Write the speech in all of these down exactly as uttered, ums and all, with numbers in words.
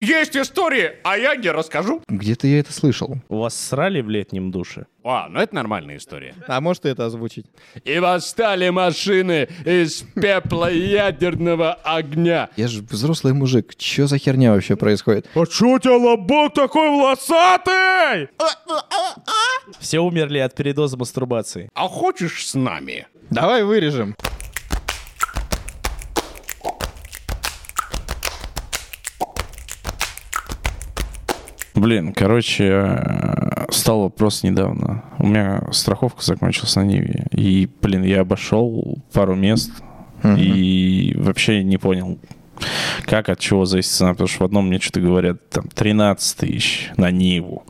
есть истории, а я не расскажу. Где-то я это слышал. У вас срали в летнем душе? А, ну это нормальная история. А может это озвучить? И восстали машины из пепла ядерного огня. Я же взрослый мужик. Чё за херня вообще происходит? А чё у тебя лобок такой волосатый? Все умерли от передоза мастурбации. А хочешь с нами? Давай вырежем. Блин, короче, стал вопрос недавно. У меня страховка закончилась на Ниве. И, блин, я обошел пару мест uh-huh. и вообще не понял, как, от чего зависит цена. Потому что в одном мне что-то говорят там тринадцать тысяч на Ниву,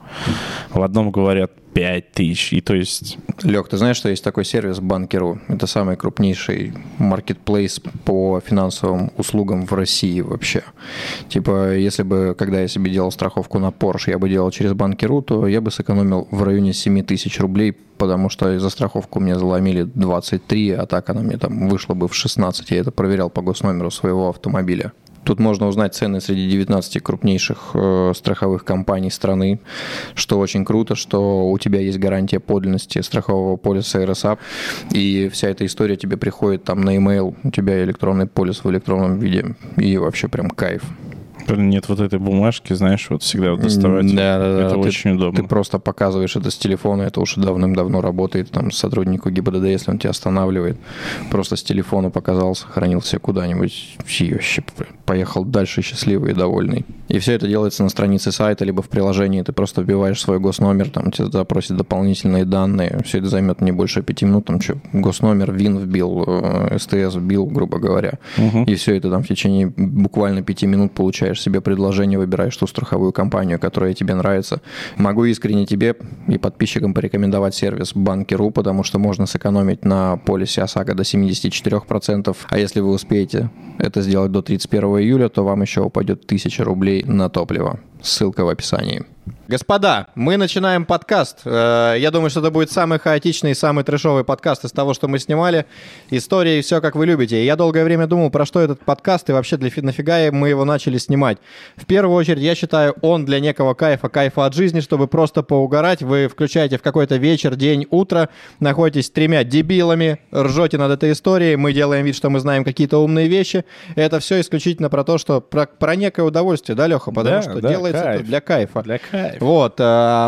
в одном говорят пять тысяч. И то есть... Лёх, ты знаешь, что есть такой сервис Банкиру? Это самый крупнейший маркетплейс по финансовым услугам в России вообще. Типа, если бы, когда я себе делал страховку на Porsche, я бы делал через Банкиру, то я бы сэкономил в районе семь тысяч рублей, потому что за страховку мне заломили двадцать три, а так она мне там вышла бы в шестнадцать. Я это проверял по госномеру своего автомобиля. Тут можно узнать цены среди девятнадцати крупнейших э, страховых компаний страны, что очень круто, что у тебя есть гарантия подлинности страхового полиса эр эс а, и вся эта история тебе приходит там на e-mail, у тебя электронный полис в электронном виде, и вообще прям кайф. Нет вот этой бумажки, знаешь, вот всегда вот доставать. Да, да, да. Это ты, очень удобно. Ты просто показываешь это с телефона, это уже давным-давно работает. Там сотруднику ГИБДД, если он тебя останавливает, просто с телефона показал, сохранил себе куда-нибудь, и вообще поехал дальше счастливый и довольный. И все это делается на странице сайта, либо в приложении. Ты просто вбиваешь свой госномер, там тебя запросят дополнительные данные. Все это займет не больше пяти минут. Там что, госномер, ВИН вбил, эс тэ эс вбил, грубо говоря. Угу. И все это там в течение буквально пяти минут получаешь себе предложение, выбираешь ту страховую компанию, которая тебе нравится. Могу искренне тебе и подписчикам порекомендовать сервис Банкиру, потому что можно сэкономить на полисе ОСАГО до семьдесят четыре процента. А если вы успеете это сделать до тридцать первого июля, то вам еще упадет тысяча рублей на топливо. Ссылка в описании. Господа, мы начинаем подкаст. Я думаю, что это будет самый хаотичный и самый трэшовый подкаст из того, что мы снимали. История и все, как вы любите. Я долгое время думал, про что этот подкаст и вообще для нафига мы его начали снимать. В первую очередь, я считаю, он для некого кайфа, кайфа от жизни, чтобы просто поугарать. Вы включаете в какой-то вечер, день, утро, находитесь с тремя дебилами, ржете над этой историей, мы делаем вид, что мы знаем какие-то умные вещи. Это все исключительно про то, что про, про некое удовольствие, да, Леха? Потому да, что да, делается кайф. это для кайфа. Для кайфа. Вот,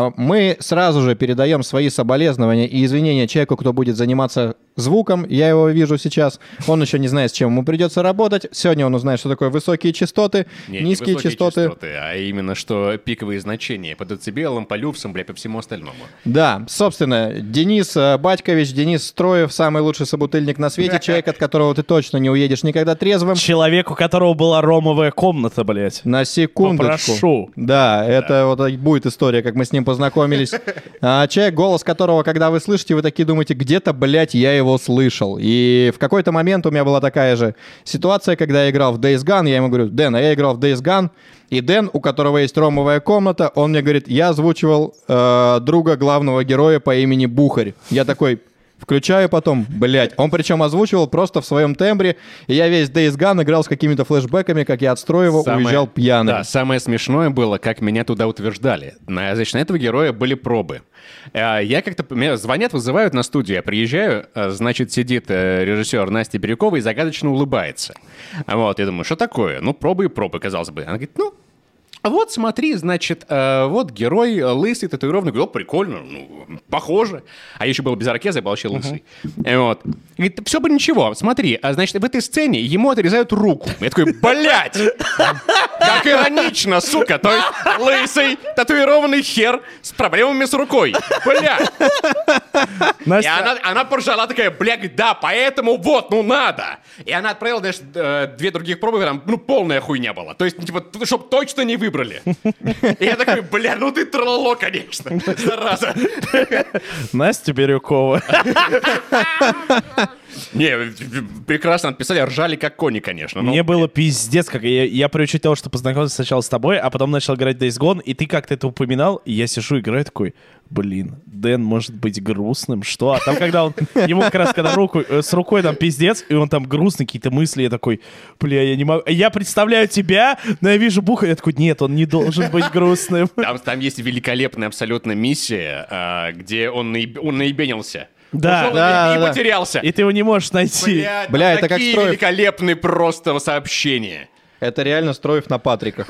мы сразу же передаем свои соболезнования и извинения человеку, кто будет заниматься звуком. Я его вижу сейчас. Он еще не знает, с чем ему придется работать. Сегодня он узнает, что такое высокие частоты, не, низкие не высокие частоты. частоты. А именно, что пиковые значения по децибелам, по люксам, бля, по всему остальному. Да, собственно, Денис Батькович, Денис Строев, самый лучший собутыльник на свете, человек, от которого ты точно не уедешь никогда трезвым. Человек, у которого была ромовая комната, блядь. На секундочку. Попрошу. Да, это да. вот будет история, как мы с ним познакомились. А, человек, голос которого, когда вы слышите, вы такие думаете, где-то, блядь, я его слышал. И в какой-то момент у меня была такая же ситуация, когда я играл в Days Gone, я ему говорю, Дэн, а я играл в Days Gone, и Дэн, у которого есть ромовая комната, он мне говорит, я озвучивал э, друга главного героя по имени Бухарь. Я такой... Включаю потом, блядь. Он причем озвучивал просто в своем тембре. И я весь Days Gone играл с какими-то флешбэками, как я от Строева самое, уезжал пьяным. Да, самое смешное было, как меня туда утверждали. На, значит, на этого героя были пробы. Я как-то... Меня звонят, вызывают на студию. Я приезжаю, значит, сидит режиссер Настя Бирюкова и загадочно улыбается. Вот, я думаю, что такое? Ну, пробы и пробы, казалось бы. Она говорит, ну... Вот, смотри, значит, э, вот герой лысый, татуированный. Говорю, о, прикольно, ну, похоже. А еще был без ирокеза, я был вообще лысый. Uh-huh. Вот. Говорит, все бы ничего, смотри, а, значит, в этой сцене ему отрезают руку. Я такой, блядь! Как иронично, сука! То есть лысый, татуированный хер с проблемами с рукой. Блядь! Настя... И она, она поржала такая, блядь, да, поэтому вот, ну надо. И она отправила, знаешь, две других пробы, там, ну, полная хуйня была. То есть, типа, чтобы точно не выбрали. И я такой, бля, ну ты трололо, конечно, зараза. Настя Бирюкова. Не, прекрасно отписали, ржали как кони, конечно. но- Мне было пиздец, как я, я при учете того, что познакомился сначала с тобой, а потом начал играть Days Gone, и ты как-то это упоминал, и я сижу, играю такой, блин, Дэн может быть грустным, что? А там, когда он, ему как раз, когда руку, э, с рукой там пиздец, и он там грустный, какие-то мысли, я такой, бля, я не могу, я представляю тебя, но я вижу Буха, я такой, нет, он не должен быть грустным. Там, там есть великолепная абсолютно миссия, а, где он, наеб... он наебенился. Да, Ушел да, и, и да. потерялся. И ты его не можешь найти. Блядь, Бля, там это как такие Строев. великолепные просто сообщения. Это реально Строев на Патриках.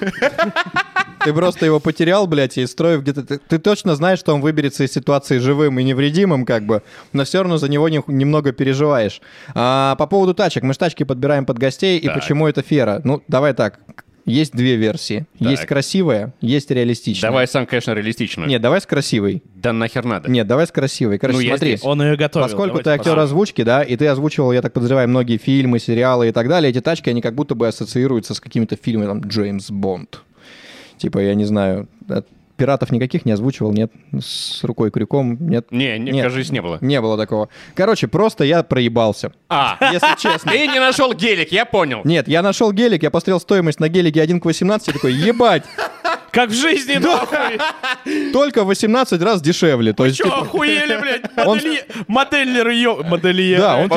Ты просто его потерял, блядь, и Строев где-то... Ты, ты точно знаешь, что он выберется из ситуации живым и невредимым, как бы, но все равно за него не- немного переживаешь. А, по поводу тачек. Мы же тачки подбираем под гостей, и Так. почему это фера? Ну, давай так. Есть две версии. Так. Есть красивая, есть реалистичная. Давай сам, конечно, реалистично. Нет, давай с красивой. Да нахер надо. Нет, давай с красивой. Короче, Ну, я смотри. здесь. Он ее готовил. Поскольку Давайте ты актер посмотрим. озвучки, да, и ты озвучивал, я так подозреваю, многие фильмы, сериалы и так далее, эти тачки, они как будто бы ассоциируются с какими-то фильмами, там, Джеймс Бонд. Типа, я не знаю, от пиратов никаких не озвучивал, нет? С рукой крюком, нет? Не, не, Нет. кажется, не было. Не было такого. Короче, просто я проебался, А, если честно. ты не нашел гелик, я понял. Нет, я нашел гелик, я посмотрел стоимость на гелике один к восемнадцати, и такой, ебать, Как в жизни, нахуй! только в восемнадцать раз дешевле. То есть, Чё, типа, охуели, блядь? Он- Модели... Модельер ее... Модельер. Да, он-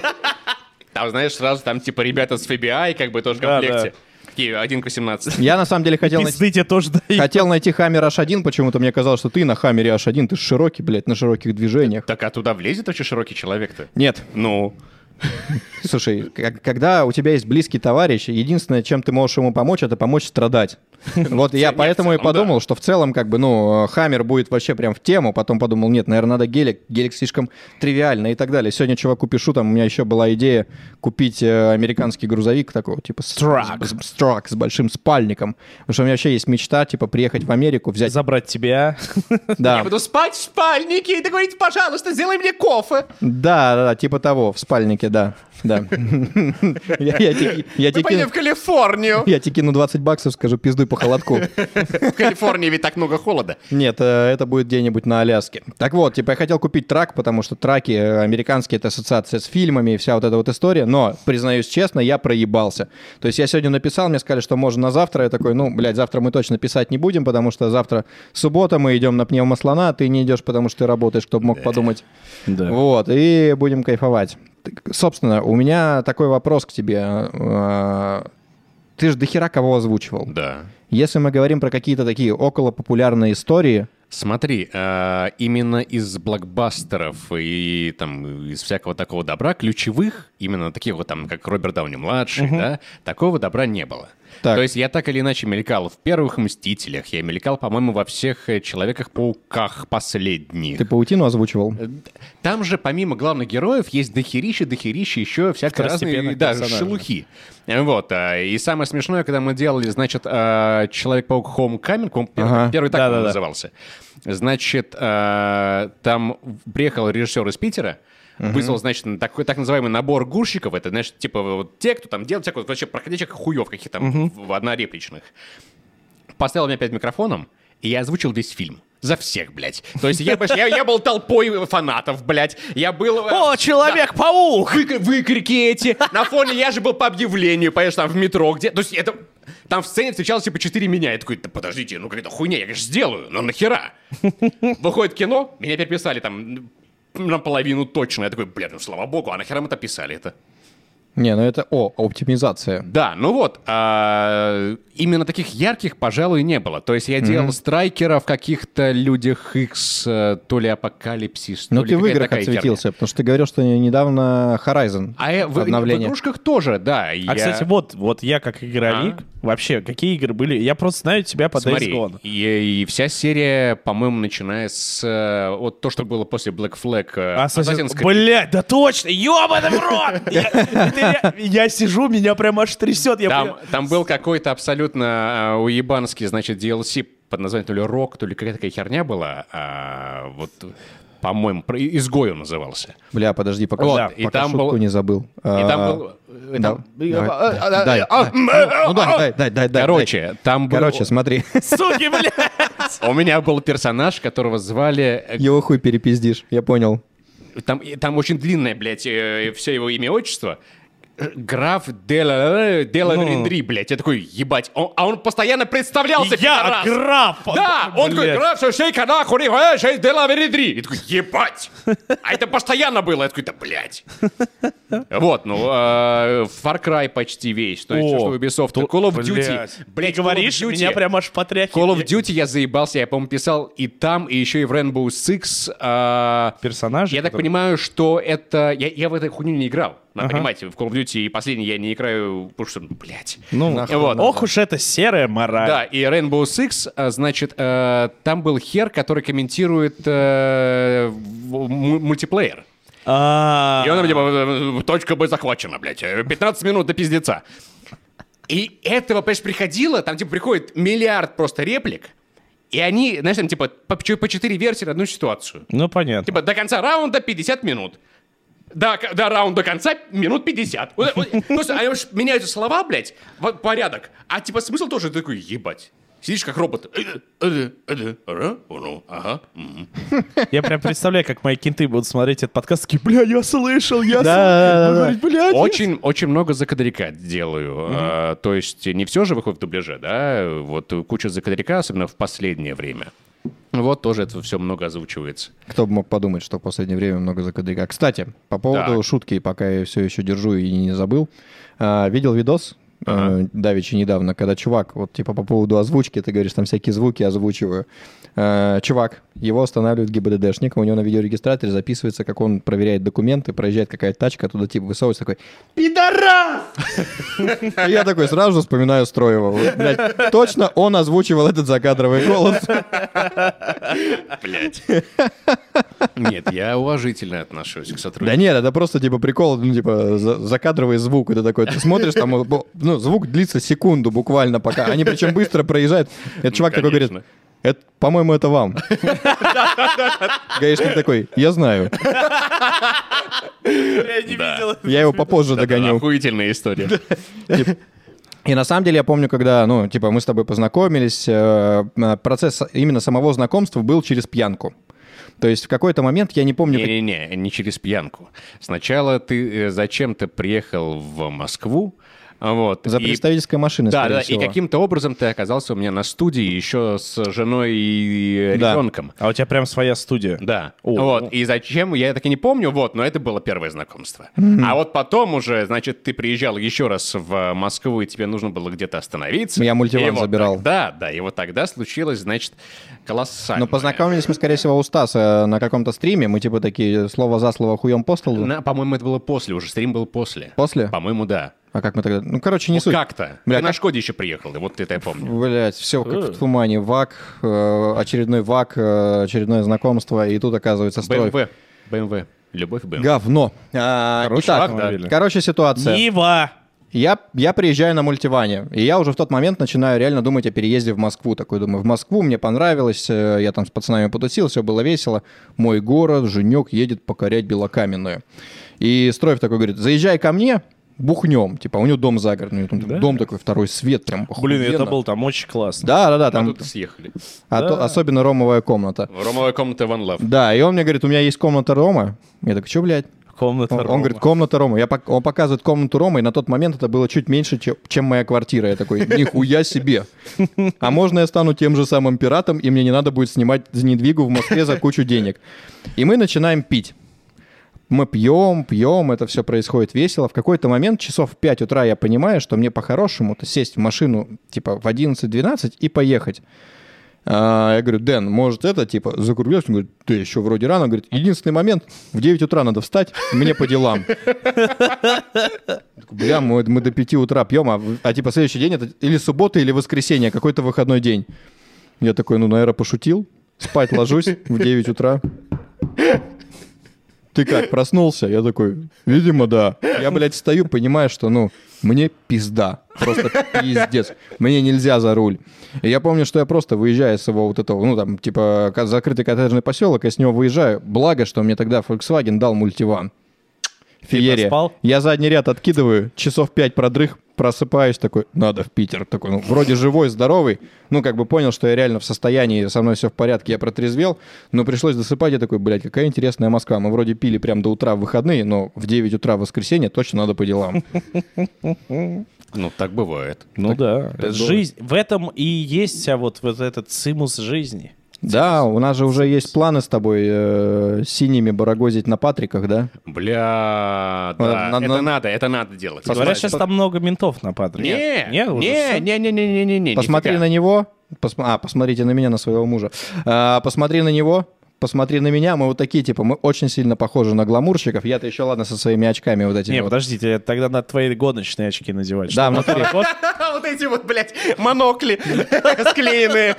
Там, знаешь, сразу там типа ребята с эф би ай как бы тоже в Да, комплекте. Какие, один к восемнадцати. я на самом деле хотел найти... Пизды тебе тоже дают. Хотел найти Хаммер аш один, почему-то мне казалось, что ты на Хаммере аш один, ты ж широкий, блядь, на широких движениях. Так а туда влезет вообще широкий человек-то? Нет, Ну, слушай, как- когда у тебя есть близкий товарищ, единственное, чем ты можешь ему помочь, это помочь страдать. Вот я Нет, поэтому в и целом, подумал, что в целом, как бы, ну, Хаммер будет вообще прям в тему, потом подумал, нет, наверное, надо гелик, гелик слишком тривиально и так далее. Сегодня чуваку пишу, там у меня еще была идея купить э, американский грузовик такого, типа, с- Страк. с, с- Страк с большим спальником, потому что у меня вообще есть мечта, типа, приехать в Америку, взять, Забрать тебя. да, я буду спать в спальнике и ты говорите, пожалуйста, сделай мне кофе. да, да, типа того, в спальнике, да, да. Я я тебе я Мы тебе поедем кину- в Калифорнию. я тебе кину двадцать баксов, скажу, пиздуй по холодку. В Калифорнии ведь так много холода. Нет, э, это будет где-нибудь на Аляске. Так вот, типа я хотел купить трак, потому что траки э, американские — это ассоциация с фильмами и вся вот эта вот история, но, признаюсь честно, я проебался. То есть я сегодня написал, мне сказали, что можно на завтра, я такой, ну, блядь, завтра мы точно писать не будем, потому что завтра суббота, мы идем на пневмослона, а ты не идешь, потому что ты работаешь, кто бы мог подумать. Да. Вот, и будем кайфовать. Так, собственно, у меня такой вопрос к тебе. Э, Ты же дохера кого озвучивал. Да. Если мы говорим про какие-то такие околопопулярные истории, Смотри, э, именно из блокбастеров и там из всякого такого добра ключевых, именно таких вот там, как Роберт Дауни-младший, да, такого добра не было. Так. То есть я так или иначе мелькал в первых «Мстителях», я мелькал, по-моему, во всех э, «Человеках-пауках» последних. ты паутину озвучивал? Там же помимо главных героев есть дохерища, дохерища еще всякие разные Второстепенных да, персонажей. шелухи. Вот. а, И самое смешное, когда мы делали, значит, а, «Человек-паук Homecoming», по-моему, первый, Ага. первый так он Да-да-да. назывался. Значит, а, там приехал режиссер из Питера, вызвал, значит, такой так называемый набор гурщиков. Это, значит, типа вот те, кто там делает всякую вообще проходящих хуев каких-то там в- однорепличных. Поставил меня перед микрофоном, и я озвучил весь фильм. За всех, блядь. То есть я, понимаешь, я, я был толпой фанатов, блядь. Я был... э, О, Человек-паук! Выкр- выкрики эти. На фоне я же был по объявлению, понимаешь, там в метро, где... То есть это... Там в сцене встречалось типа четыре меня. Я такой, да подождите, ну какая-то хуйня, я, конечно, сделаю, но нахера? Выходит кино, меня переписали там наполовину точно. Я такой, блядь, ну слава богу, а нахера мы это писали это? Не, ну это, о, оптимизация. Да, ну вот, а, именно таких ярких, пожалуй, не было. То есть я делал страйкера в каких-то Людях Икс, э, то ли Апокалипсис, то Ну ли ты в какая-то играх такая херня. отсветился, потому что ты говорил, что недавно Horizon А я, в, в обновление. игрушках тоже, да. А, я... кстати, вот, вот я как игровик, А? вообще, какие игры были? Я просто знаю тебя по Days Смотри, Gone. и, и вся серия, по-моему, начиная с э, вот то, что было после Black Flag. э, Assassin's- Assassin's Creed. Блядь, да точно! Ёбаный в рот! Я- это я- Я сижу, меня прям аж трясет. я Там, прям- там был какой-то абсолютно э, уебанский, значит, ди эл си под названием то ли Рок, то ли какая-то такая херня была. а, вот, по-моему, про- Изгой он назывался. Бля, подожди, пока, Вот, да, и пока там шутку был- не забыл. И там А, был... э, да, там- давай, а, дай, а, дай, а, дай. а, Ну дай, дай, дай, дай, дай. Короче, там был... Короче, смотри, Суки, блядь! У меня был персонаж, которого звали... э, его хуй перепиздишь, я понял. там, там очень длинное, блядь, все его имя и отчество. Граф Дела Верендри, блядь. Я такой, ебать. Он, а он постоянно представлялся, Я пидорас. граф! Да, он такой, граф Шейка нахуй, шейк Дела Верендри. Я такой, ебать. А это постоянно было. Я такой, да, блядь. Вот, ну, Far Cry почти весь. То есть, О, что Ubisoft. то- Call of Duty. блядь. Блядь, Ты говоришь, Call of Duty. меня прям аж потряхивает. Call of Duty я заебался. Я, по-моему, писал и там, и еще и в Rainbow Six. а, Персонажи, Я так которые- понимаю, что это... Я, я в этой хуйню не играл. Надо Ага. понимать, в Call of Duty и последний я не играю, потому что, блядь. Ну, Нахуй вот. ох уж это серая мораль. Да, и Rainbow Six, а, значит, э, там был хер, который комментирует э, в- м- мультиплеер. А, И он там, типа, точка Б захвачена, блядь, пятнадцать минут до пиздеца. И этого, понимаешь, приходило, там, типа, приходит миллиард просто реплик, и они, знаешь, там, типа, по, по четыре версии на одну ситуацию. Ну, понятно. Типа, до конца раунда пятьдесят минут. До, до раунда конца минут пятьдесят. Вот, вот, просто они уж меняются слова, блядь, в порядок. А типа смысл тоже такой, ебать. Сидишь как робот. Э, э, э, ага, ну, ага, мгм. Я прям представляю, как мои кенты будут смотреть этот подкаст, такие, бля, я слышал, я Да, слышал. да, Говорить, бля, нет. Очень, очень много закадрика делаю. А, то есть не все же выходит в дубляже, да? Вот куча закадрика, особенно в последнее время. Вот тоже это все много озвучивается. Кто бы мог подумать, что в последнее время много закадрика. Кстати, по поводу Так. шутки, пока я все еще держу и не забыл. А, видел видос Ага. э, давеча недавно, когда чувак, вот типа по поводу озвучки, ты говоришь, там всякие звуки озвучиваю. Э, чувак, его останавливает ГИБДДшник, у него на видеорегистраторе записывается, как он проверяет документы, проезжает какая-то тачка, туда типа высовывается такой «Пидорас!» И я такой сразу же вспоминаю Строева. Вот, блядь, точно он озвучивал этот закадровый голос. Блять. Нет, я уважительно отношусь к Да сотрудникам. нет, это просто типа прикол, ну типа за- закадровый звук, это такой, ты смотришь, там, бо- ну, звук длится секунду буквально пока, они причем быстро проезжают, этот чувак такой говорит, Конечно. это, по-моему, это вам. Гаишник такой, я знаю, Я не видел. я его попозже Это догоню. охуительная история. И на самом деле я помню, когда, ну, типа, мы с тобой познакомились, э, процесс именно самого знакомства был через пьянку. То есть в какой-то момент, я не помню... как- Не-не-не, не через пьянку. Сначала ты э, зачем-то приехал в Москву, вот. За и- представительской машиной, Да, скорее да, всего. и каким-то образом ты оказался у меня на студии еще с женой и Да. ребенком. А у тебя прям своя студия. Да. О, вот. ну. И зачем, я так и не помню, вот, но это было первое знакомство. А вот потом уже, значит, ты приезжал еще раз в Москву, и тебе нужно было где-то остановиться. Я мультиван И вот забирал. тогда, да, и вот тогда случилось, значит, колоссально. Но познакомились мы, скорее всего, у Стаса на каком-то стриме, мы типа такие слово за слово хуем по столу. На- по-моему, это было после уже, стрим был после. После? По-моему, да. А как мы тогда... Ну, короче, не Ну, суть. как-то. Бля, Ты на как- Шкоде еще приехал, и вот это я помню. Блять, все как в тумане. ВАК, э, очередной ВАК, э, очередное знакомство, и тут оказывается Строев. БМВ. БМВ. Любовь БМВ. Говно. А, Хороший итак, автомобиль. короче, ситуация. Нива! Я, я приезжаю на мультиване, и я уже в тот момент начинаю реально думать о переезде в Москву. Такой думаю, в Москву мне понравилось, э, я там с пацанами потусил, все было весело. Мой город, Женек едет покорять Белокаменную. И Строев такой говорит, заезжай ко мне, бухнем. Типа, у него дом загородный, у него там Да? дом такой, второй свет, прям Блин, это охуенно. был там очень классно. Да, да, да, А там тут съехали. а то- Да. особенно ромовая комната. Ромовая комната One Love. Да, и он мне говорит, у меня есть комната Рома. Я такой, что, блядь? Комната Он, он Рома. говорит, комната Рома. Я, пок- он показывает комнату Рома, и на тот момент это было чуть меньше, чем, чем моя квартира. Я такой, нихуя себе. А можно я стану тем же самым пиратом, и мне не надо будет снимать недвигу в Москве за кучу денег. И мы начинаем пить. Мы пьем, пьем, это все происходит весело. В какой-то момент, часов в пять утра, я понимаю, что мне по-хорошему-то сесть в машину типа в одиннадцать-двенадцать и поехать. А, я говорю, Дэн, может это, типа, закругляешься? Он говорит, ты еще вроде рано. Он говорит, единственный момент, в девять утра надо встать, мне по делам. Бля, мы, мы до пяти утра пьем, а, в- а типа следующий день это или суббота, или воскресенье, какой-то выходной день. Я такой, ну, наверное, пошутил. Спать ложусь в девять утра. Ты как, проснулся? Я такой, видимо, да. Я, блядь, стою, понимаю, что, ну, мне пизда. Просто пиздец. Мне нельзя за руль. И я помню, что я просто выезжаю с его вот этого, ну, там, типа, ка- закрытый коттеджный поселок, я с него выезжаю. Благо, что мне тогда Volkswagen дал мультиван. Феерия. проспал? Я задний ряд откидываю, часов пять продрых, Просыпаюсь такой, надо в Питер. Такой, ну, вроде живой, здоровый. Ну, как бы понял, что я реально в состоянии, со мной все в порядке, я протрезвел. Но пришлось досыпать. Я такой, блядь, какая интересная Москва. Мы вроде пили прям до утра в выходные, но в девять утра в воскресенье точно надо по делам. Ну, так бывает. Ну Так, да. так Жизнь. В этом и есть вся вот, вот этот цимус жизни. Да, у нас же уже есть планы с тобой э, синими барагозить на Патриках, да? Бля, да, На- на- это на- надо, это надо делать. Говорят, сейчас там много ментов на Патрике. Не, Нет, уже не, всё? не, не, не, не, не, не, Посмотри нифига. на него. Пос- А, посмотрите на меня, на своего мужа. А, посмотри на него. Посмотри на меня, мы вот такие, типа, мы очень сильно похожи на гламурщиков. Я-то еще, ладно, со своими очками вот этими. Не, вот. подождите, тогда надо твои гоночные очки надевать. Да, Чтобы в натуре. вот- Вот эти вот, блядь, монокли склеенные.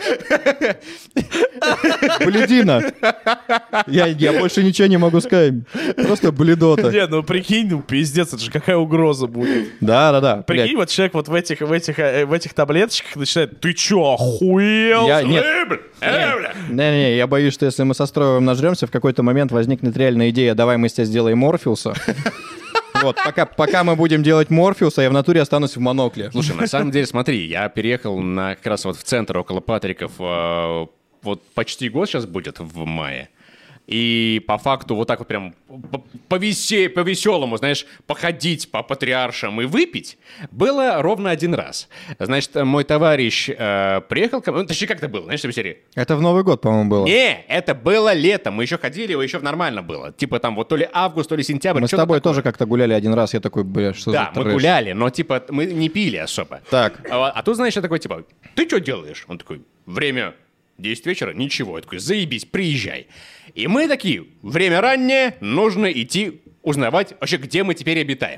Блядина. Я, я больше ничего не могу сказать. Просто бледота. Не, ну прикинь, ну пиздец, это же какая угроза будет. Да, да, да. Прикинь, блядь. вот человек вот в этих, в этих, э, в этих таблеточках начинает, ты чё, охуел? Я- нет. Э, бля, э, бля. Не-не, я боюсь, что если мы со Строевым нажремся, в какой-то момент возникнет реальная идея, давай мы из тебя сделаем Морфеуса. Вот, пока, пока мы будем делать Морфеуса, я в натуре останусь в монокле. Слушай, на самом деле, смотри, я переехал на как раз вот в центр около Патриков, э, вот почти год сейчас будет в мае. И по факту вот так вот прям по- повесе- по-веселому, знаешь, походить по патриаршам и выпить было ровно один раз. Значит, мой товарищ э, приехал ко мне, ну, точнее, как это было, знаешь, в серии? Это в Новый год, по-моему, было. Не, это было летом, мы еще ходили, еще нормально было. Типа там вот то ли август, то ли сентябрь. Мы с что-то тобой такое. тоже как-то гуляли один раз, я такой, бля, что Да, за мы трэш? гуляли, но типа мы не пили особо. Так. А, а тут, знаешь, я такой, типа, ты что делаешь? Он такой, время десять вечера, ничего. Я такой, заебись, приезжай. И мы такие, время раннее, нужно идти узнавать вообще, где мы теперь обитаем.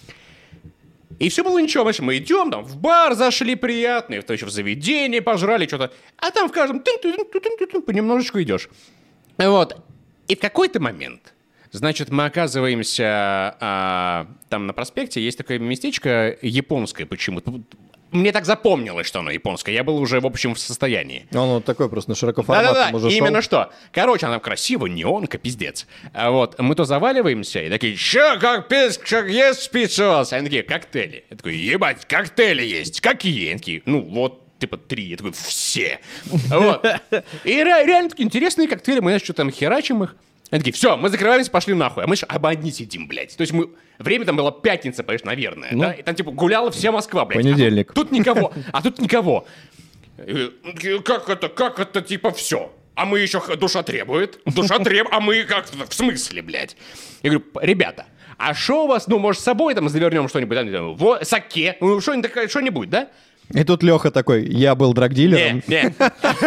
И все было ничего, знаешь, мы идем, там, в бар зашли приятные, то еще в заведение пожрали что-то, а там в каждом тын-тын-тын-тын-тын понемножечку идешь. Вот. И в какой-то момент, значит, мы оказываемся а, там на проспекте, есть такое местечко японское почему-то. Мне так запомнилось, что оно японское. Я был уже, в общем, в состоянии. Он вот такой просто на широкоформатном Да-да-да, уже шел. именно что. Короче, она красиво, неонка, пиздец. А вот, мы то заваливаемся, и такие, ща, как пиздец, как есть спичос. Они такие, коктейли. Я такой, ебать, коктейли есть. Какие? Они такие, ну, вот, типа, три. Я такой, все. Вот. И ре- реально такие интересные коктейли. Мы, знаешь, что там, херачим их. Они такие, все, мы закрываемся, пошли нахуй. А мы же оба одни сидим, блядь. То есть мы... Время там было пятница, понимаешь, наверное, да? И там, типа, гуляла вся Москва, блядь. Понедельник. А тут, тут никого, а тут никого. И, Как это, как это, типа, все? А мы еще, х- душа требует, душа требует, а мы как, в смысле, блядь? Я говорю, ребята, а что у вас, ну, может, с собой там завернем что-нибудь, там, во, саке, ну, что-нибудь, такое- что-нибудь, да? И тут Леха такой, я был драгдилером. Не, не.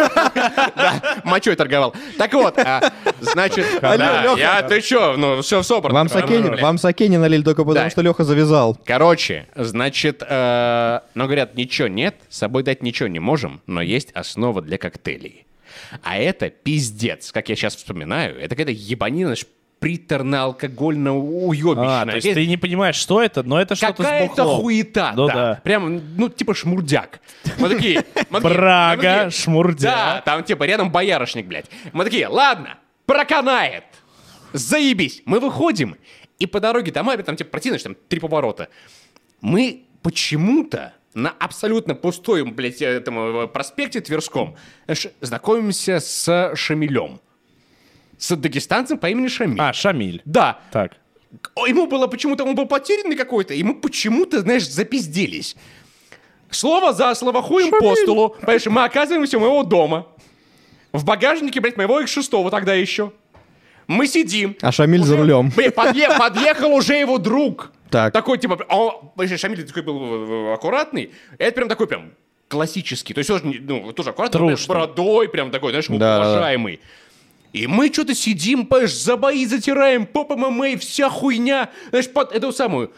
Да, мочой торговал. Так вот, а, значит, да, Лёха. я, ты чё, ну, все собрано. Вам саке, вам саке не налили только потому, Да. что Леха завязал. Короче, значит, э, ну, говорят, ничего нет, с собой дать ничего не можем, но есть основа для коктейлей. А это пиздец, как я сейчас вспоминаю, это какая-то ебанина, ш- приторно-алкогольно-уебищная. А, то есть ты не понимаешь, что это, но это что-то с Какая-то бухлом. хуета, Ну да. да. Прям, ну, типа шмурдяк. Мы такие... мы такие- Брага, мы такие, шмурдяк. Да, там типа рядом боярышник, блядь. Мы такие, ладно, проканает. Заебись. Мы выходим, и по дороге домой, там типа противно, что там три поворота. Мы почему-то на абсолютно пустом, блядь, этом проспекте Тверском знаешь, знакомимся с Шамилем. С дагестанцем по имени Шамиль. А, Шамиль. Да. Так. Ему было почему-то, он был потерянный какой-то, и мы почему-то, знаешь, запизделись. Слово за слово, хуем по столу. Понимаешь, мы оказываемся у моего дома. В багажнике, блядь, моего икс шесть тогда еще. Мы сидим. А Шамиль за рулем. Блядь, подъе- подъехал уже его друг. Так. Такой, типа, а он, понимаешь, Шамиль такой был э, аккуратный. Это прям такой прям классический. То есть тоже, не- ну, тоже аккуратный, прям с Трушный. бородой, прям такой, знаешь, Да. уважаемый. И мы что-то сидим, понимаешь, за бои затираем, поп ММА, вся хуйня, знаешь, под эту самую.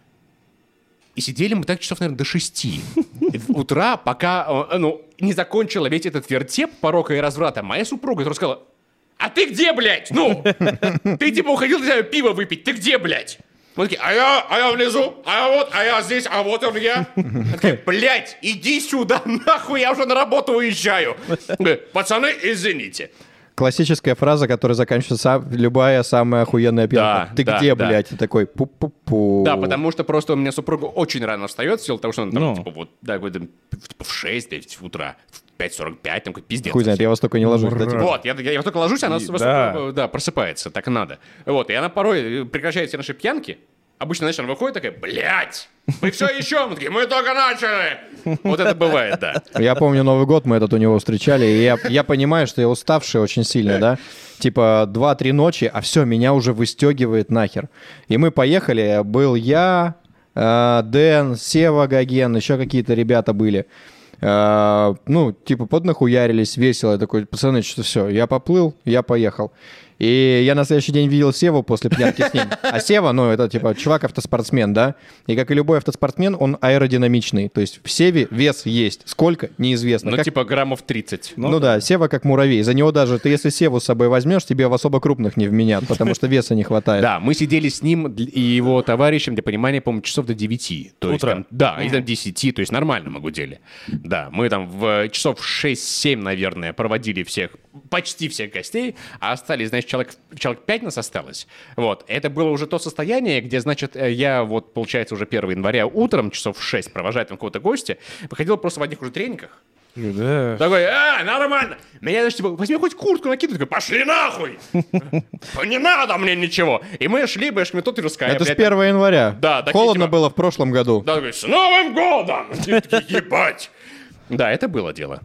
И сидели мы так часов, наверное, до шести утра, пока, э, ну, не закончила весь этот вертеп порока и разврата. Моя супруга которая сказала, а ты где, блядь? Ну, ты типа уходил, не знаю, пиво выпить, ты где, блядь? Мы такие, а я, а я внизу, а я вот, а я здесь, а вот он я. Она такая, блядь, иди сюда, нахуй, я уже на работу уезжаю. Говорю, пацаны, извините. Классическая фраза, которая заканчивается любая самая охуенная пьянка. Да, Ты да, где, да. блядь? И такой пу-пу-пу. Да, потому что просто у меня супруга очень рано встает, в силу того, что она там, Ну. типа, вот, да, вот, там, типа, в шесть утра, в пять сорок пять, там, какой пиздец. Хуй знает, я во столько не ложусь. Ура. да, типа. Вот, я, я, я только ложусь, она И- с- да. да. да, просыпается, так надо. Вот, и она порой прекращает все наши пьянки. Обычно, знаешь, она выходит такая, блядь, вы все еще? Мы такие, мы только начали. Вот это бывает, да. Я помню Новый год, мы этот у него встречали, и я, я понимаю, что я уставший очень сильно, да? Типа два-три ночи, а все, меня уже выстегивает нахер. И мы поехали, был я, э, Дэн, Сева Гоген, еще какие-то ребята были. Э, ну, типа поднахуярились, весело. Я такой, пацаны, что все, я поплыл, я поехал. И я на следующий день видел Севу после пьянки с ним. А Сева, ну, это типа чувак-автоспортсмен, да? И как и любой автоспортсмен, он аэродинамичный. То есть в Севе вес есть. Сколько? Неизвестно. Ну, Как- типа граммов тридцать. Ну, да, Сева как муравей. За него даже, ты если Севу с собой возьмешь, тебе в особо крупных не вменят, потому что веса не хватает. Да, мы сидели с ним и его товарищем, для понимания, по-моему, часов до девяти. То есть, Утра. там, да, и там десяти, то есть нормально мы гудели. Да, мы там в часов шесть-семь, наверное, проводили всех, почти всех гостей, а остались, знаешь, человек, человек пять нас осталось. Вот, это было уже то состояние, где, значит, я вот, получается, уже первого января утром, часов в шесть, провожая там какого-то гостя, выходил просто в одних уже трениках. Да. Такой, а, нормально. Меня, значит, типа, возьми хоть куртку накидывай. Такой, пошли нахуй. Не надо мне ничего. И мы шли, бэш, мне тут и рассказали. Это с первого января. Да, такие, Холодно типа- было в прошлом году. Да, такой, с Новым годом! И такие, ебать. Да, это было дело.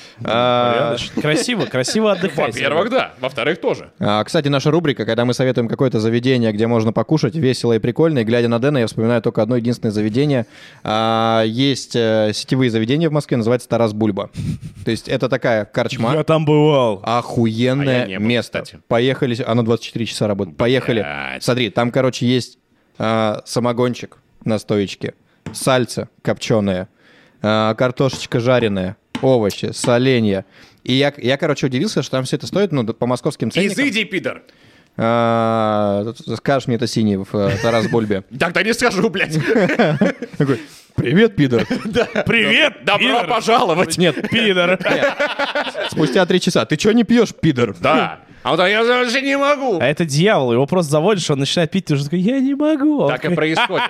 А, Красиво, красиво отдыхать. Во-первых, да. Во-вторых, тоже. а, Кстати, наша рубрика, когда мы советуем какое-то заведение, где можно покушать весело и прикольно, и глядя на Дэна, я вспоминаю только одно единственное заведение. А, Есть э, сетевые заведения в Москве, называется Тарас Бульба. То есть это такая корчма. Я там бывал. Охуенное А я не был, место. кстати. Поехали, оно двадцать четыре часа работает. Поехали. Блядь. Смотри, там, короче, есть а, самогончик на стоечке, сальце копченое, а, картошечка жареная, овощи, соленья. И я, я, короче, удивился, что там все это стоит, ну, по московским ценникам. Изыди, пидор. А, скажешь мне это синий в э, Тарас Бульбе. Тогда не скажу, блядь. Такой, привет, пидор. Привет, Добро пидор. пожаловать. Нет, Пидор. спустя три часа. Ты что не пьешь, пидор? Да. А вот я даже не могу. А это дьявол, его просто заводишь, он начинает пить, ты уже такой, я не могу. Он Так и такой, происходит.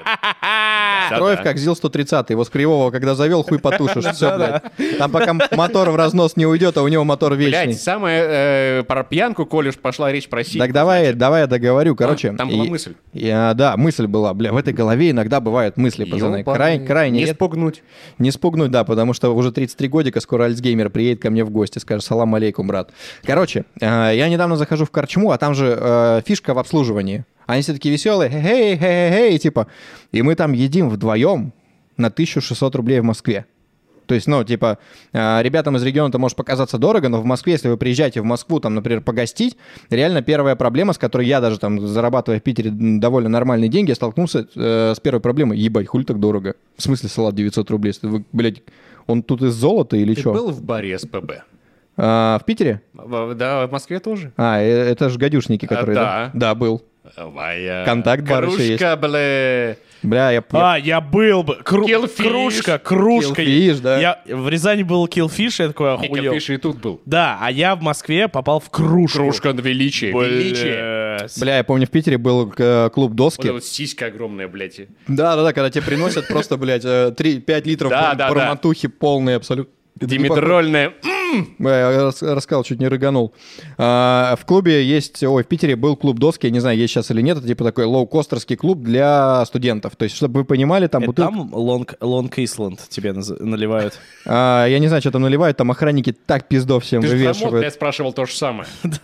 Строев как ЗИЛ сто тридцать, его с кривого, когда завел, хуй потушишь. Все, блядь. Там пока мотор в разнос не уйдет, а у него мотор вечный. Блядь, самое э, про пьянку, коль уж пошла речь про сиську. Так давай, давай я договорю. Короче, там была и- мысль. я- да, мысль была. Бля, в этой голове иногда бывают мысли, пацаны. Ёбаный. Край, крайне Не ред- спугнуть. Не спугнуть, да, потому что уже тридцать три годика, скоро Альцгеймер приедет ко мне в гости, скажет салам алейкум, брат. Короче, э, я недавно захожу в корчму, а там же э, фишка в обслуживании. Они все такие веселые, хей, хей, хей, хей, типа. И мы там едим вдвоем на тысячу шестьсот рублей в Москве. То есть, ну, типа, э, ребятам из региона это может показаться дорого, но в Москве, если вы приезжаете в Москву, там, например, погостить, реально первая проблема, с которой я даже там, зарабатывая в Питере довольно нормальные деньги, я столкнулся э, с первой проблемой. Ебать, хули так дорого? В смысле салат девятьсот рублей? Вы, блядь, он тут из золота или Ты что? был в баре СПБ? А, в Питере? В- Да, в Москве тоже. А, э, это же гадюшники, которые... да. Да, был. Моя Контакт-бар еще есть. кружка, бля. Бля, я... А, я был бы. Кру- Killfish. Кружка, кружка. Killfish, да. Я в Рязани был Killfish, я такой И охуел. Киллфиш и тут был. Да, а я в Москве попал в кружку. Кружка на величие. Величие. Блядь. Бля, я помню, в Питере был э, клуб Вот доски. эта вот сиська огромная, блядь. Да, да, да, когда тебе приносят просто, блядь, три-пять литров Да, бар- да, да. барматухи полные абсолютно. Димедрольная. Бля, Я рас- рассказал, чуть не рыганул. А, в клубе есть, ой, в Питере был клуб доски, я не знаю, есть сейчас или нет, это типа такой лоукостерский клуб для студентов. То есть, чтобы вы понимали, там Это бутылка... там Лонг, Лонг Исланд тебе наз- наливают. А, я не знаю, что там наливают, там охранники так пиздов всем Ты же про мод, вывешивают. блядь, спрашивал то же самое.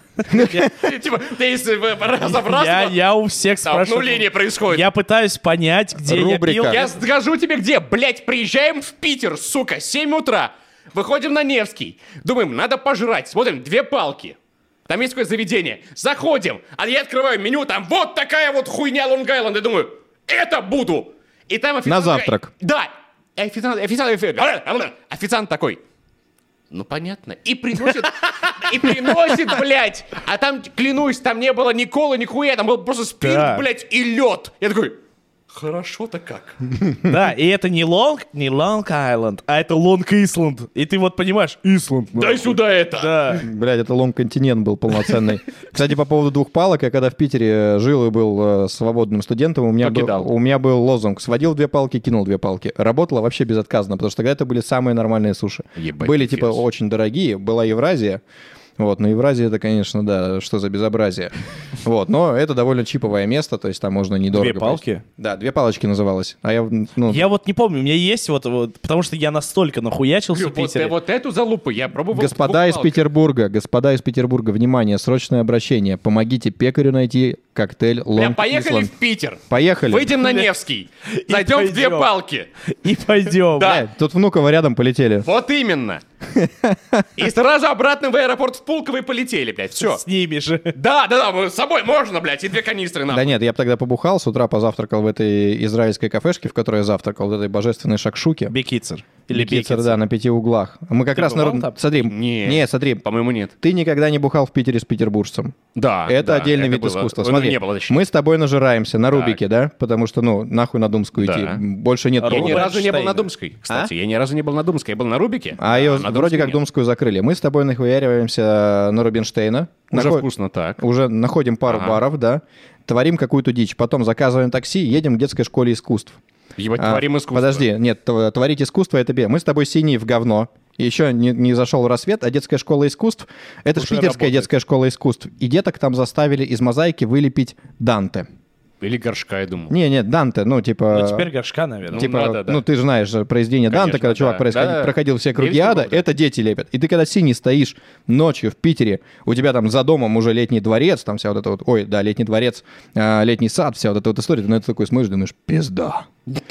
Типа, ты если вы Я, разобрался, я у всех спрашиваю. столкновение происходит. Я пытаюсь понять, где Рубрика. я пил. Я скажу тебе где. Блять, приезжаем в Питер, сука, семь утра. Выходим на Невский. Думаем, надо пожрать. Смотрим, две палки. Там есть такое заведение. Заходим. А я открываю меню, там вот такая вот хуйня Лонг-Айленд. И думаю, это буду. И там официант... На завтрак. Да. И официант, официант, официант, официант такой. Ну, понятно. И приносит, и приносит, блядь. А там, клянусь, там не было ни колы, ни хуя. Там был просто спирт, Да. блядь, и лед. Я такой... Хорошо-то как. Да, и это не Long, не Long Island, а это Long Island. И ты вот понимаешь, Исланд. Дай сюда это! Да. Блядь, это лонг-континент был полноценный. Кстати, по поводу двух палок, я когда в Питере жил и был э, свободным студентом, у меня, был, у меня был лозунг: сводил две палки, кинул две палки. Работало вообще безотказно, потому что тогда это были самые нормальные суши. Ебать, были пиздец. типа очень дорогие, была Евразия. Вот, но Евразия это, конечно, да, что за безобразие. Вот, но это довольно чиповое место, то есть там можно недорого. Две палки? поесть. Да, две палочки называлось. А я, ну... Я вот не помню, у меня есть вот, вот потому что я настолько нахуячился в Вот, Питере. вот эту залупу я пробовал. Господа из Петербурга, господа из Петербурга, внимание, срочное обращение. Помогите пекарю найти коктейль Прям Long поехали Island. в Питер. Поехали. Выйдем на Невский. Зайдем в две пойдем. палки. И пойдем. Да. Блядь, тут Внуково рядом полетели. Вот именно. И сразу обратно в аэропорт в Пулково и полетели, блядь. Все. С ними же. Да, да, да, с собой можно, блядь, и две канистры нам. Да нет, я бы тогда побухал, с утра позавтракал в этой израильской кафешке, в которой я завтракал, в этой божественной шакшуке. Бекицер. Или Бекицер, Бекицер. да, на пяти углах. Мы как Ты раз... бывал народ- там? Смотри, Не. не, смотри, По-моему, нет. ты никогда не бухал в Питере с петербуржцем. Да. Это да, отдельный это вид было. искусства. Ну, Смотри, не было, точнее. мы с тобой нажираемся на Рубике, да? Потому что, ну, нахуй на Думскую Да. идти. Больше нет... Я ни Рубинштейна. разу не был на Думской, кстати. Я ни разу не был на Думской. Я был на Рубике. А ее на вроде Думской как нет. Думскую закрыли. Мы с тобой нахуяриваемся на Рубинштейна. Уже Нахо- вкусно так. Уже находим пару Ага. баров, да. Творим какую-то дичь. Потом заказываем такси, едем к детской школе искусств. Ебать, А, творим искусство. Подожди, нет, тв- творить искусство — это бе. Мы с тобой синие в говно. И еще не, не зашел рассвет, а детская школа искусств — это ж Уже питерская работает. детская школа искусств. И деток там заставили из мозаики вылепить Данте. Или горшка, я думал. Не, нет, Данте, ну типа... Ну, теперь горшка, наверное. Типа, надо, да. ну ты же знаешь же произведение Данте, Конечно, когда чувак да. происходил- Да, да. проходил все круги Ельцин ада, был, да. это дети лепят. И ты когда синий стоишь ночью в Питере, у тебя там за домом уже летний дворец, там вся вот эта вот, ой, да, летний дворец, а, летний сад, вся вот эта вот история, ты на это такой смотришь, думаешь, пизда.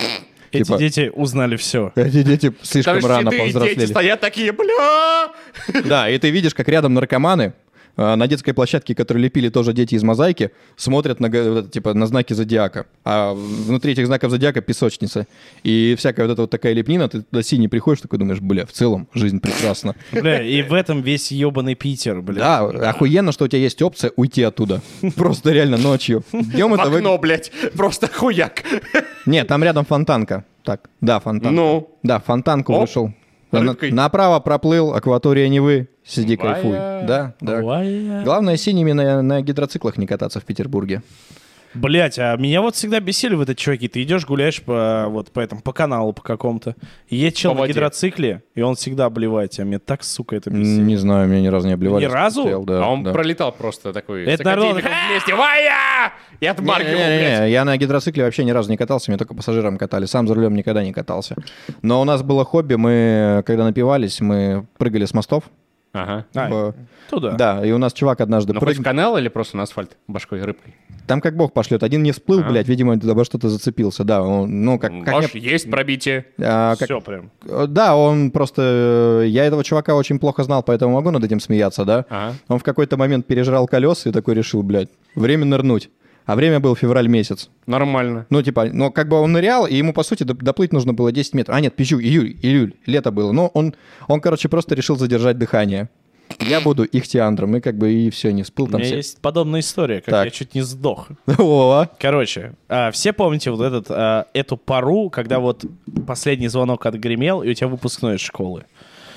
Эти типа- дети узнали все. Эти дети слишком Там рано седые дети повзрослели. стоят такие, бля! Да, и ты видишь, как рядом наркоманы а, на детской площадке, которые лепили тоже дети из мозаики, смотрят на, га- вот это, типа, на знаки зодиака. А внутри этих знаков зодиака песочница. И всякая вот эта вот такая лепнина, ты туда синий приходишь, такой думаешь, бля, в целом жизнь прекрасна. Бля, и в этом весь ебаный Питер, бля. Да, охуенно, что у тебя есть опция уйти оттуда. Просто реально ночью. Днем В это вы... окно, блядь, просто хуяк. Нет, там рядом фонтанка. Так, да, фонтанка. Ну? Да, в фонтанку Оп, вышел. На- рыбкой. направо проплыл, акватория Невы. Сиди, Вая. кайфуй. Да, да. Вая. Главное, синими на, на гидроциклах не кататься в Петербурге. Блять, а меня вот всегда бесили вот эти чуваки. Ты идешь, гуляешь по, вот, по, этому, по каналу по какому-то. И есть чел По на воде. гидроцикле, и он всегда обливает тебя. Мне так, сука, это бесило. Не знаю, меня ни разу не обливали. Ни разу? Стоял, да, А он да. пролетал просто такой. Это с академиком народ- вместе. Вая! И отмаркивал, Не-не-не, блядь. я на гидроцикле вообще ни разу не катался, меня только пассажиром катали. Сам за рулем никогда не катался. Но у нас было хобби, мы, когда напивались, мы прыгали с мостов. Ага. А, В- туда. Да, и у нас чувак однажды Ну, хоть в прыгнул. канал или просто на асфальт башкой рыбкой? Там как бог пошлет. Один не всплыл, Ага. блядь, видимо, обо что-то зацепился. Да, он, ну, как... как Может, мне- есть пробитие. а, как- Все прям. Да, он просто... э, Я этого чувака очень плохо знал, поэтому могу над этим смеяться, да? Ага. Он в какой-то момент пережрал колеса и такой решил, блядь, время нырнуть. А время был февраль месяц. Нормально. Ну, типа, ну, как бы он нырял, и ему, по сути, доп- доплыть нужно было десять метров. А, нет, пищу, июль, июль, лето было. Но он, он, короче, просто решил задержать дыхание. Я буду ихтиандром, и как бы и все, не всплыл У там меня все. есть подобная история, как Так. я чуть не сдох. О, Короче, а, все помните вот этот, а, эту пару, когда вот последний звонок отгремел, и у тебя выпускной из школы.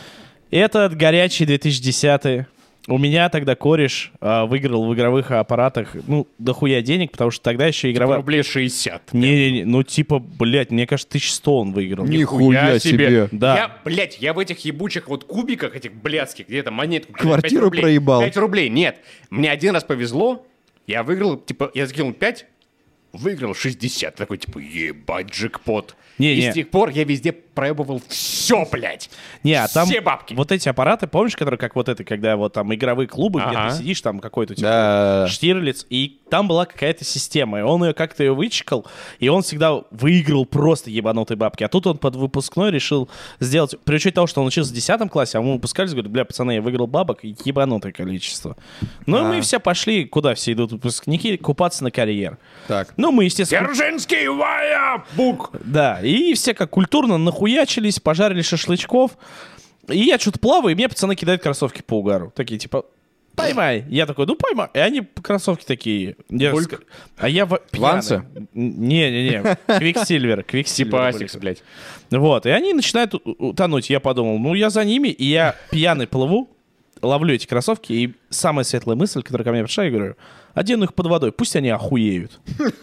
Этот горячий две тысячи десятый. У меня тогда кореш а, выиграл в игровых аппаратах, ну, дохуя денег, потому что тогда еще игровая... Рублей шестьдесят. Не-не-не, ну, типа, блядь, мне кажется, тысяча сто он выиграл. нихуя себе. Да. Я, блядь, я в этих ебучих вот кубиках, этих блядских, где-то монетку... блядь, Квартиру пять рублей. проебал. пять рублей, нет. Мне один раз повезло, я выиграл, типа, я закинул пять, выиграл шестьдесят. Такой, типа, ебать, джекпот. Не, И не. с тех пор я везде проебывал все, блядь. Не, а там Все бабки. вот эти аппараты, помнишь, которые как вот это, когда вот там игровые клубы, где Ага. ты сидишь, там какой-то типа Да. Штирлиц, и там была какая-то система, и он ее как-то ее вычекал, и он всегда выиграл просто ебанутые бабки. А тут он под выпускной решил сделать, при учете того, что он учился в десятом классе, а мы выпускались, говорит, бля, пацаны, я выиграл бабок, ебанутое количество. Ну, и А. мы все пошли, куда все идут выпускники, купаться на карьер. Так. Ну, мы, естественно... Дзержинский, вая, бук. Да, и все как культурно нахуячились, пожарили шашлычков. И я что-то плаваю, и мне пацаны кидают кроссовки по угару. Такие, типа, поймай. Я такой, ну поймай. И они кроссовки такие. Я Бульк. ск- А я в- пьяный. Вансы? Не-не-не. Квиксильвер. Квиксильвер. Типа были. Асикс, блядь. Вот. И они начинают у- у- утонуть. Я подумал, ну я за ними, и я пьяный плыву, ловлю эти кроссовки, и самая светлая мысль, которая ко мне пришла, я говорю, одену их под водой, пусть они охуеют.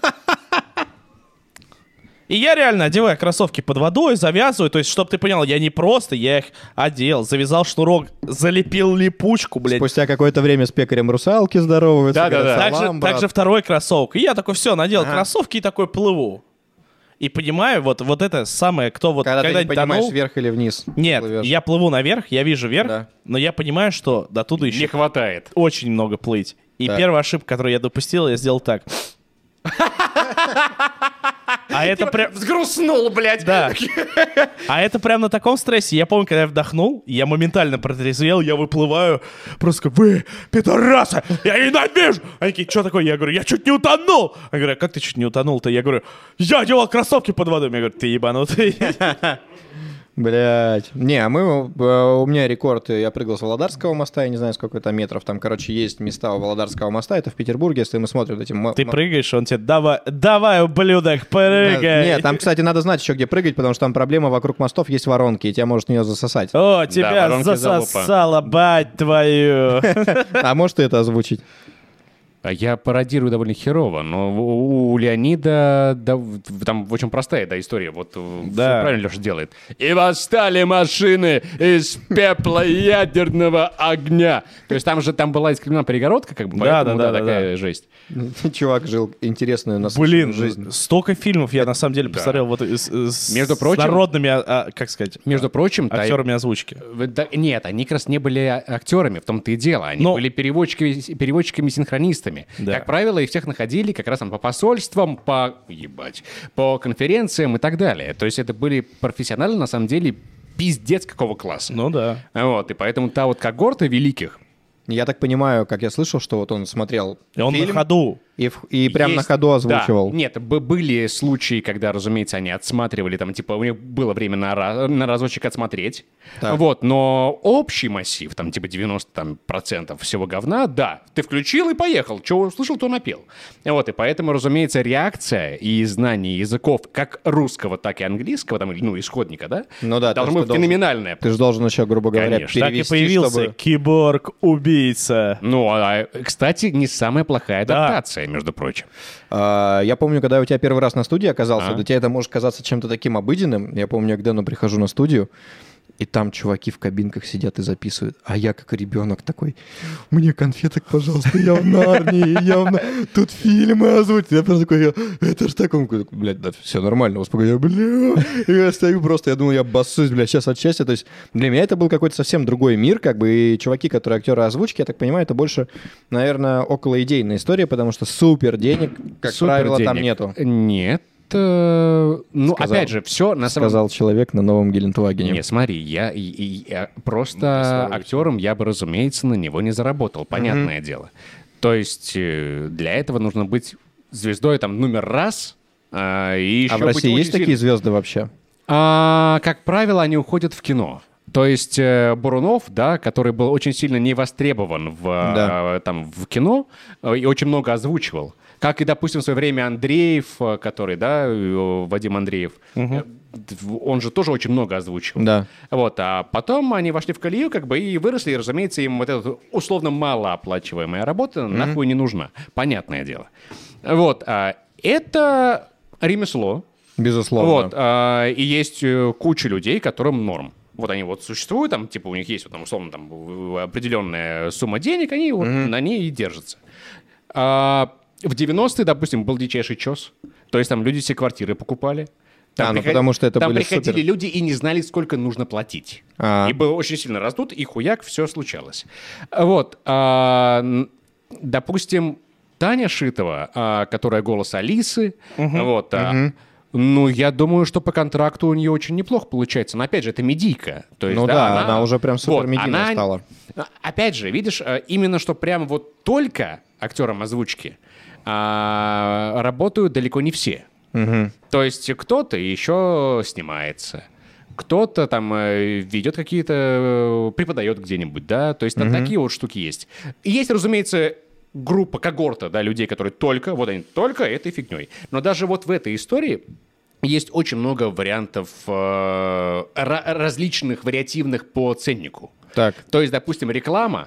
И я реально одеваю кроссовки под водой, завязываю. То есть, чтобы ты понял, я не просто, я их одел, завязал шнурок, залепил липучку, блядь. Спустя какое-то время с пекарем русалки здороваются. Да-да-да. говорят, Также, «Салам, брат». также второй кроссовок. И я такой, все, надел Ага. кроссовки и такой плыву. И понимаю, вот, вот это самое, кто вот Когда ты не когда-нибудь понимаешь, тонул. вверх или вниз. Нет, плывешь. я плыву наверх, я вижу вверх, Да. но я понимаю, что до туда еще Не хватает. очень много плыть. И Так. первая ошибка, которую я допустил, я сделал так. А это прям... Взгрустнул, блядь. Да. А это прям на таком стрессе. Я помню, когда я вдохнул, я моментально протрезвел, я выплываю, просто как, вы, пидорасы, я ненавижу. Они такие, что такое? Я говорю, я чуть не утонул. Они говорят, как ты чуть не утонул-то? Я говорю, я одевал кроссовки под водой. Я говорю, ты ебанутый. Блять. Не, а мы, э, у меня рекорд, я прыгал с Володарского моста, я не знаю, сколько это метров, там, короче, есть места у Володарского моста, это в Петербурге, если мы смотрим этим... мо- Ты мо- прыгаешь, он тебе, давай, давай, ублюдок, прыгай. Нет, там, кстати, надо знать еще, где прыгать, потому что там проблема, вокруг мостов есть воронки, и тебя может в нее засосать. О, тебя воронки засосала, бать твою. А можешь ты это озвучить? А Я пародирую довольно херово, но у, у Леонида да, в- там очень простая да, история. Вот э, Да. всё правильно Леша делает. И восстали машины из пепла ядерного огня. То есть там же там была искривлена перегородка, как бы, Да, поэтому да, да, да, такая жесть. Чувак жил интересную, насыщенную Блин, жизнь. столько фильмов я на самом деле Да. посмотрел вот с, с- Между с прочим- народными, а, а, как сказать, Между прочим, та- актерами озвучки. Э, да, нет, они как раз не были а- актерами, в том-то и дело. Они Но- были переводчиками, переводчиками-синхронистами. Да. Как правило, их всех находили как раз там по посольствам, по, ебать, по конференциям и так далее. То есть это были профессионалы, на самом деле, пиздец какого класса. Ну да. Вот, и поэтому та вот когорта великих, Я так понимаю, как я слышал, что вот он смотрел И он фильм на ходу. и, в- и прям на Есть- ходу озвучивал. Да. Нет, б- были случаи, когда, разумеется, они отсматривали, там, типа, у них было время на, ра- на разочек отсмотреть. Так. Вот, но общий массив, там, типа, девяносто там, процентов всего говна, да, ты включил и поехал, что услышал, то напел. Вот, и поэтому, разумеется, реакция и знание языков как русского, так и английского, там, ну, исходника, да, Ну да, то должно есть быть ты должен- феноменальное. Ты же должен еще, грубо говоря, Конечно. Так и перевести, появился чтобы... киборг-убийца. Ну, а, кстати, не самая плохая Да. адаптация, между прочим. А, я помню, когда я у тебя первый раз на студии оказался, А. для тебя это может казаться чем-то таким обыденным. Я помню, я к Дэну прихожу на студию, и там чуваки в кабинках сидят и записывают. А я, как ребенок, такой, мне конфеток, пожалуйста, я в Нарнии, я в На- тут фильмы озвучат. Я просто такой, это ж так, он такой, блядь, да все нормально, успокойся, я, бля. И я стою просто, я думаю, я басусь, блядь, сейчас от счастья. То есть для меня это был какой-то совсем другой мир, как бы, и чуваки, которые актеры озвучки, я так понимаю, это больше, наверное, околоидейная история, потому что супер денег, как Супер правило, там денег. нету. Нет. э, Ну, Сказал. опять же, все на самом Сказал человек на новом Гелендвагене. Не, смотри, я, и- и- я просто актером я бы, разумеется, на него не заработал, понятное дело. То есть э, для этого нужно быть звездой там номер раз, а, и еще А в быть России очень есть такие сильным. звезды вообще? А, как правило, они уходят в кино. То есть э, Бурунов, да, который был очень сильно не востребован в, Да. э, там, в кино э, и очень много озвучивал. Как и, допустим, в свое время Андреев, э, который, да, э, Вадим Андреев, э, он же тоже очень много озвучивал. Да. Вот, а потом они вошли в колею, как бы, и выросли, и, разумеется, им вот эта условно малооплачиваемая работа нахуй не нужна. Понятное дело. Вот, а это ремесло. Безусловно. Вот, а, и есть э, куча людей, которым норм. Вот они вот существуют, там, типа, у них есть, вот, там, условно, там, в- определенная сумма денег, они вот на ней и держатся. А, в девяностые, допустим, был дичайший чес. То есть там люди себе квартиры покупали. А, ну, потому что это там были приходили супер. люди и не знали, сколько нужно платить. А. И было очень сильно раздут, и хуяк, все случалось. Вот. а, н- допустим, Таня Шитова, а, которая голос Алисы, вот, а, ну, я думаю, что по контракту у нее очень неплохо получается. Но, опять же, это медийка. То есть, Ну да, она уже прям супермедийная она- стала. Опять же, видишь, а, именно что прям вот только актерам озвучки а, работают далеко не все. Мгм. То есть кто-то еще снимается, кто-то там э, ведет какие-то, э, преподает где-нибудь, да, то есть там mm-hmm. такие вот штуки есть. И есть, разумеется, группа, когорта, да, людей, которые только, вот они только этой фигней. Но даже вот в этой истории есть очень много вариантов э, ра- различных, вариативных по ценнику. Так. То есть, допустим, реклама,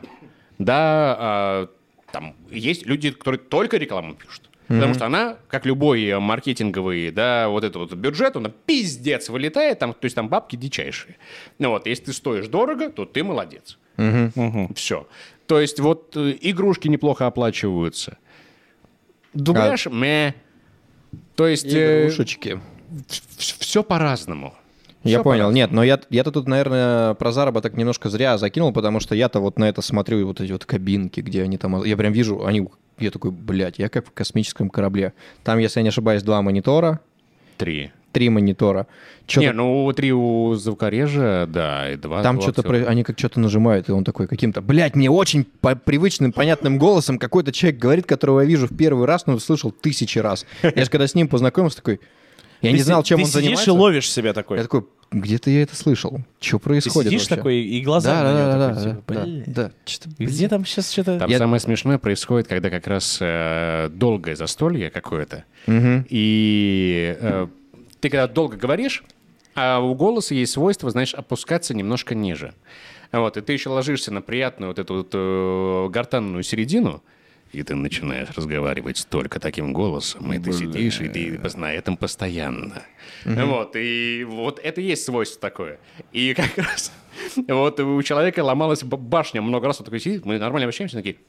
да, э, там есть люди, которые только рекламу пишут. Mm-hmm. Потому что она, как любой маркетинговый, да, вот этот вот бюджет, он пиздец вылетает, там, то есть там бабки дичайшие. Ну вот, если ты стоишь дорого, то ты молодец. Mm-hmm. Mm-hmm. Все. То есть вот э, игрушки неплохо оплачиваются. Дубляж, а... мэ. То есть... Игрушечки. Э, все по-разному. Я Все понял. по-разному. Нет, но я, я-то тут, наверное, про заработок немножко зря закинул, потому что я-то вот на это смотрю, вот эти вот кабинки, где они там... Я прям вижу, они... Я такой, блядь, я как в космическом корабле. Там, если я не ошибаюсь, два монитора. Три. Три монитора. Что-то... Не, ну три у звукорежа, да, и два... Там что-то, про... они как что-то нажимают, и он такой каким-то... Блядь, мне очень по- привычным, понятным голосом какой-то человек говорит, которого я вижу в первый раз, но слышал тысячи раз. Я же когда с ним познакомился, такой... Я ты не знал, чем ты он занимается. Ты сидишь и ловишь себя такой. Я такой, где-то я это слышал. Что происходит Ты сидишь вообще? такой, и глаза да, на него да, такой, да, типа, да, блин. да, да. Что-то, Где там сейчас что-то... Там Я- самое смешное происходит, когда как раз э, долгое застолье какое-то, Мгм. и э, ты когда долго говоришь, а у голоса есть свойство, знаешь, опускаться немножко ниже. Вот, и ты еще ложишься на приятную вот эту вот э, гортанную середину, и ты начинаешь разговаривать только таким голосом, и ты сидишь, и ты на этом постоянно. Вот, и вот это и есть свойство такое. И как раз вот у человека ломалась б- башня много раз, он такой сидит, мы нормально общаемся, такие...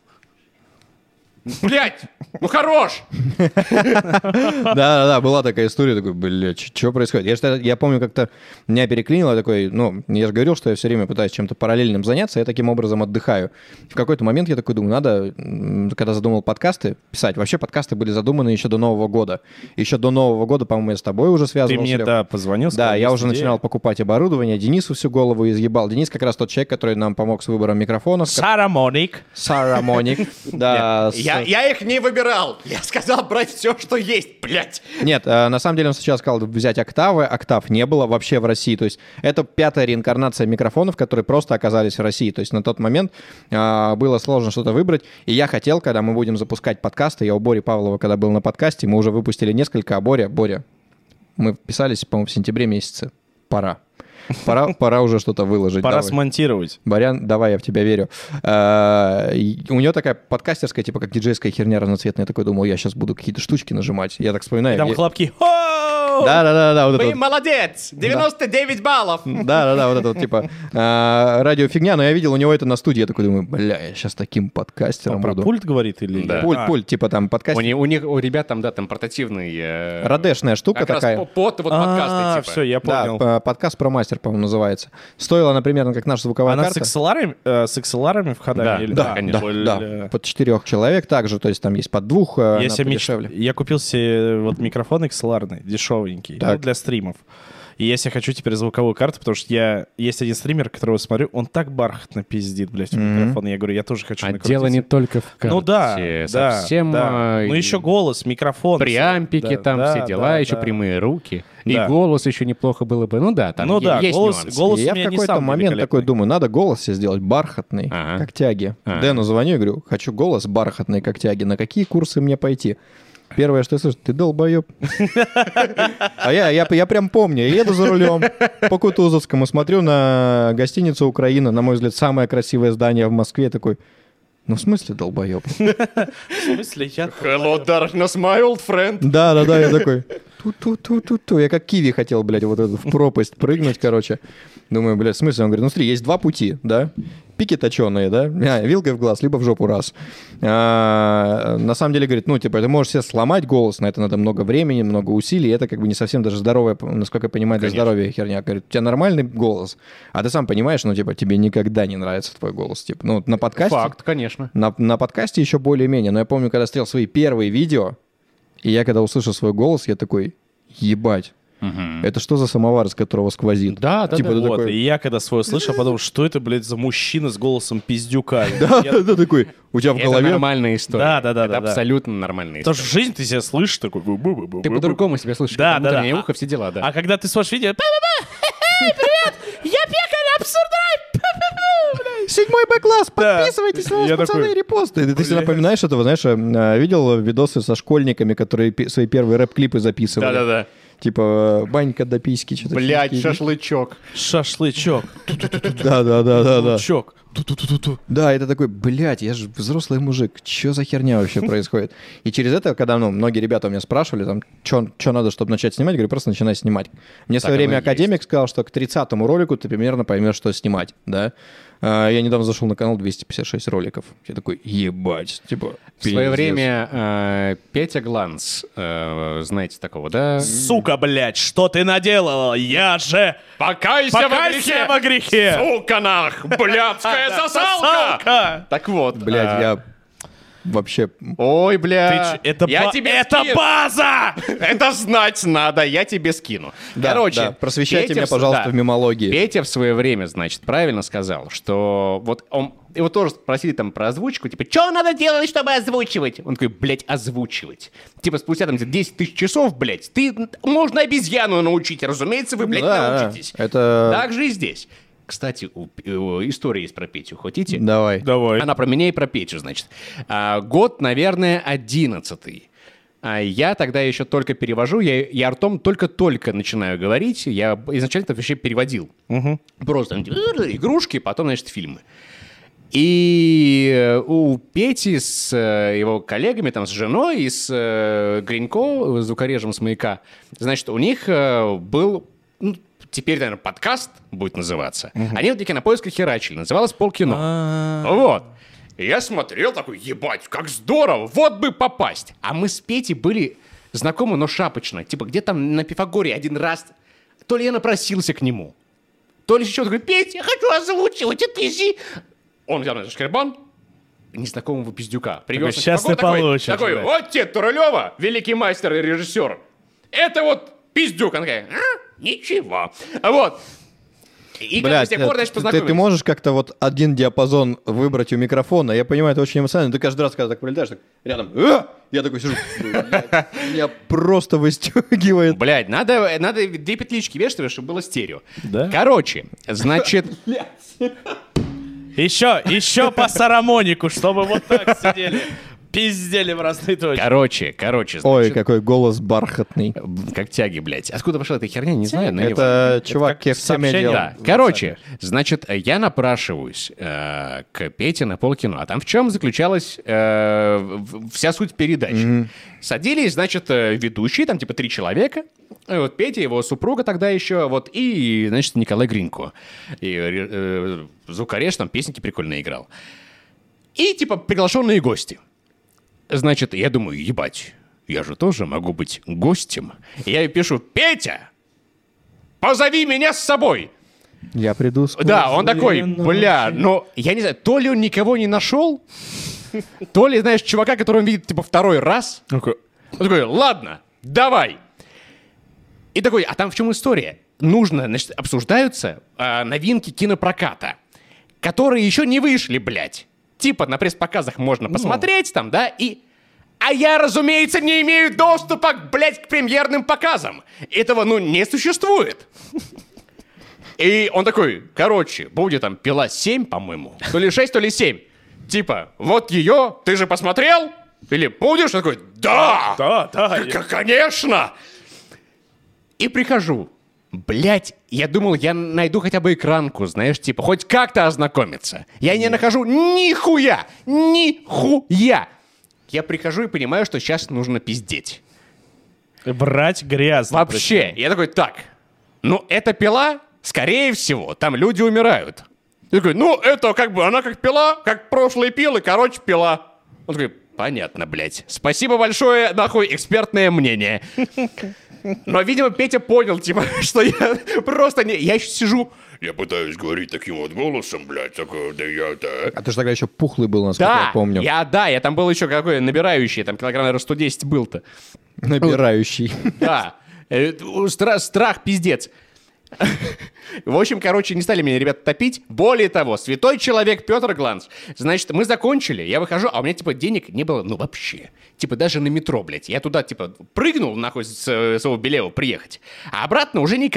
Блядь, ну хорош! Да-да-да, была такая история, такой, блядь, что происходит? Я, что- я помню, как-то меня переклинило, такой, ну, я же говорил, что я все время пытаюсь чем-то параллельным заняться, я таким образом отдыхаю. В какой-то момент я такой думаю, надо, м, когда задумал подкасты писать, вообще подкасты были задуманы еще до Нового года. Еще до Нового года, по-моему, я с тобой уже Ты связывался. мне, Лёх. да, позвонил, сказал, Да, я есть уже идея. начинал покупать оборудование, Денису всю голову изъебал. Денис как раз тот человек, который нам помог с выбором микрофонов. Сара Моник. Сара Моник. Да, с- Я, я их не выбирал. Я сказал брать все, что есть, блядь. Нет, э, на самом деле он сначала сказал взять октавы. Октав не было вообще в России. То есть это пятая реинкарнация микрофонов, которые просто оказались в России. То есть на тот момент э, было сложно что-то выбрать. И я хотел, когда мы будем запускать подкасты, я у Бори Павлова, когда был на подкасте, мы уже выпустили несколько, а Боря, Боря, мы вписались, по-моему, в сентябре месяце. Пора. Пора, пора уже что-то выложить. Пора давай. смонтировать. Барян, давай, я в тебя верю. А, и у нее такая подкастерская, типа как диджейская херня разноцветная. Я такой думал, я сейчас буду какие-то штучки нажимать. Я так вспоминаю. Там я- хлопки. Хоу! Да-да-да, вот это Вы вот. молодец! девяносто девять баллов! Да-да-да, вот это вот, типа, а, радиофигня, но я видел у него это на студии, я такой думаю, бля, я сейчас таким подкастером Он про буду. пульт говорит или... Да. Пульт, А, пульт, типа там У, подкастер. них, у них, у ребят там, да, там портативный... э, Радешная штука как раз такая. по- под вот А, подкасты, типа. все, я Да, понял. п- подкаст про мастер, по-моему, называется. Стоила, например, как наша звуковая Она с карта. икс эл ар, э, с икс эл ар входами? Да, или- да, А, конечно. Да, бля. да, под четырех человек также, то есть там есть под двух, э, Я, она себе меч- подешевле. я купил себе вот микрофон икс эл ар, дешевенький, Так. ну, для стримов. И если хочу теперь звуковую карту, потому что я... Есть один стример, которого смотрю, он так бархатно пиздит, блядь, в Мгм. микрофон. И я говорю, я тоже хочу А накрутиться. дело не только в карте. Ну да, да, Совсем... да. э, Ну еще голос, микрофон. Преампики Да, там, да, все дела, да, еще да. прямые руки. Да. И голос еще неплохо было бы. Ну да, там Ну е- да, есть голос- нюансы. голос- И я у в меня не какой-то самый момент великолепный. такой думаю, надо голос себе сделать бархатный, Ага. как тяги. Ага. Дэну звоню и говорю, хочу голос бархатный, как тяги. На какие курсы мне пойти? Первое, что я слышу, ты долбоеб. А я, я, я прям помню, я еду за рулем по Кутузовскому, смотрю на гостиницу «Украина», на мой взгляд, самое красивое здание в Москве, такой, ну в смысле долбоеб? В смысле, я... Hello, darkness, my old friend. Да-да-да, я такой, ту-ту-ту-ту-ту. Я как киви хотел, блядь, вот эту в пропасть прыгнуть, короче. Думаю, блядь, в смысле? Он говорит, ну смотри, есть два пути, да? Пики точеные, да? А, вилкой в глаз, либо в жопу раз. А, на самом деле, говорит, ну, типа, ты можешь себе сломать голос, на это надо много времени, много усилий, и это как бы не совсем даже здоровая, насколько я понимаю, для Конечно. здоровья херня. Говорит, у тебя нормальный голос, а ты сам понимаешь, ну, типа, тебе никогда не нравится твой голос. Типа, ну, на подкасте... Факт, конечно. На, на подкасте еще более-менее, но я помню, когда смотрел свои первые видео, и я когда услышал свой голос, я такой, ебать, Мгм. это что за самовар, из которого сквозит? Да, да, Типа, да. ты Вот, такой- и я когда свой слышал, подумал, что это, блядь, за мужчина с голосом пиздюка? Да, Я- да, такой, у тебя в Это голове... нормальная история. Да, да, да, Это да, да. абсолютно нормальная Потому история. что в жизни ты себя слышишь такой... бу-бу-бу-бу-бу-бу. Ты по-другому себя слышишь. Да, как да, да. внутреннее ухо, все дела, да. А когда ты смотришь видео... «Ба-ба-ба, Эй, привет! Я пекарь, абсурдрайв! Седьмой Б-класс, подписывайтесь на нас, Я пацаны, такой, репосты. Ты себе блядь. напоминаешь этого, знаешь, э, видел видосы со школьниками, которые пи- свои первые рэп-клипы записывали? Да-да-да. Типа банька до письки, что-то. Блядь, фишки. шашлычок. Шашлычок. Да-да-да-да-да. Чок. Ту-ту-ту-ту. Да, это такой, блядь, я же взрослый мужик, что за херня вообще происходит? И через это, когда, ну, многие ребята у меня спрашивали, там, что надо, чтобы начать снимать, я говорю, просто начинай снимать. Мне в свое Так время оно и академик сказал, что к тридцатому ролику ты примерно поймешь, что снимать, да? А, Я недавно зашел на канал двести пятьдесят шесть роликов. Я такой, ебать, типа, В свое пиздец. время э, Петя Гланс, э, знаете такого, да? Сука, блядь, что ты наделала? Я же... Покайся, Покайся во грехе! Сука нах, блядская сосалка! Сосалка! Так вот, Блядь, э, я вообще... Ой, Ты бля, ч- Это, я ба- тебе это скину. база! Это знать надо, я тебе скину. Да, Короче, да, просвещайте Петя меня, в- пожалуйста, да. в мемологии. Петя в свое время, значит, правильно сказал, что вот он, его тоже спросили там про озвучку, типа, что надо делать, чтобы озвучивать? Он такой, блядь, озвучивать. Типа, спустя там десять тысяч часов, блядь, ты, можно обезьяну научить, разумеется, вы, блядь, Да, научитесь. это... Так же и здесь. Кстати, у, у- история есть про Петю, хотите? Давай. Давай. Она про меня и про Петю, значит. А, год, наверное, одиннадцатый. А я тогда еще только перевожу, я, я ртом только-только начинаю говорить. Я изначально это вообще переводил. Просто там, типа, игрушки, потом, значит, фильмы. И э, у Пети с э, его коллегами, там, с женой и с э, Гринько, звукорежем с «Маяка», значит, у них э, был... ну, теперь, наверное, подкаст будет называться. Они вот такие на поисках херачили. Называлось «Полкино». Вот. И я смотрел такой, ебать, как здорово, вот бы попасть. А мы с Петей были знакомы, но шапочно. Типа, где там на Пифагоре один раз... То ли я напросился к нему, то ли еще такой, Петя, я хочу озвучивать, отвези. Он взял на шкарбан, незнакомого пиздюка. Привез Такой, «Щас ты такой, получишь, Такой, блядь». вот тебе Турылева, великий мастер и режиссер. Это вот пиздюк. Он такой, а, ничего. Вот. И как бы с тех пор, значит, ты, ты познакомились. можешь как-то вот один диапазон выбрать у микрофона? Я понимаю, это очень эмоционально. Ты каждый раз, когда так прилетаешь, так рядом, «А!» я такой сижу, блядь, меня просто выстегивает. Блядь, надо, надо две петлички вешать, чтобы было стерео. Да? Короче, значит... Еще, еще по сарамонику, чтобы вот так сидели. Пиздели в разные точки. Короче, короче, Ой, значит... какой голос бархатный. Как тяги, блядь. Откуда пошла эта херня, не знаю. но Это чувак как кефтеме сообщение. делал. Да, короче, значит, я напрашиваюсь э, к Пете на полкино. А там в чем заключалась э, в- вся суть передачи? Садились, значит, э, ведущие, там типа три человека. Э, Вот Петя, его супруга тогда еще, вот, и, значит, Николай Гринько. И э, э, звукореж там песенки прикольно играл. И, типа, приглашенные гости. Значит, я думаю, ебать, я же тоже могу быть гостем. Я ей пишу, Петя, позови меня с собой. Я приду скоро. Да, он такой, бля, ну, я не знаю, то ли он никого не нашел, то ли, знаешь, чувака, которого он видит, типа, второй раз. Он такой, ладно, давай. И такой, а там в чем история? Нужно, значит, обсуждаются а, новинки кинопроката, которые еще не вышли, блядь. Типа на пресс-показах можно посмотреть там, да, и... А я, разумеется, не имею доступа, блядь, к премьерным показам. Этого, ну, не существует. И он такой, короче, будет там «Пила семь», по-моему, то ли шесть, то ли семь. Типа, вот ее, ты же посмотрел? Или будешь? Он такой, да! Да, да. К- Конечно! И прихожу. Блять, я думал, я найду хотя бы экранку, знаешь, типа, хоть как-то ознакомиться. Я не нахожу нихуя! Нихуя! Я прихожу и понимаю, что сейчас нужно пиздеть. Брать грязно. Вообще. Я такой, так, ну, эта пила, скорее всего, там люди умирают. Я такой, ну, это как бы, она как пила, как прошлые пилы, короче, пила. Он такой, понятно, блядь. Спасибо большое, нахуй, экспертное мнение. Но, видимо, Петя понял, типа, что я просто не... Я еще сижу... Я пытаюсь говорить таким вот голосом, блядь, такой, да я это... А ты же тогда еще пухлый был, насколько Да, я помню. я, да, я там был еще какой набирающий, там килограмм, наверное, сто десять был-то. Набирающий. Да, Э, стра- страх пиздец. В общем, короче, не стали меня ребята топить. Более того, святой человек Петр Гланс. Значит, мы закончили, я выхожу, а у меня, типа, денег не было, ну, вообще. Типа, даже на метро, блядь. Я туда, типа, прыгнул, нахуй, с э, своего Белева приехать. А обратно уже никак.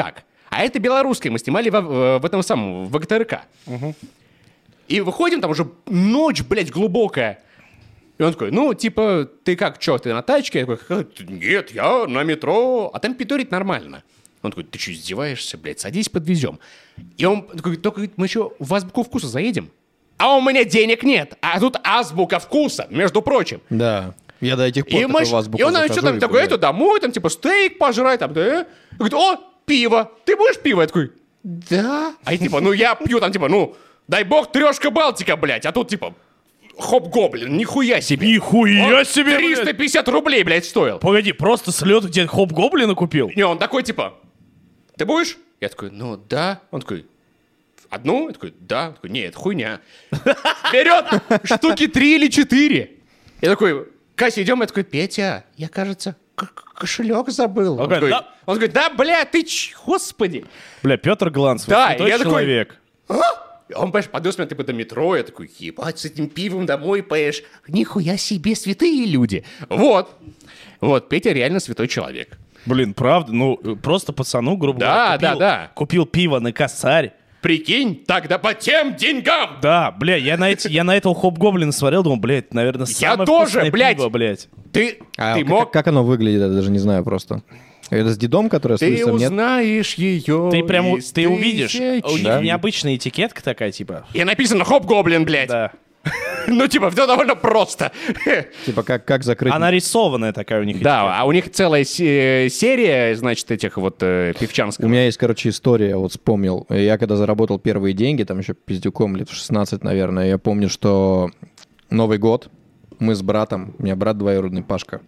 А это белорусское мы снимали в, в этом самом, в ГТРК. Угу. И выходим, там уже ночь, блядь, глубокая. И он такой, ну, типа, ты как, чё, ты на тачке? Я такой, нет, я на метро. А там пидорить нормально. Он такой, ты что, издеваешься, блядь, садись, подвезем. И он такой, только мы еще в азбуку вкуса заедем. А у меня денег нет. А тут азбука вкуса, между прочим. Да. Я до этих пор и, мы, в азбуку и он, захожу что там, и такой, гуляю. это домой, там, типа, стейк пожрать, там, да. Говорит, о, пиво. Ты будешь пиво? Я такой, да. А я, типа, ну, я пью, там, типа, ну, дай бог, трешка Балтика, блядь. А тут, типа... Хоп-гоблин, нихуя себе. Нихуя Он себе, триста пятьдесят рублей, блядь, стоил. Погоди, просто с лёта тебе хоп-гоблина купил? Не, он такой, типа, ты будешь? Я такой, ну, да. Он такой, одну? Я такой, да. Он такой, нет, хуйня. Берет штуки три или четыре. Я такой, Кася, идем? Я такой, Петя, я, кажется, кошелек забыл. Он, он, такой, да? он говорит, да, бля, ты ч... Господи. Бля, Петр Гланцев, да, святой я человек. Такой, а? Он, понимаешь, подвез меня типа до метро, я такой, ебать, с этим пивом домой поешь. Нихуя себе, святые люди. Вот. Вот, Петя реально святой человек. Блин, правда, ну, просто пацану, грубо да, говоря, купил, да, да. купил пиво на косарь. Прикинь, тогда по тем деньгам. Да, бля, я на, эти, я на этого хоп-гоблина смотрел, думал, блядь, это, наверное, самое я тоже, вкусное блядь. пиво, блядь. Ты, а ты как, мог... как оно выглядит, я даже не знаю просто. Это с дедом, который ты с лысым, нет? Ты узнаешь ее. Ты прям, ты увидишь, у них да? необычная этикетка такая, типа. И написано хоп-гоблин, блядь. Да. Ну, типа, все довольно просто. Типа, как, как закрыть... Она рисованная такая у них. Да, а у них целая серия, значит, этих вот э, пивчанских. У меня есть, короче, история, вот вспомнил. Я когда заработал первые деньги, там еще пиздюком лет в шестнадцать, наверное, я помню, что Новый год, мы с братом, у меня брат двоюродный, Пашка,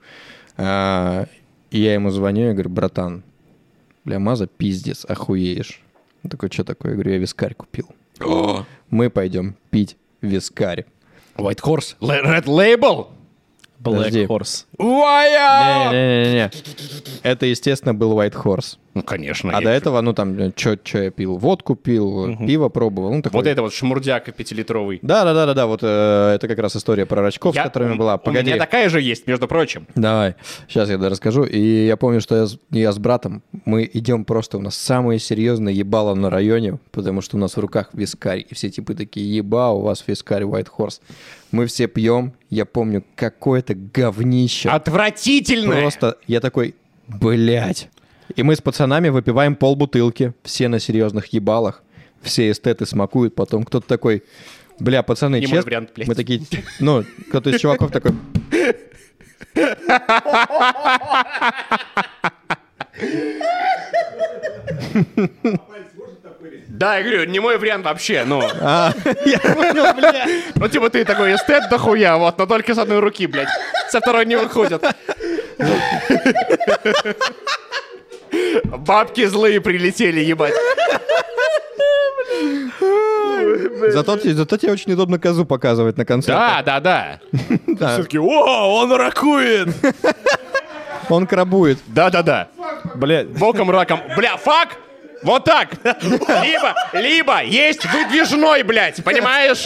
а, и я ему звоню, я говорю, братан, бля, Маза, пиздец, охуеешь. Он такой, что такое? Я говорю, я вискарь купил. О! Мы пойдем пить вискарь. White Horse? Red Label? Black Подожди. Horse. Уая! Не-не-не-не. Это, естественно, был White Horse. Ну, конечно. А до этого, ну, там, что я пил? Водку пил, угу. пиво пробовал. Ну, такой... Вот это вот шмурдяк пятилитровый. Да-да-да-да, вот э, это как раз история про рачков, Я... с которыми была. Погоди. У меня такая же есть, между прочим. Давай, сейчас я расскажу. И я помню, что я, с- я с братом, мы идем просто, у нас самые серьезные ебало на районе, потому что у нас в руках вискарь. И все типы такие, еба, у вас вискарь White Horse. Мы все пьем, я помню, какое-то говнище. Отвратительное! Просто я такой, блядь. И мы с пацанами выпиваем полбутылки, все на серьезных ебалах, все эстеты смакуют, потом кто-то такой, бля, пацаны, Не мой честно, вариант, блядь. мы такие, ну, кто-то из чуваков такой... Да, я говорю, не мой вариант вообще, ну. А, я понял, бля. Ну, типа, ты такой эстет дохуя, вот, но только с одной руки, блядь. Со второй не выходит. Бабки злые прилетели, ебать. Зато, те- зато тебе очень удобно козу показывать на концертах. Да, да, да. Да. Все-таки, о, он ракует! Он крабует. Да, да, да. Блядь, Боком, раком. Бля, фак! Вот так. Либо, либо есть выдвижной, блядь, понимаешь?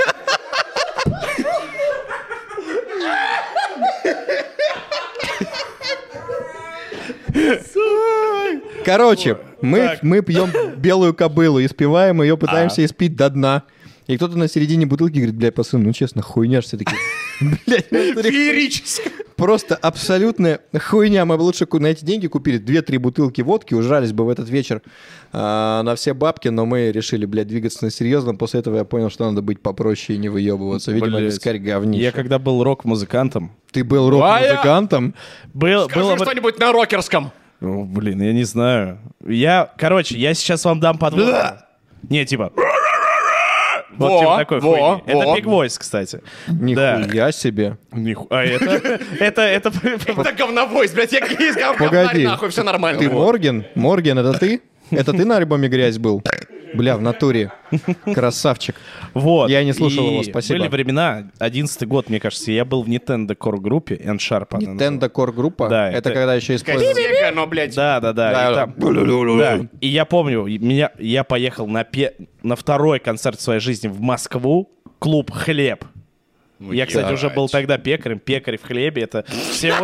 Короче, мы, Так. мы пьем белую кобылу, испиваем ее, пытаемся испить до дна. И кто-то на середине бутылки говорит, блядь, пацаны, ну честно, хуйня ж все такие. Блядь, ну, смотри, Феерически. просто абсолютная хуйня. Мы бы лучше ку- на эти деньги купили две-три бутылки водки, ужрались бы в этот вечер а, на все бабки, но мы решили, блядь, двигаться на серьезном. После этого я понял, что надо быть попроще и не выебываться. Видимо, Блядь. вискарь говнище. я когда был рок-музыкантом, Ты был рок-музыкантом? был, Скажи было... что-нибудь на рокерском. О, блин, я не знаю. Я, короче, я сейчас вам дам подводку. Не, типа... Вот Во, типа такой во, хуйни. Это во. Big Voice, кстати. Нихуя себе. Ниху- А это... Это... Это... Это говновойс, блядь, я из говна, Погоди. нахуй, все нормально. Ты Морген? Морген, это ты? Это ты на альбоме «Грязь» был? Бля, в натуре. Красавчик. Вот. Я не слушал И его, спасибо. Были времена, одиннадцатый год, мне кажется, я был в Nintendo Core группе, N-Sharp она называлась. Nintendo Core группа? Да, Это это- когда еще использовали... Сега, но, блядь. Да, да, да. Да, И, да. там- да. И я помню, и меня, я поехал на, пе- на второй концерт в своей жизни в Москву, клуб «Хлеб». Я, кстати, уже был тогда пекарем. Пекарь в хлебе. Это все очень,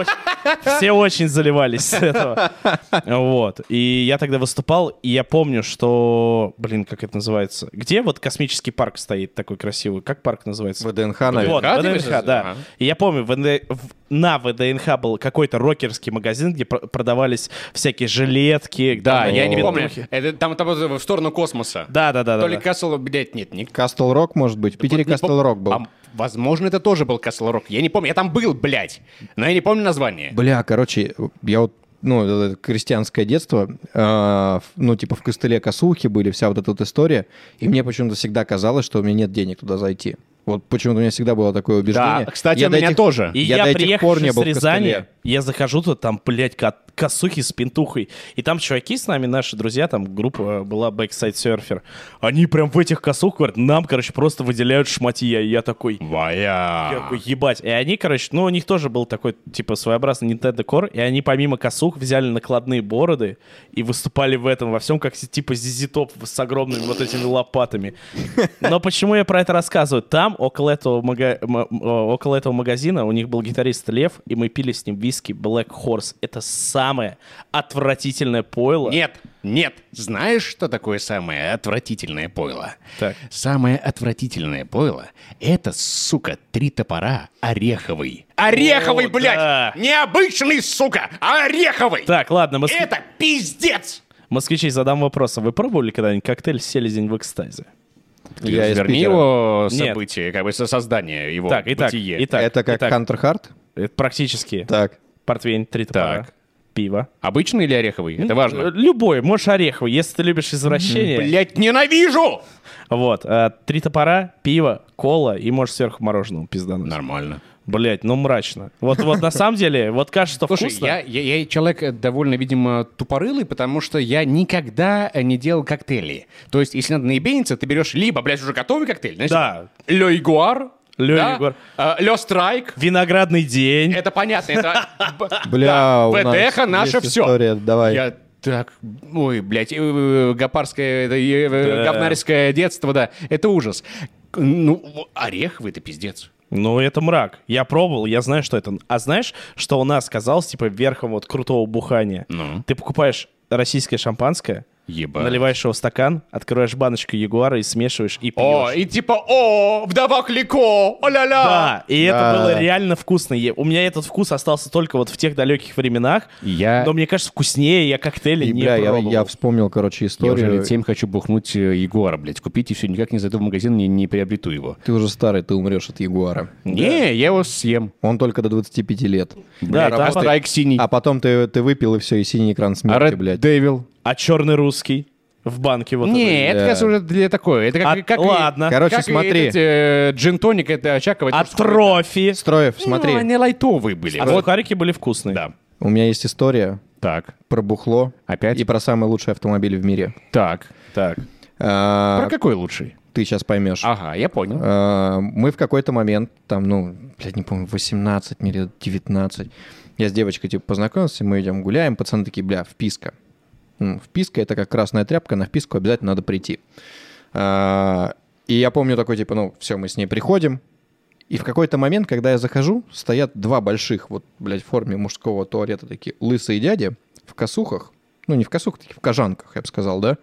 Все очень заливались с этого. Вот. И я тогда выступал, и я помню, что... Блин, как это называется? Где вот космический парк стоит такой красивый? Как парк называется? ВДНХ, наверное. Вот, ВДНХ, ВДНХ, ага. да. И я помню, в ВД- в- на ВДНХ был какой-то рокерский магазин, где пр- продавались всякие жилетки. Да, там, я не помню. битухи. Это там, там в сторону космоса. Да, да, да. То да, ли да. Касл, блядь, нет, не Кастл Рок, может быть. В Питере Вот не Кастл пом- Рок был. А, возможно, это тоже был Касл Рок. Я не помню. Я там был, блядь. Но я не помню название. Бля, короче, я вот, ну, это крестьянское детство, э, ну, типа в костыле косухи были, вся вот эта вот история, и мне почему-то всегда казалось, что у меня нет денег туда зайти. Вот почему-то у меня всегда было такое убеждение. Да, кстати, Я у до меня этих- тоже. И Я я, до этих приехавший пор не был с в Рязани, костыле. я захожу тут, там, блядь, ко- косухи с пентухой. И там чуваки с нами, наши друзья, там группа была Backside Surfer. Они прям в этих косухах говорят, нам, короче, просто выделяют шматья. И я такой... Я Вая. такой, ебать. И они, короче, ну, у них тоже был такой, типа, своеобразный Nintendo Core, и они помимо косух взяли накладные бороды и выступали в этом во всем, как, типа, Зизи Топ с огромными вот этими лопатами. Но почему я про это рассказываю? Там, около этого, мага- м- м- около этого магазина, у них был гитарист Лев, и мы пили с ним виски Black Horse. Это самое отвратительное пойло. Нет, нет. Знаешь, что такое самое отвратительное пойло? Так. Самое отвратительное пойло — это, сука, три топора ореховый. Ореховый, О, блядь! да. Не обычный, сука, а ореховый! Так, ладно, моск... Это пиздец! москвичей, задам вопрос. А вы пробовали когда-нибудь коктейль «Селезень в экстазе»? Я из Верни Питера. его Нет. событие, как бы со- создание его Так, итак, бытие. итак, Это как итак, Хантер Харт? это практически Так. портвейн, три топора, Так. пиво. Обычный или ореховый? Это Э, важно. Любой, можешь ореховый, если ты любишь извращение. Блять, ненавижу! Вот, э, три топора, пиво, кола и можешь сверху мороженого пиздануть. Нормально. Блять, ну мрачно. Вот, вот на самом деле, вот кажется, что Слушай, вкусно. я, я, я человек э, довольно, видимо, тупорылый, потому что я никогда э, не делал коктейли. То есть, если надо наебениться, ты берешь либо, блядь, уже готовый коктейль, знаешь, Да. Лё Ягуар, Лё да? Ягуар. э, Лё Страйк, Виноградный день. это понятно, это... б- Бля, да, у нас ВДХ наше есть все. история, давай. Я так, ой, блядь, э, э, гопарское, это, э, э, Да. говнарское детство, да, это ужас. Ну, ореховый — это пиздец. Ну, это мрак. Я пробовал, я знаю, что это. А знаешь, что у нас казалось, типа, верхом вот крутого бухания? Ну? Ты покупаешь российское шампанское, Ебать. наливаешь его в стакан, открываешь баночку Ягуара и смешиваешь, и пьешь. О, и типа, о, вдова Клико, о-ля-ля. Да, и это Да. было реально вкусно. И у меня этот вкус остался только вот в тех далеких временах. Я- Но мне кажется, вкуснее я коктейли И, не бля, я, пробовал. я вспомнил, короче, Я уже историю. лет семь хочу бухнуть э, Ягуара, блядь, купить, и все, никак не зайду в магазин, не, не приобрету его. Ты уже старый, ты умрешь от Ягуара. Не, я его съем. Он только до двадцати пяти лет. Да, Блядь, там а Страйк синий. А потом ты, ты выпил, и все, и синий экран А смерти, Red блядь. Devil? А черный русский в банке вот Не, это, да. кажется, уже для такой. Это как, А, как и- ладно. Короче, как и смотри. этот, э, джин-тоник, это Очаковый. А тоже самое. трофи. Строев, смотри, Ну, они лайтовые были. А Вот, сухарики были вкусные. да. у меня есть история Так, про бухло опять? и про самый лучший автомобиль в мире. Так. Так. А, Про какой лучший? ты сейчас поймешь. Ага, я понял. А, мы в какой-то момент, там, ну, блядь, не помню, восемнадцать или девятнадцать, я с девочкой, типа, познакомился, мы идем гуляем, пацаны такие, бля, вписка. Ну, вписка — это как красная тряпка, на вписку обязательно надо прийти. А, и я помню такой, типа, ну, все, мы с ней приходим, и в какой-то момент, когда я захожу, стоят два больших, вот, блядь, в форме мужского туалета такие лысые дяди в косухах, ну, не в косухах, таких в кожанках, я бы сказал, да?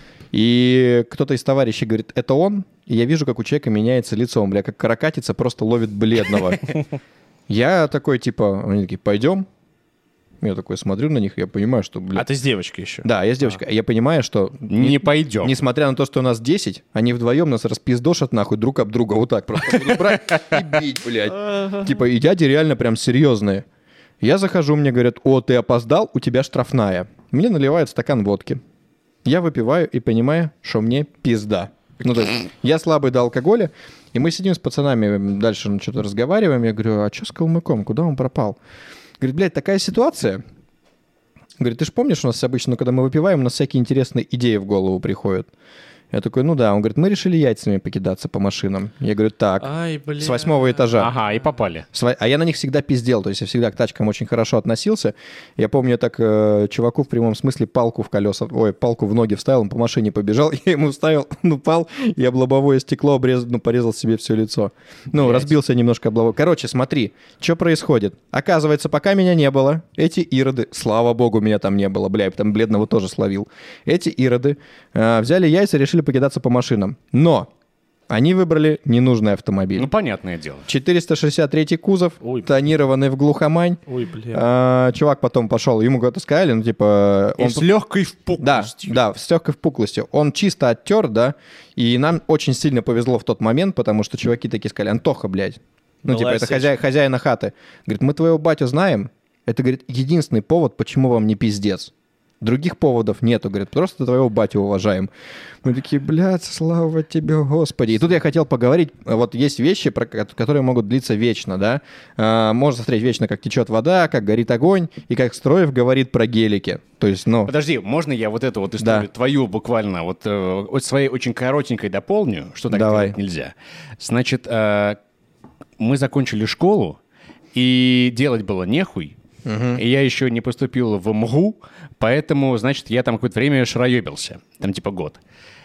И кто-то из товарищей говорит, это он, и я вижу, как у человека меняется лицо, он, бля, как каракатица просто ловит бледного. Я такой, типа, они такие, пойдем. Я такой смотрю на них, я понимаю, что, бля... А ты с девочкой еще? Да, я с девочкой. Я понимаю, что... Не пойдем. Несмотря на то, что у нас десять, они вдвоем нас распиздошат нахуй друг об друга вот так просто будут брать и бить, блядь. Типа, и дяди реально прям серьезные. Я захожу, мне говорят, о, ты опоздал, у тебя штрафная. Мне наливают стакан водки. Я выпиваю и понимаю, что мне пизда. Ну, то есть, я слабый до алкоголя, и мы сидим с пацанами, дальше ну, что-то разговариваем. Я говорю, а что с калмыком, куда он пропал? Говорит, блядь, такая ситуация. Говорит, ты же помнишь, у нас обычно, ну, когда мы выпиваем, у нас всякие интересные идеи в голову приходят. Я такой, ну да. Он говорит, мы решили яйцами покидаться по машинам. Я говорю, так, Ай, бля. с восьмого этажа. Ага, и попали. Сва- А я на них всегда пиздел, то есть я всегда к тачкам очень хорошо относился. Я помню, я так э, чуваку в прямом смысле палку в колеса, ой, палку в ноги вставил, он по машине побежал, я ему вставил, он упал, я об лобовое стекло обрезал, ну, порезал себе все лицо. Ну, Блядь. разбился немножко об лобовое. Короче, смотри, что происходит. Оказывается, пока меня не было, эти ироды, слава богу, меня там не было, бля, я там бледного тоже словил. Эти ироды э, взяли яйца и решили покидаться по машинам. Но они выбрали ненужный автомобиль. Ну, понятное дело. четыреста шестьдесят третий кузов, Ой, тонированный в глухомань. Ой, бля. А, чувак потом пошел, ему куда-то сказали, ну, типа... И Он... с легкой Да, впуклостью. да, с легкой впуклостью. Он чисто оттер, да, и нам очень сильно повезло в тот момент, потому что чуваки такие сказали, Антоха, блядь. Ну, Была типа, это сечка. хозяй, хозяина хаты. Говорит, мы твоего батю знаем. Это, говорит, единственный повод, почему вам не пиздец. Других поводов нету, говорит, просто твоего батю уважаем. Мы такие, блядь, слава тебе, Господи. И тут я хотел поговорить, вот есть вещи, про- которые могут длиться вечно, да. А, можно смотреть вечно, как течет вода, как горит огонь, и как Строев говорит про гелики. То есть, ну... Подожди, можно я вот эту вот историю Да. твою буквально вот, э, вот своей очень коротенькой дополню, что так Давай. делать нельзя. Значит, э, мы закончили школу, и делать было нехуй. И я еще не поступил в МГУ, поэтому, значит, я там какое-то время шароебился, там типа год.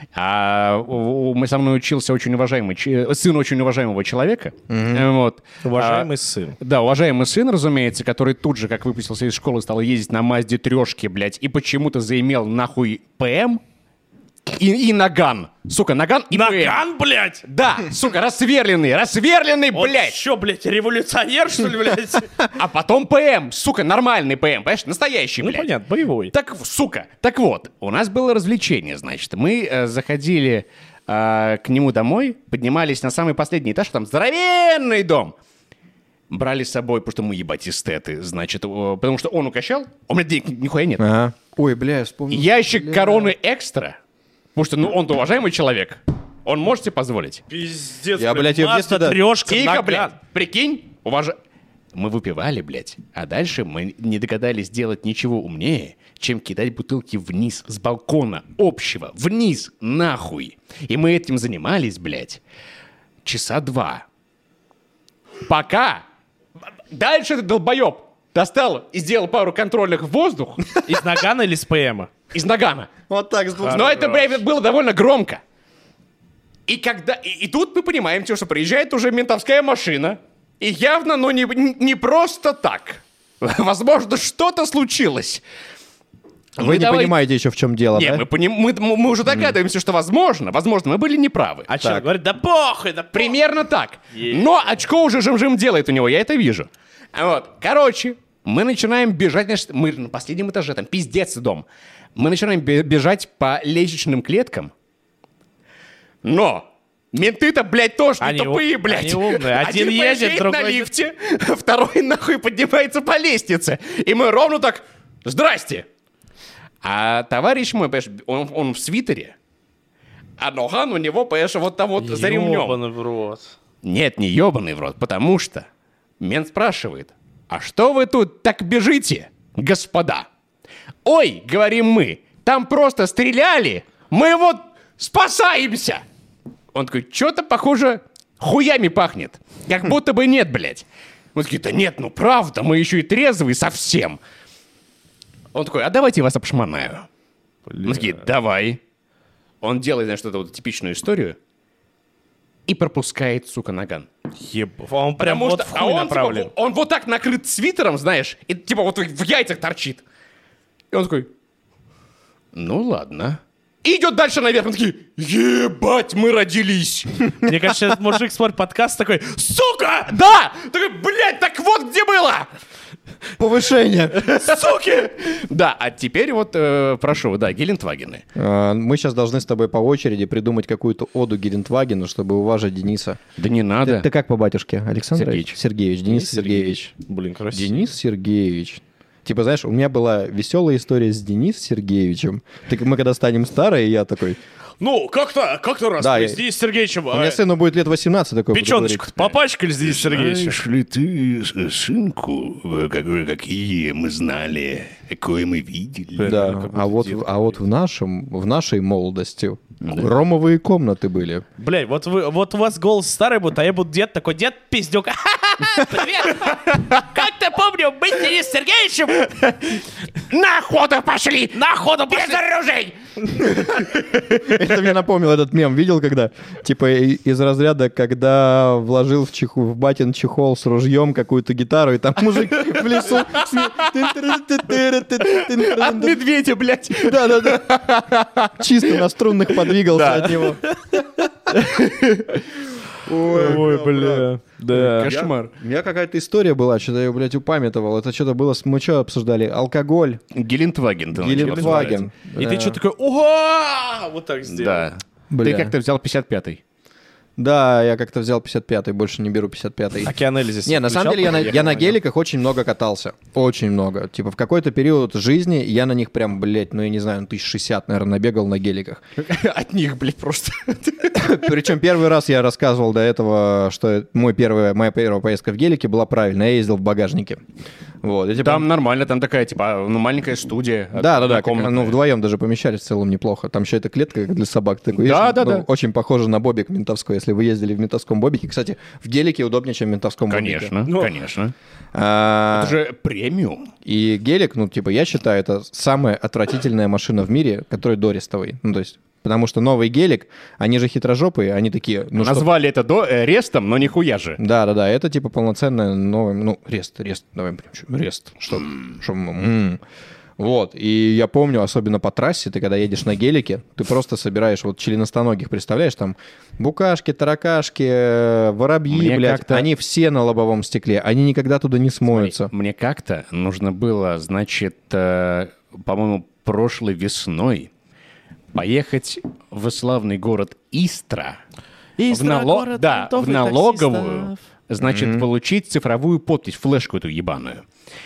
А у- у- мы со мной учился очень уважаемый, че- сын очень уважаемого человека. Вот. Уважаемый А, сын. Да, уважаемый сын, разумеется, который тут же, как выпустился из школы, стал ездить на Мазде трешке, блядь, и почему-то заимел нахуй ПМ и, и Наган. Сука, Наган и ПМ. Наган, блядь! Да, сука, рассверленный, рассверленный, Он блядь. что, блядь, революционер, что ли, блядь? А потом ПМ, сука, нормальный ПМ, понимаешь, настоящий, Ну, блядь. понятно, боевой. Так, сука, так вот, у нас было развлечение, значит. Мы э, заходили э, к нему домой, поднимались на самый последний этаж, там здоровенный дом. Брали с собой, потому что мы, ебать, эстеты, значит, э, потому что он укачал, а у меня денег нихуя нет. Ага. Ой, бля, я вспомнил. Ящик короны экстра, потому что, ну, он-то уважаемый человек, он может себе позволить. Пиздец, Я, блядь, я в детстве, да. трешка, Тихо, блядь, прикинь, уваж... Мы выпивали, блядь, а дальше мы не догадались делать ничего умнее, чем кидать бутылки вниз с балкона общего, вниз, нахуй. И мы этим занимались, блядь, часа два. Пока дальше этот долбоеб достал и сделал пару контрольных в воздух Из Нагана или с ПМа? из Нагана. Вот так с двух Но это, блядь, было довольно громко. И когда... И, и тут мы понимаем, что приезжает уже ментовская машина. И явно, но не, не просто так. Возможно, что-то случилось. Вы Мы не давай- понимаете еще, в чем дело, Не, да? мы, поним- мы, мы- мы уже догадываемся, что возможно. Возможно, мы были неправы. А что, говорит, да похуй, да похуй. Примерно так. Е- Но очко уже жим-жим делает у него, я это вижу. Вот. Короче, мы начинаем бежать, значит, мы на последнем этаже, там пиздец дом. Мы начинаем бе- бежать по лестничным клеткам. Но менты-то, блядь, тоже не Они тупые, ум- блядь. они умные. Один едет, поезжает другой на идет. лифте, второй нахуй поднимается по лестнице. И мы ровно так, здрасте. А товарищ мой, понимаешь, он, он в свитере, а ноган у него, понимаешь, вот там вот за ремнем. Ёбаный в рот. Нет, не ебаный в рот, потому что мент спрашивает, а что вы тут так бежите, господа? Ой, говорим мы, там просто стреляли, мы вот спасаемся. Он такой, что-то, похоже, хуями пахнет, как будто бы нет, блядь. Мы такие, да нет, ну правда, мы еще и трезвые совсем. Он такой, а давайте я вас обшмонаю. Мы такие, давай. Он делает, знаешь, что-то вот типичную историю и пропускает, сука, Наган. Еб... Он прям Потому вот что- в а хуй он, направлен. типа, он вот так накрыт свитером, знаешь, и типа вот в яйцах торчит. И он такой, ну ладно. И идет дальше наверх. Мы такие, ебать, мы родились. Мне кажется, этот мужик смотрит подкаст такой, Сука! Да! Такой, блядь, так вот где было! Повышение. Суки! Да, а теперь вот, э, прошу, да, Гелендвагены. А, Мы сейчас должны с тобой по очереди придумать какую-то оду Гелендвагену, чтобы уважить Дениса. Да не надо. Ты, ты как по батюшке? Александр Сергеевич. Сергеевич. Денис Сергеевич. блин, красиво. Денис Сергеевич. Типа, знаешь, у меня была веселая история с Денисом Сергеевичем. Так мы когда станем старые, я такой, Ну, как-то, как-то раз Да, мы я- с Денисом Сергеевичем... У меня сыну будет лет восемнадцать такой. буду Печеночку говорить. попачкали с Денисом Сергеевичем. Знаешь ли ты, с- сынку, э, как- какие мы знали, какое мы видели? Да, Ну, как будто а вот, дед в- а вот в нашем, в нашей молодости ромовые комнаты были. Блядь, вот, вы, вот у вас голос старый будет, а я буду дед такой, дед пиздюк. Привет! Как-то помню, мы с Денисом Сергеевичем На охоту пошли! на охоту пошли. Без оружий! Это мне напомнил этот мем. Видел, когда, типа, и- из разряда, когда вложил в, чеху, в батин чехол с ружьем какую-то гитару, и там мужик в лесу... От медведя, блядь! Да-да-да. Чисто на струнных подвигался от него. Ой, бля. Да. Кошмар. У меня какая-то история была, что-то я ее, блядь, упамятовал. Это что-то было... с- Мы что обсуждали? Алкоголь, Гелендваген. ты начал Гелендваген. И ты Да. что такой, ого! Вот так называть. сделал. Да. Бля. Ты как-то взял пятьдесят пятый. Да, я как-то взял пятьдесят пятый, больше не беру пятьдесят пятый. Океанель здесь Не, на самом деле я на, я на геликах очень много катался. Очень много. Типа в какой-то период жизни я на них прям, блядь, ну я не знаю, ну тысяч шестьдесят, наверное, набегал на геликах. От них, блядь, просто. Причем первый раз я рассказывал до этого, что мой первый, моя первая поездка в гелике была правильная. Я ездил в багажнике. Вот. И, типа, Там нормально, там такая, типа, ну, маленькая студия. Да, да, да. как- однокомнатная. ну, вдвоем даже помещались в целом неплохо. Там еще эта клетка, как для собак. Такой, Да, видишь, да, ну, да. очень похоже на бобик ментовской, если вы ездили в ментовском бобике. Кстати, в гелике удобнее, чем в ментовском бобике. Конечно, Ну. конечно. А, Это же премиум. И гелик, ну, типа, я считаю, это самая отвратительная машина в мире, которая дористовый. Ну, то есть, потому что новый гелик, они же хитрожопые, они такие... Ну, что- Назвали это до, э, рестом, но нихуя же. Да-да-да, это типа полноценная новая... Ну, рест, рест, давай прям чё- рест. Что? Что? м. Вот, и я помню, особенно по трассе, ты когда едешь на гелике, ты просто собираешь вот членистоногих, представляешь, там букашки, таракашки, э, воробьи, Мне блядь, как-то- они все на лобовом стекле, они никогда туда не смоются. Мне как-то нужно было, значит, э, по-моему, прошлой весной поехать в славный город Истра. в нало- да, в налоговую, значит, получить цифровую подпись, флешку эту ебаную.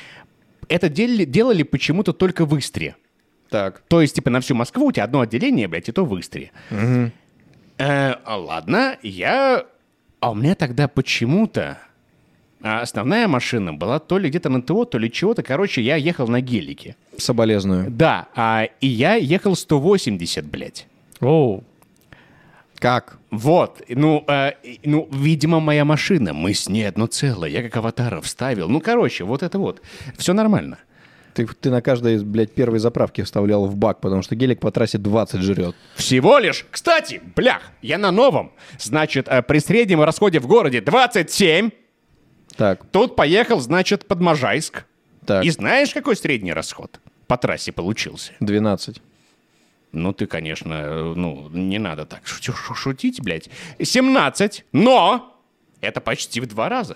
Это дел- делали почему-то только в Истре. Так. То есть, типа, на всю Москву у тебя одно отделение, блядь, и то в Истре. Э, а, ладно, я... А у меня тогда почему-то а, основная машина была то ли где-то на ТО, то ли чего-то. Короче, я ехал на гелике. Соболезную. Да, а, и я ехал сто восемьдесят, блядь. Оу. Как? Вот, ну, э, и- ну, видимо, моя машина, мы с ней одно целое, я как аватара вставил. Ну, короче, вот это вот. Все нормально. Ты, ты на каждой, блядь, первой заправке вставлял в бак, потому что гелик по трассе двадцать жрет. Всего лишь, кстати, блях, я на новом. Значит, э, при среднем расходе в городе двадцать семь. Так, Тут поехал, значит, под Можайск. так, И знаешь, какой средний расход по трассе получился? двенадцать. Ну, ты, конечно, э, ну, не надо так шу- шу- шутить, блядь. семнадцать, но это почти в два раза.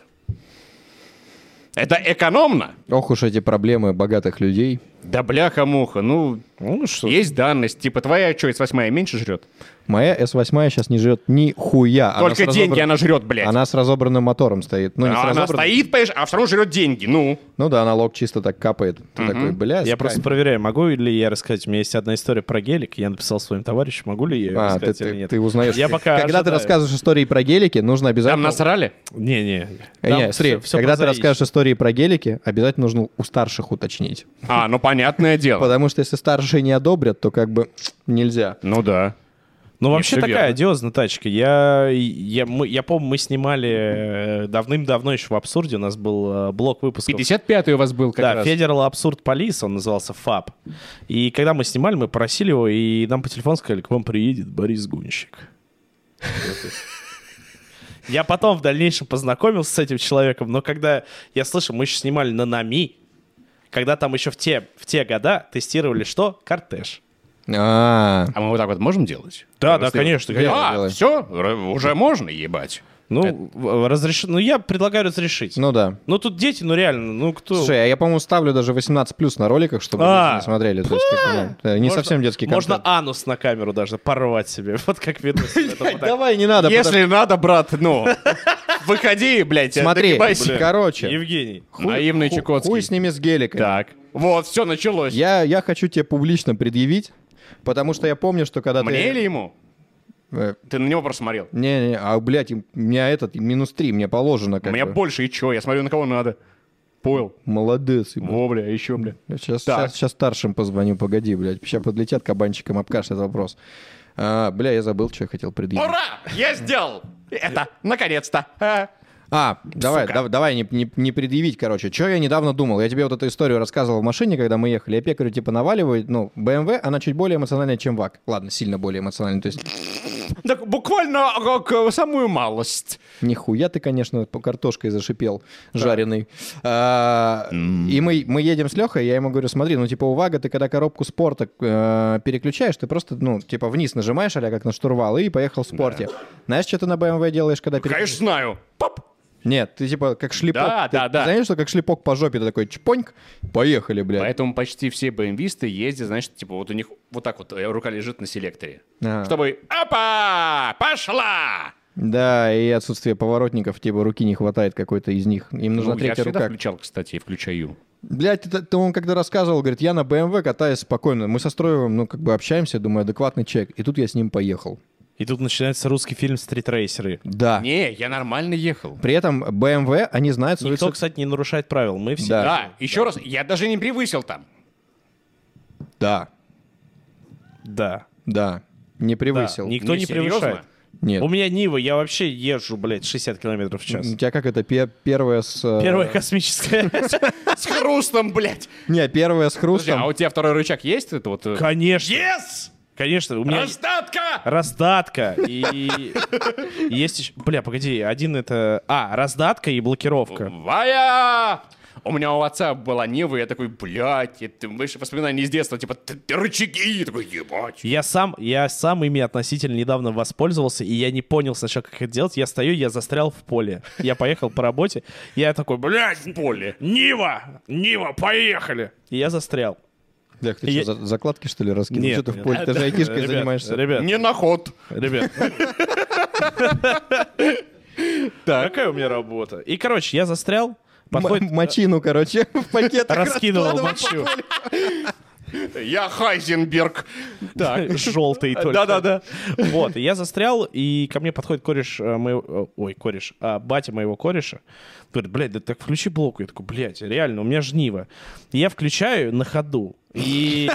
Это экономно. Ох уж эти проблемы богатых людей. Да бляха-муха, ну, Ну что? есть данность. Типа, твоя, что, эс восемь меньше жрет? Моя эс восемь сейчас не жрет ни хуя. Она Только с деньги разобран- она жрет, блядь. Она с разобранным мотором стоит. Ну, не с она разобранным. стоит, понимаешь, а все равно жрет деньги. Ну, Ну да, налог чисто так капает. Ты такой, бля, Я скай. просто проверяю, могу ли я рассказать. У меня есть одна история про гелик. Я написал своим товарищу, могу ли я ее А, ты, рассказать ты- или нет. ты узнаешь. Я пока Когда ты ожидаю. рассказываешь истории про гелики, нужно там обязательно... насрали? Не-не. Э, Там не, смотри, всё- всё когда ты прозаично. расскажешь истории про гелики, обязательно нужно у старших уточнить. А, ну, понятное дело. Потому что если старшие не одобрят, то как бы нельзя. Ну, да. Ну, вообще всё такая верно. одиозная тачка. Я, я, мы, я помню, мы снимали э, давным-давно еще в «Абсурде». У нас был э, блок выпусков. пятьдесят пятый у вас был как Да, раз. Federal Absurd Police, он назывался ФАП. И когда мы снимали, мы просили его, и нам по телефону сказали, к вам приедет Борис Гунщик. Я потом в дальнейшем познакомился с этим человеком, но когда я слышал, мы еще снимали на НАМИ, когда там еще в те, в те года тестировали что? Кортеж. А, А мы вот так вот можем делать? Да, да, конечно. конечно. А, делай. все, уже можно ебать. Ну, в- разреш... ну, я предлагаю разрешить. ну да. Ну, тут дети, ну, реально, ну, кто... Слушай, а я, по-моему, ставлю даже восемнадцать плюс на роликах, чтобы А. дети не смотрели. То есть, как бы, ну, не Можно- совсем детский Можно контент. анус на камеру даже порвать себе. Вот как видно. Это вот так. Давай, не надо. Если надо, брат, ну, выходи, блядь, Смотри, догибайся. бля. короче, Евгений. Наивный ху- Чукотский. хуй с ними с геликами. Так, вот, все началось. Я, я хочу тебе публично предъявить, потому что я помню, что когда Мне ты... или ему? Ты на него просто смотрел. Не-не, а, блядь, у меня этот, минус три, мне положено. У меня больше, и чё? Я смотрю, на кого надо. Понял. Молодец. Во, бля, еще, бля. Сейчас, Так. сейчас, сейчас старшим позвоню, погоди, блядь. Сейчас подлетят кабанчиком, обкашляют вопрос. А, бля, я забыл, что я хотел предъявить. Ура! Я сделал! Это, наконец-то. А. А, давай, Сука. да- давай не, не, не предъявить, короче. Что я недавно думал? Я тебе вот эту историю рассказывал в машине, когда мы ехали. Я пекарю типа наваливаю. Ну, бэ эм вэ, она чуть более эмоциональная, чем ВАГ. Ладно, сильно более эмоциональная. То есть, Так буквально как э, самую малость. нихуя ты, конечно, по картошкой зашипел, жареный. А, и мы, мы едем с Лехой, я ему говорю, смотри, ну, типа, у ВАГа ты когда коробку спорта э, переключаешь, ты просто, ну, типа, вниз нажимаешь, а как на штурвал, и поехал в спорте. Знаешь, что ты на бэ эм вэ делаешь, когда переключаешь? Конечно, знаю. Пап. Нет, ты типа как шлепок. Да, ты, да, да. Ты знаешь, что как шлепок по жопе, ты такой чпоньк, поехали, блядь. Поэтому почти все бэ эм висты ездят, знаешь, типа вот у них вот так вот э, рука лежит на селекторе. Ага. Чтобы опа, пошла! Да, и отсутствие поворотников, типа руки не хватает какой-то из них. Им нужна Ну, я третья всегда рука. включал, кстати, и включаю. Блядь, это, это он когда рассказывал, говорит, я на бэ эм вэ катаюсь спокойно. Мы со Строевым, ну, как бы общаемся, думаю, адекватный человек. И тут я с ним поехал. И тут начинается русский фильм «Стритрейсеры». Да. Не, я нормально ехал. При этом бэ эм вэ, они знают свою... Никто, ц- кстати, не нарушает правил. Мы все... Да. Да, еще раз, я даже не превысил там. Да, Да. да. Не Да. превысил. Никто Не, не серьезно? превышает. Нет. У меня Нива, я вообще езжу, блядь, шестьдесят километров в час. У тебя как это, пе- первое с... э, Первая космическая. С хрустом, блядь. Не, первое с Подожди, хрустом. а у тебя второй рычаг есть? Это вот... э, Конечно. Yes! Конечно, у меня Раздатка! раздатка и и есть еще... Бля, погоди, один это... А, раздатка и блокировка. Вая! У меня у отца была Нива, и я такой, блядь, это выше воспоминания из детства, типа, т- т- рычаги, я такой, ебать. Я сам, я сам ими относительно недавно воспользовался, и я не понял сначала, как это делать. Я стою, я застрял в поле. Я поехал по работе, я такой, блядь, в поле. Нива! Нива, поехали! И я застрял. Лех, ты Я- что, за- закладки, что ли, раскинул? Нет, Что ты в нет. поле? Ты же айтишкой Ребят, занимаешься. Ребят, Не на ход. ребят. Какая у меня работа? И, короче, я застрял, подходит... М- Мочину, короче, в пакетах Раскидывал раскладывал. мочу. Я Хайзенберг. Так. Желтый только. Да-да-да. Вот, и я застрял, и ко мне подходит кореш э, моего... Ой, кореш. А, батя моего кореша. Говорит, блядь, да так включи блоку. Я такой, блядь, реально, у меня жниво. И я включаю на ходу. И...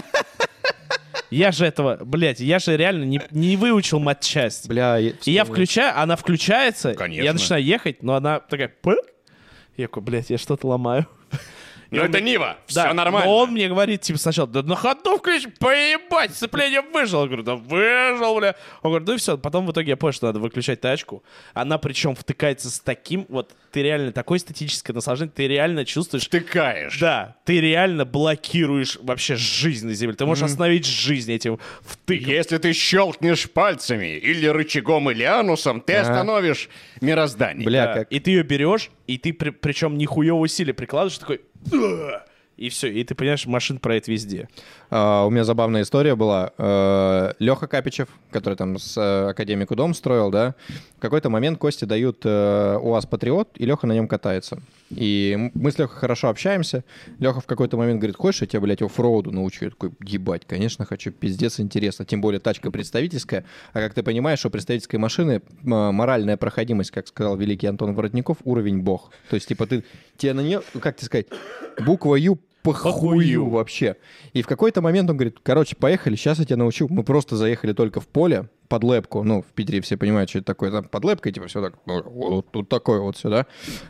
Я же этого, блядь, я же реально не, не выучил матчасть. Бля, И я включаю, она включается, Конечно. я начинаю ехать, но она такая... пык. Я такой, блядь, я что-то ломаю. Ну это Нива, все Да, нормально. но он мне говорит, типа, сначала, да на ходу включи, поебать, сцепление выжил. Я говорю, да выжил, бля. Он говорит, ну и все. Потом в итоге я понял, что надо выключать тачку. Она причем втыкается с таким, вот, ты реально, такое эстетическое наслаждение, ты реально чувствуешь... Втыкаешь. Да, ты реально блокируешь вообще жизнь на земле. Ты можешь остановить жизнь этим втыком. Если ты щелкнешь пальцами или рычагом, или анусом, ты остановишь мироздание. Бля, Да. как... И ты ее берешь, и ты при, причем нихуевого усилия прикладываешь, такой... «Ugh!» И все, и ты понимаешь, машин проедет везде. А, у меня забавная история была. Леха Капичев, который там с э, Академику дом строил, да, в какой-то момент Косте дают э, УАЗ Патриот, и Леха на нем катается. И м- мы с Лехой хорошо общаемся. Леха в какой-то момент говорит, хочешь, я тебя, блядь, оффроуду научу? Я такой, ебать, конечно, хочу, пиздец, интересно. Тем более тачка представительская. А как ты понимаешь, у представительской машины м- моральная проходимость, как сказал великий Антон Воротников, уровень бог. То есть, типа, ты, тебе на нее, как тебе сказать, буква Ю похую вообще. И в какой-то момент он говорит, короче, поехали, сейчас я тебя научу. Мы просто заехали только в поле, под лэпку. Ну, в Питере все понимают, что это такое. Там под лэпкой, типа, все так, ну, вот тут такое вот сюда.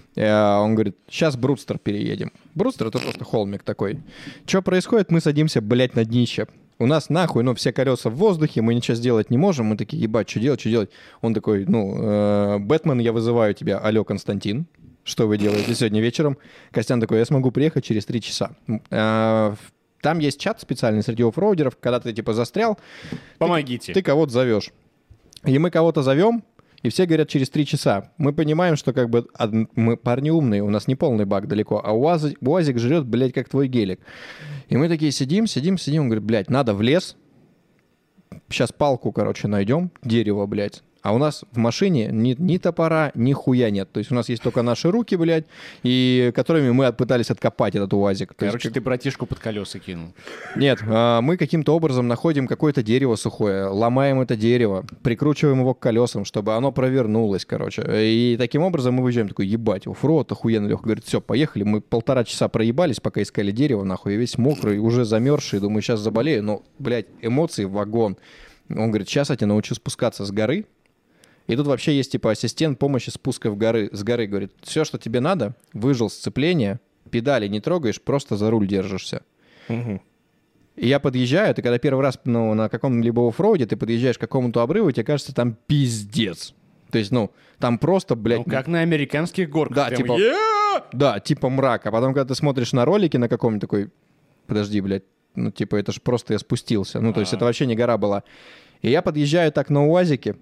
Он говорит, сейчас Брудстер переедем. Брудстер — это просто холмик такой. Что происходит? Мы садимся, блядь, на днище. У нас нахуй, ну, все колеса в воздухе, мы ничего сделать не можем. Мы такие, ебать, что делать, что делать? Он такой, ну, э, Бэтмен, я вызываю тебя, алло, Константин. Что вы делаете сегодня вечером? Костян такой, я смогу приехать через три часа. Э, Там есть чат специальный среди оффроудеров, когда ты, типа, застрял. Помогите. Ты кого-то зовешь. И мы кого-то зовем, и все говорят через три часа. Мы понимаем, что как бы од- мы парни умные, у нас не полный бак далеко, а УАЗ, УАЗик жрет, блядь, как твой гелик. И мы такие сидим, сидим, сидим, он говорит, блядь, надо в лес. Сейчас палку, короче, найдем, дерево, блядь. А у нас в машине ни, ни топора, ни хуя нет. То есть у нас есть только наши руки, блядь, и которыми мы пытались откопать этот УАЗик. То Короче, есть, ты братишку под колеса кинул. Нет, а, мы каким-то образом находим какое-то дерево сухое, ломаем это дерево, прикручиваем его к колесам, чтобы оно провернулось, короче. И таким образом мы выезжаем, такой, ебать, оффроуд, охуенно, Леха говорит, все, поехали. Мы полтора часа проебались, пока искали дерево, нахуй, я весь мокрый, уже замерзший, думаю, сейчас заболею, но, блядь, эмоции в вагон. Он говорит, сейчас я тебя научу спускаться с горы. И тут вообще есть типа ассистент помощи спуска в горы, с горы. Говорит, все, что тебе надо, выжил сцепление, педали не трогаешь, просто за руль держишься. Угу. И я подъезжаю, ты когда первый раз ну, на каком-либо оффроуде, ты подъезжаешь к какому-то обрыву, тебе кажется, там пиздец. То есть, ну, там просто, блядь... Ну, как на американских горках. Да, прям, типа... «Yeah!» Да, типа мрак. А потом, когда ты смотришь на ролики на каком-нибудь такой... Подожди, блядь, ну, типа, это же просто я спустился. Ну, то есть, это вообще не гора была. И я подъезжаю так на УАЗике,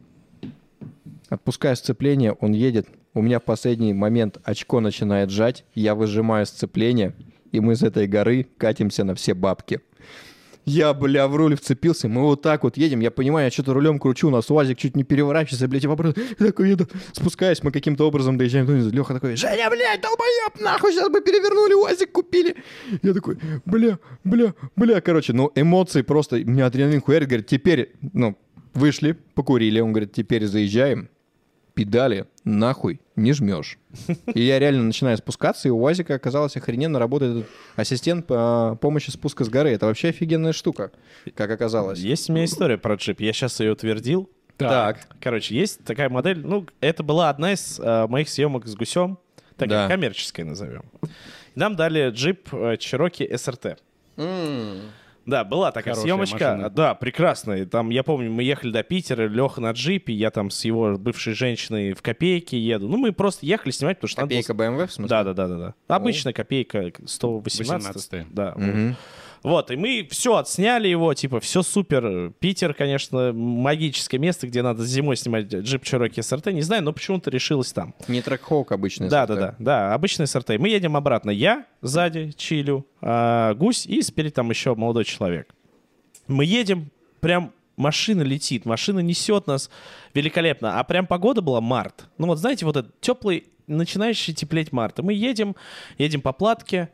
отпускаю сцепление, он едет. У меня в последний момент очко начинает жать, я выжимаю сцепление, и мы с этой горы катимся на все бабки. Я, бля, в руль вцепился, мы вот так вот едем, я понимаю, я что-то рулем кручу, у нас УАЗик чуть не переворачивается, блядь, я вопрос, я такой еду, спускаюсь, мы каким-то образом доезжаем, Леха такой, Женя, блядь, долбоеб, нахуй, сейчас бы перевернули, УАЗик купили. Я такой, бля, бля, бля, короче, ну, эмоции просто, у меня адреналин хуярит, говорит, теперь, ну, вышли, покурили, он говорит, теперь заезжаем, педали нахуй не жмешь. И я реально начинаю спускаться, и у УАЗика оказалось охрененно работает этот ассистент по помощи спуска с горы. Это вообще офигенная штука, как оказалось. Есть у меня история про джип, я сейчас ее утвердил. Так. Короче, есть такая модель, ну, это была одна из э, моих съемок с гусем, такая Да. коммерческая назовем. Нам дали джип э, Cherokee эс эр ти. М. Да, была такая Хорошая съемочка. машина. Да, прекрасная. Там, я помню, мы ехали до Питера, Леха на джипе, я там с его бывшей женщиной в копейке еду. Ну, мы просто ехали снимать, потому что... надо было- Копейка бэ эм вэ, в смысле? Да, да, да, да, да. Обычная копейка сто восемнадцать. восемнадцатая. Да. Мгм. Вот, и мы все отсняли его, типа, все супер. Питер, конечно, магическое место, где надо зимой снимать джип Cherokee эс эр ти. Не знаю, но почему-то решилось там. Не трек-хоук обычный. Да, да, да, да, обычный эс эр ти. Мы едем обратно. Я сзади чилю, а, гусь и спереди там еще молодой человек. Мы едем, прям машина летит, машина несет нас великолепно. А прям погода была март. Ну вот знаете, вот этот теплый, начинающий теплеть март. И мы едем, едем по платке.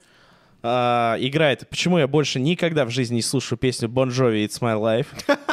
а, играет. Почему я больше никогда в жизни не слушаю песню Bon Jovi «It's My Life».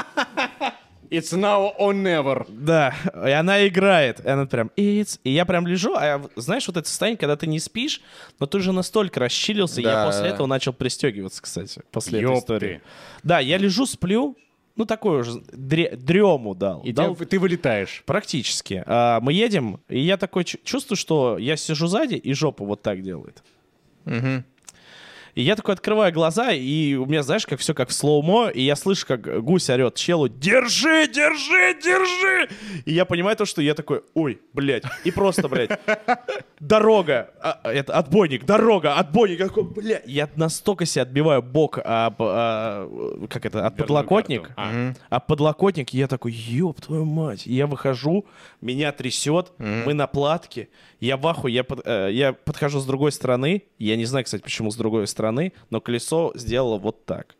It's now or never. Да, и она играет, и она прям «It's...» И я прям лежу, а я- знаешь, вот это состояние, когда ты не спишь, но ты же настолько расчилился, Да, я после да. этого начал пристегиваться, кстати, после Ёп этой истории. ты. Да, я лежу, сплю, ну такой уже дре- дрему дал. И дал ты, ты вылетаешь. практически. А, мы едем, и я такой чу- чувствую, что я сижу сзади, и жопа вот так делает. Мгм. И я такой открываю глаза, и у меня, знаешь, как все как в слоумо, и я слышу, как гусь орет челу: «Держи, держи, держи!» И я понимаю то, что я такой: ой, блядь, и просто, блядь, дорога, а, это отбойник, дорога, отбойник, я такой, блядь, я настолько себе отбиваю бок об, а, как это, от подлокотник, карту. А. а подлокотник, и я такой: ёб твою мать. И я выхожу, меня трясет, мы на платке, я в ахуе, я, под- э, я подхожу с другой стороны, я не знаю, кстати, почему с другой стороны, но колесо сделало вот так.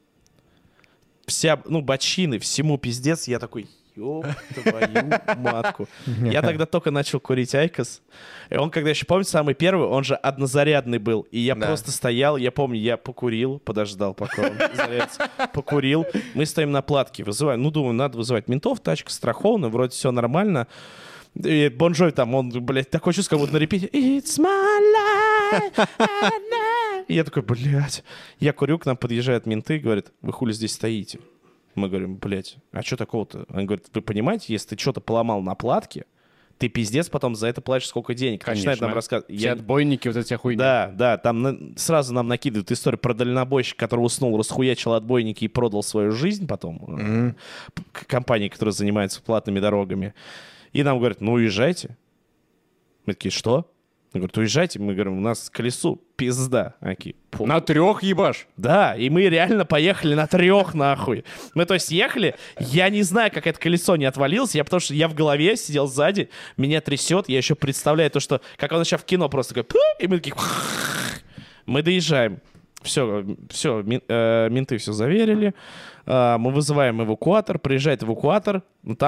Вся, ну, бочины, всему пиздец, я такой: ёб твою матку. Я тогда только начал курить Айкос. И он, когда еще, помните, самый первый, он же однозарядный был. И я Да. просто стоял, я помню, я покурил, подождал, пока он зарядится. Покурил. Мы стоим на платке, вызываем. Ну, думаю, надо вызывать ментов, тачка страхована, вроде все нормально. И Бон Джови там, он, блядь, такое чувство, как будто на репите. It's my life. И я такой: блядь. Я курю, к нам подъезжают менты и говорят: вы хули здесь стоите? Мы говорим: блядь, а что такого-то? Они говорят: вы понимаете, если ты что-то поломал на платке, ты пиздец потом за это платишь сколько денег. Начинает нам рассказывать. Все отбойники, вот эти вся хуйня. Да, да, там на- сразу нам накидывают историю про дальнобойщика, который уснул, расхуячил отбойники и продал свою жизнь потом э, п- к компании, которая занимается платными дорогами. И нам говорят: ну, уезжайте. Мы такие: что? Он говорит: уезжайте. Мы говорим: у нас колесу пизда. Они такие: «Похуй». На трех ебашь. Да, и мы реально поехали на трех нахуй. Мы, то есть, ехали, я не знаю, как это колесо не отвалилось, я потому что я в голове сидел сзади, меня трясет, я еще представляю то, что, как он сейчас в кино просто такой, «Пу!» и мы такие, мы доезжаем. Все, все, менты все заверили, а, мы вызываем эвакуатор, приезжает эвакуатор, ну там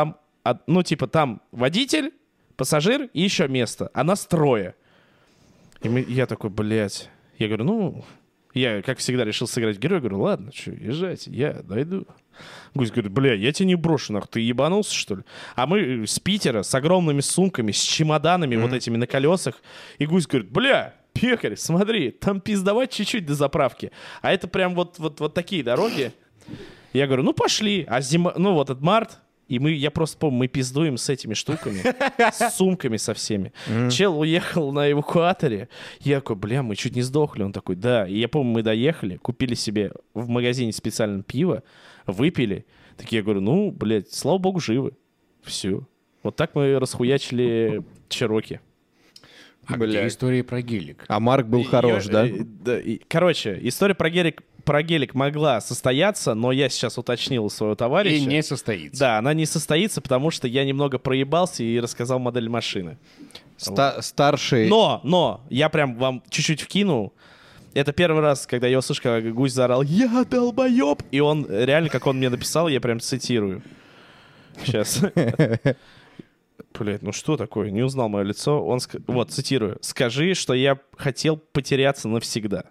ну, типа, там водитель, пассажир и еще место. А нас трое. И мы, я такой, блядь. Я говорю, ну... Я, как всегда, решил сыграть героя. Говорю, ладно, что, езжайте, я дойду. Гусь говорит, бля, я тебя не брошу, нахуй, ты ебанулся, что ли? А мы с Питера, с огромными сумками, с чемоданами mm-hmm. вот этими на колесах. И Гусь говорит, бля, пекарь, смотри, там пиздовать чуть-чуть до заправки. А это прям вот, вот, вот такие дороги. Я говорю, ну пошли. А зима, ну вот этот март, и мы, я просто помню, мы пиздуем с этими штуками, с сумками со всеми. Mm. Чел уехал на эвакуаторе. Я такой, бля, мы чуть не сдохли. Он такой, да. И я помню, мы доехали, купили себе в магазине специально пиво, выпили. Так я говорю, ну, блядь, слава богу, живы. Все. Вот так мы расхуячили Чероки. А Бля. Где история про гелик? А Марк был хорош, да? да и, короче, история про гелик, про гелик могла состояться, но я сейчас уточнил у своего товарища. И не состоится. Да, она не состоится, потому что я немного проебался и рассказал модель машины. Ста- вот. Старший... Но, но, я прям вам чуть-чуть вкинул. Это первый раз, когда я услышал, как Гусь заорал «Я долбоеб!» И он реально, как он мне написал, я прям цитирую. Сейчас... Блять, ну что такое? Не узнал мое лицо. Он, ск... вот, цитирую. «Скажи, что я хотел потеряться навсегда».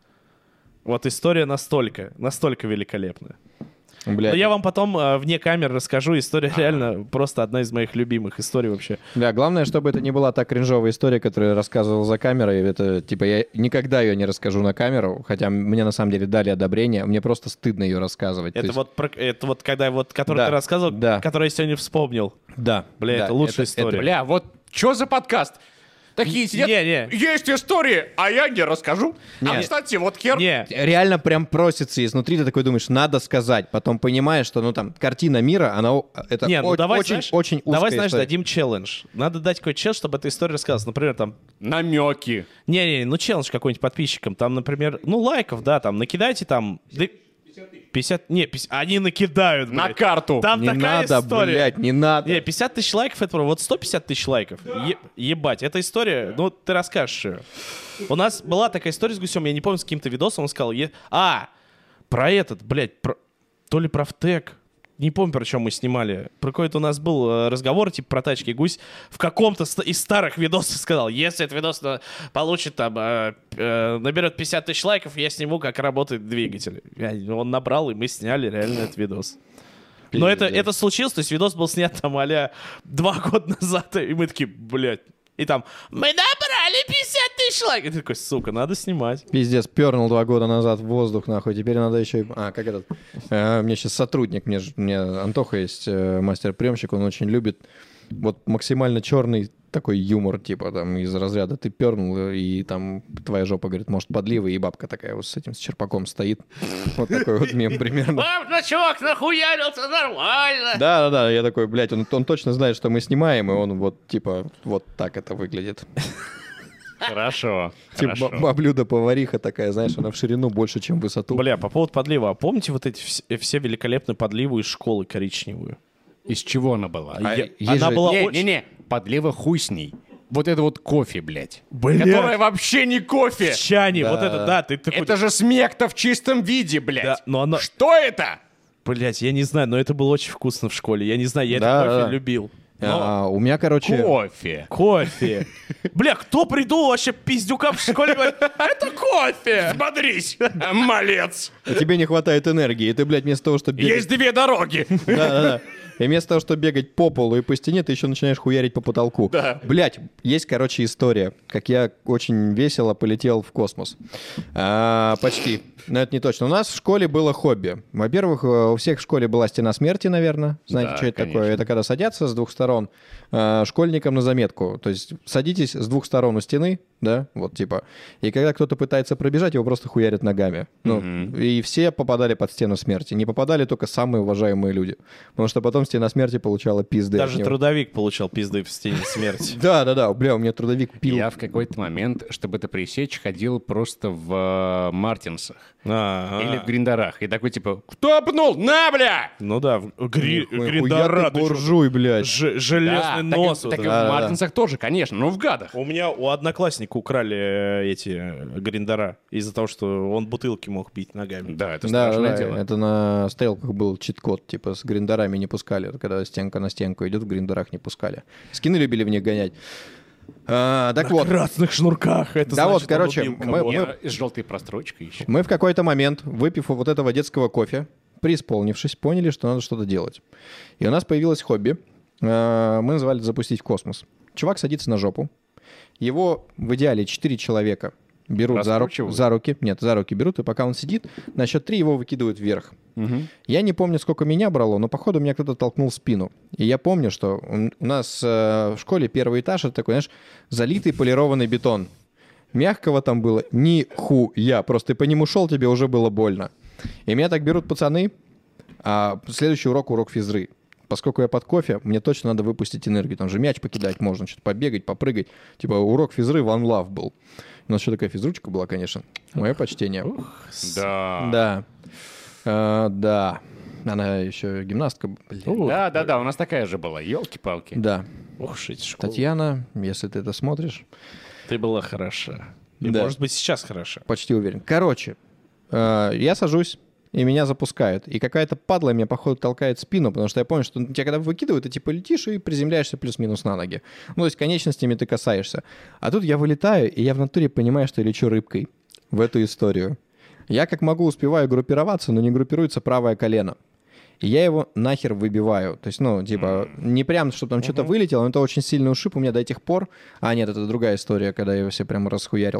Вот история настолько, настолько великолепная. Блядь. Но я вам потом э, вне камер расскажу. История реально просто одна из моих любимых историй вообще. Да, главное, чтобы это не была та кринжовая история, которую я рассказывал за камерой. Это, типа, я никогда ее не расскажу на камеру, хотя мне на самом деле дали одобрение. Мне просто стыдно ее рассказывать. Это, есть... вот, про... это вот когда вот, который да, ты рассказывал, да. который я сегодня вспомнил. Да. Бля, да, это лучшая это, история. Это, бля, вот что за подкаст? Такие сидят, не, не. есть истории, а я не расскажу. Не. А, кстати, вот хер... Не. Реально прям просится изнутри, ты такой думаешь, надо сказать. Потом понимаешь, что, ну, там, картина мира, она... Это не, ну, о- давай, очень, знаешь, очень узкая давай, знаешь, история. дадим челлендж. Надо дать какой-то челлендж, чтобы эта история рассказалась. Например, там... Намеки. Не-не, ну челлендж какой-нибудь подписчикам. Там, например, ну, лайков, да, там, накидайте там... пятьдесят, не, пятьдесят, они накидают, блядь. На карту. Там не такая надо, история. блядь, не надо. Не, пятьдесят тысяч лайков, это вот сто пятьдесят тысяч лайков. Е- ебать, эта история, ну, ты расскажешь ее. У нас была такая история с Гусем, я не помню, с каким-то видосом, он сказал, е- а, про этот, блядь, про... то ли про втек, не помню, про чем мы снимали. Про какой-то у нас был э, разговор, типа, про тачки. Гусь в каком-то ст- из старых видосов сказал, если этот видос на- получит, там, э, э, наберет пятьдесят тысяч лайков, я сниму, как работает двигатель. Я, он набрал, и мы сняли реально этот видос. Пиздец. Но это, это случилось, то есть видос был снят там а-ля два года назад, и мы такие, блядь. И там, мы набрали пятьдесят тысяч лайков. И ты такой, сука, надо снимать. Пиздец, пернул два года назад в воздух, нахуй. Теперь надо еще... и- А, как этот... Э, мне сейчас сотрудник, мне, ж- мне Антоха есть, э, мастер-приемщик, он очень любит вот максимально черный такой юмор, типа, там, из разряда ты пернул, и там твоя жопа, говорит, может, подлива, и бабка такая вот с этим, с черпаком стоит. Вот такой вот мем примерно. Ну, чувак, нахуярился, нормально. Да-да-да, я такой, блядь, он, он точно знает, что мы снимаем, и он вот, типа, вот так это выглядит. Хорошо, Типа хорошо. баблюда-повариха такая, знаешь, она в ширину больше, чем в высоту. Бля, по поводу подлива. А помните вот эти вс- все великолепные подливы из школы коричневую? Из чего она была? А я- есть она же- была Не, очень... не, не, подлива хуй с ней. Вот это вот кофе, блядь. Блядь. Которая вообще не кофе. В чане, Да. вот это, да, ты такой... Это же смекта в чистом виде, блядь. Да, но она- Что это? Блять, я не знаю, но это было очень вкусно в школе. Я не знаю, я Да, этот кофе да. любил. Но- А, у меня, короче... Кофе. Кофе. Бля, кто придумал вообще пиздюка в школе? Говорит, это кофе. Взбодрись, малец. И тебе не хватает энергии, и ты, блядь, вместо того, чтобы бегать... Есть две дороги. Да-да-да. И вместо того, чтобы бегать по полу и по стене, ты еще начинаешь хуярить по потолку. Да. Блядь, есть, короче, история, как я очень весело полетел в космос. А, почти. Но это не точно. У нас в школе было хобби. Во-первых, у всех в школе была стена смерти, наверное. Знаете, Да, что это конечно. такое? Это когда садятся с двух сторон а, школьникам на заметку. То есть садитесь с двух сторон у стены, да, вот типа. И когда кто-то пытается пробежать, его просто хуярят ногами. Ну, и все попадали под стену смерти. Не попадали только самые уважаемые люди. Потому что потом стена смерти получала пизды. от Даже него. трудовик получал пизды в стене смерти. Да, да, да. Бля, у меня трудовик пил. Я в какой-то момент, чтобы это пресечь, ходил просто в э, Мартинсах. А, Или в Гриндерах. И такой, типа, кто пнул? На, бля! Ну да, в гри- Нихуя гриндера, ты ты чё? буржуй, блядь. Ж- Да, Железный так, и- нос. вот так и это. Да, в да, да. Мартинсах тоже, конечно, но в гадах. У меня у одноклассника однокласснику украли э, эти э, гриндера из-за того, что он бутылки мог бить ногами. Да, это Да, страшное да, дело. это на стрелках был чит-код, типа с гриндерами не пускали, когда стенка на стенку идет, в гриндерах не пускали. Скины любили в них гонять. А, так На вот, красных шнурках. Это Да вот, значит, он короче, убил мы- кого-то. Я- И с желтой прострочкой еще. мы в какой-то момент, выпив вот этого детского кофе, преисполнившись, поняли, что надо что-то делать. И у нас появилось хобби. э, Мы называли это «Запустить в космос». Чувак садится на жопу. Его в идеале четыре человека берут за, ру- Раскручивают? за руки. Нет, за руки берут, и пока он сидит, на счет три его выкидывают вверх. Я не помню, сколько меня брало, но, походу, меня кто-то толкнул в спину. И я помню, что у у нас э, в школе первый этаж — это такой, знаешь, залитый полированный бетон. Мягкого там было нихуя. Просто ты по нему шел, тебе уже было больно. И меня так берут пацаны, а следующий урок — урок физры. Поскольку я под кофе, мне точно надо выпустить энергию. Там же мяч покидать можно, что-то побегать, попрыгать. Типа урок физры one love был. У нас еще такая физручка была, конечно. Мое почтение. Да. Да. А, да. Она еще гимнастка. Блин. Да, да, да, у нас такая же была. Елки-палки. Да. Ох уж эти школы. Татьяна, если ты это смотришь, Ты была хороша. И, Да. может быть, сейчас хороша. почти уверен. Короче, э, я сажусь, и меня запускают. И какая-то падла меня, походу, толкает в спину, потому что я понял, что тебя когда выкидывают, ты типа летишь и приземляешься плюс-минус на ноги. Ну, то есть конечностями ты касаешься. А тут я вылетаю, и я в натуре понимаю, что я лечу рыбкой в эту историю. Я как могу успеваю группироваться, но не группируется правое колено. И я его нахер выбиваю. То есть, ну, типа, не прям, чтобы там что-то вылетело, но это очень сильный ушиб у меня до тех пор. А, нет, это другая история, когда я его себе прям расхуярил.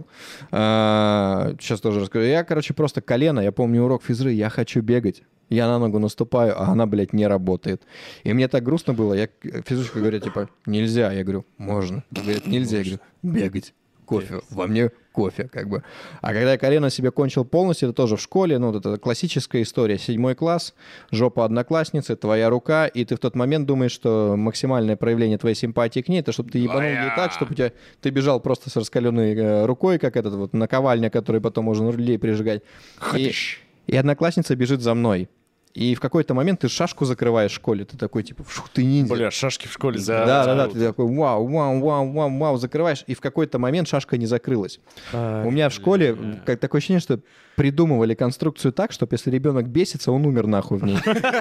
А, сейчас тоже расскажу. Я, короче, просто колено, я помню урок физры, я хочу бегать. Я на ногу наступаю, а она, блядь, не работает. И мне так грустно было. Я физручка говорит, типа, нельзя. Я говорю, можно. Говорит, нельзя. Я говорю, бегать. Кофе. Во мне кофе, как бы. А когда я колено себе кончил полностью, это тоже в школе, ну, вот это классическая история. Седьмой класс, жопа одноклассницы, твоя рука, и ты в тот момент думаешь, что максимальное проявление твоей симпатии к ней, это чтобы ты ебанул ей так, чтобы у тебя, ты бежал просто с раскаленной э, рукой, как этот вот наковальня, который потом можно рулей прижигать. И, и одноклассница бежит за мной. И в какой-то момент ты шашку закрываешь в школе, ты такой, типа, фух, ты ниндзя. Бля, шашки в школе. Да, да, да, ты такой вау, вау, вау, вау, вау, закрываешь, и в какой-то момент шашка не закрылась. У меня в школе как такое ощущение, что придумывали конструкцию так, чтобы если ребенок бесится, он умер нахуй в ней.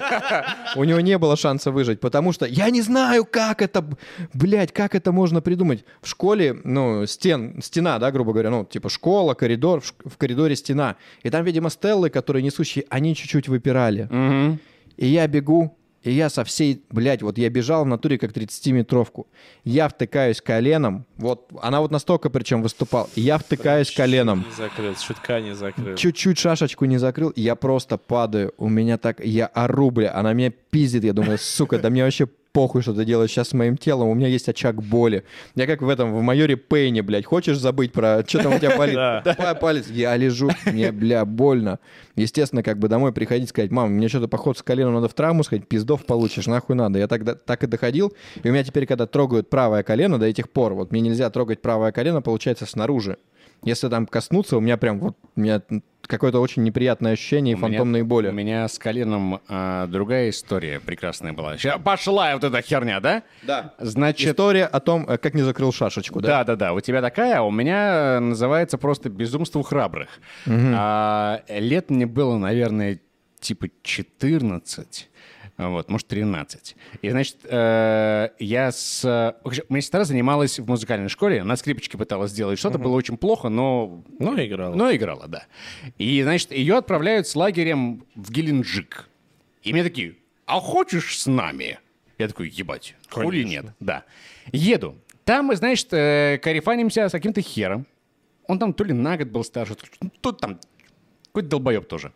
У него не было шанса выжить, потому что я не знаю, как это, блядь, как это можно придумать. В школе, ну, стен, стена, да, грубо говоря, ну, типа школа, коридор, в, в коридоре стена. И там, видимо, стеллы, которые несущие, они чуть-чуть выпирали. И я бегу, и я со всей, блядь, вот я бежал в натуре как тридцатиметровку. Я втыкаюсь коленом, вот, она вот настолько причем выступала, и я втыкаюсь коленом. Не закрыл, чутка не закрыл. Чуть-чуть шашечку не закрыл, и я просто падаю. У меня так, я ору, бля, она меня пиздит, я думаю, сука, да мне вообще похуй, что ты делаешь сейчас с моим телом, у меня есть очаг боли. Я как в этом, в майоре Пейне, блядь, хочешь забыть про, что там у тебя болит? Па- Палец, я лежу, мне, бля, больно. Естественно, как бы домой приходить, сказать, мам, мне что-то, походу, с коленом надо в травму сходить, пиздов получишь, нахуй надо. Я тогда так и доходил, и у меня теперь, когда трогают правое колено, до этих пор, вот мне нельзя трогать правое колено, получается, снаружи. Если там коснуться, у меня прям вот, у меня какое-то очень неприятное ощущение и У меня- фантомные боли. У меня с коленом а, другая история прекрасная была. Ща пошла вот эта херня, да? Да. Значит, История о том, э, как не закрыл шашечку, да? да, да, да. У тебя такая, а у меня называется просто безумство храбрых. А, лет мне было, наверное, типа четырнадцать. Вот, может, тринадцать. И, значит, э, я с... Моя сестра занималась в музыкальной школе, на скрипочке пыталась сделать что-то, было очень плохо, но... Ну, играл. Но играла, да. И, значит, ее отправляют с лагерем в Геленджик. И мне такие, а хочешь с нами? Я такой, ебать, хули нет. Да. Еду. Там мы, значит, э, карифанимся с каким-то хером. Он там то ли на год был старше, то там какой-то долбоеб тоже.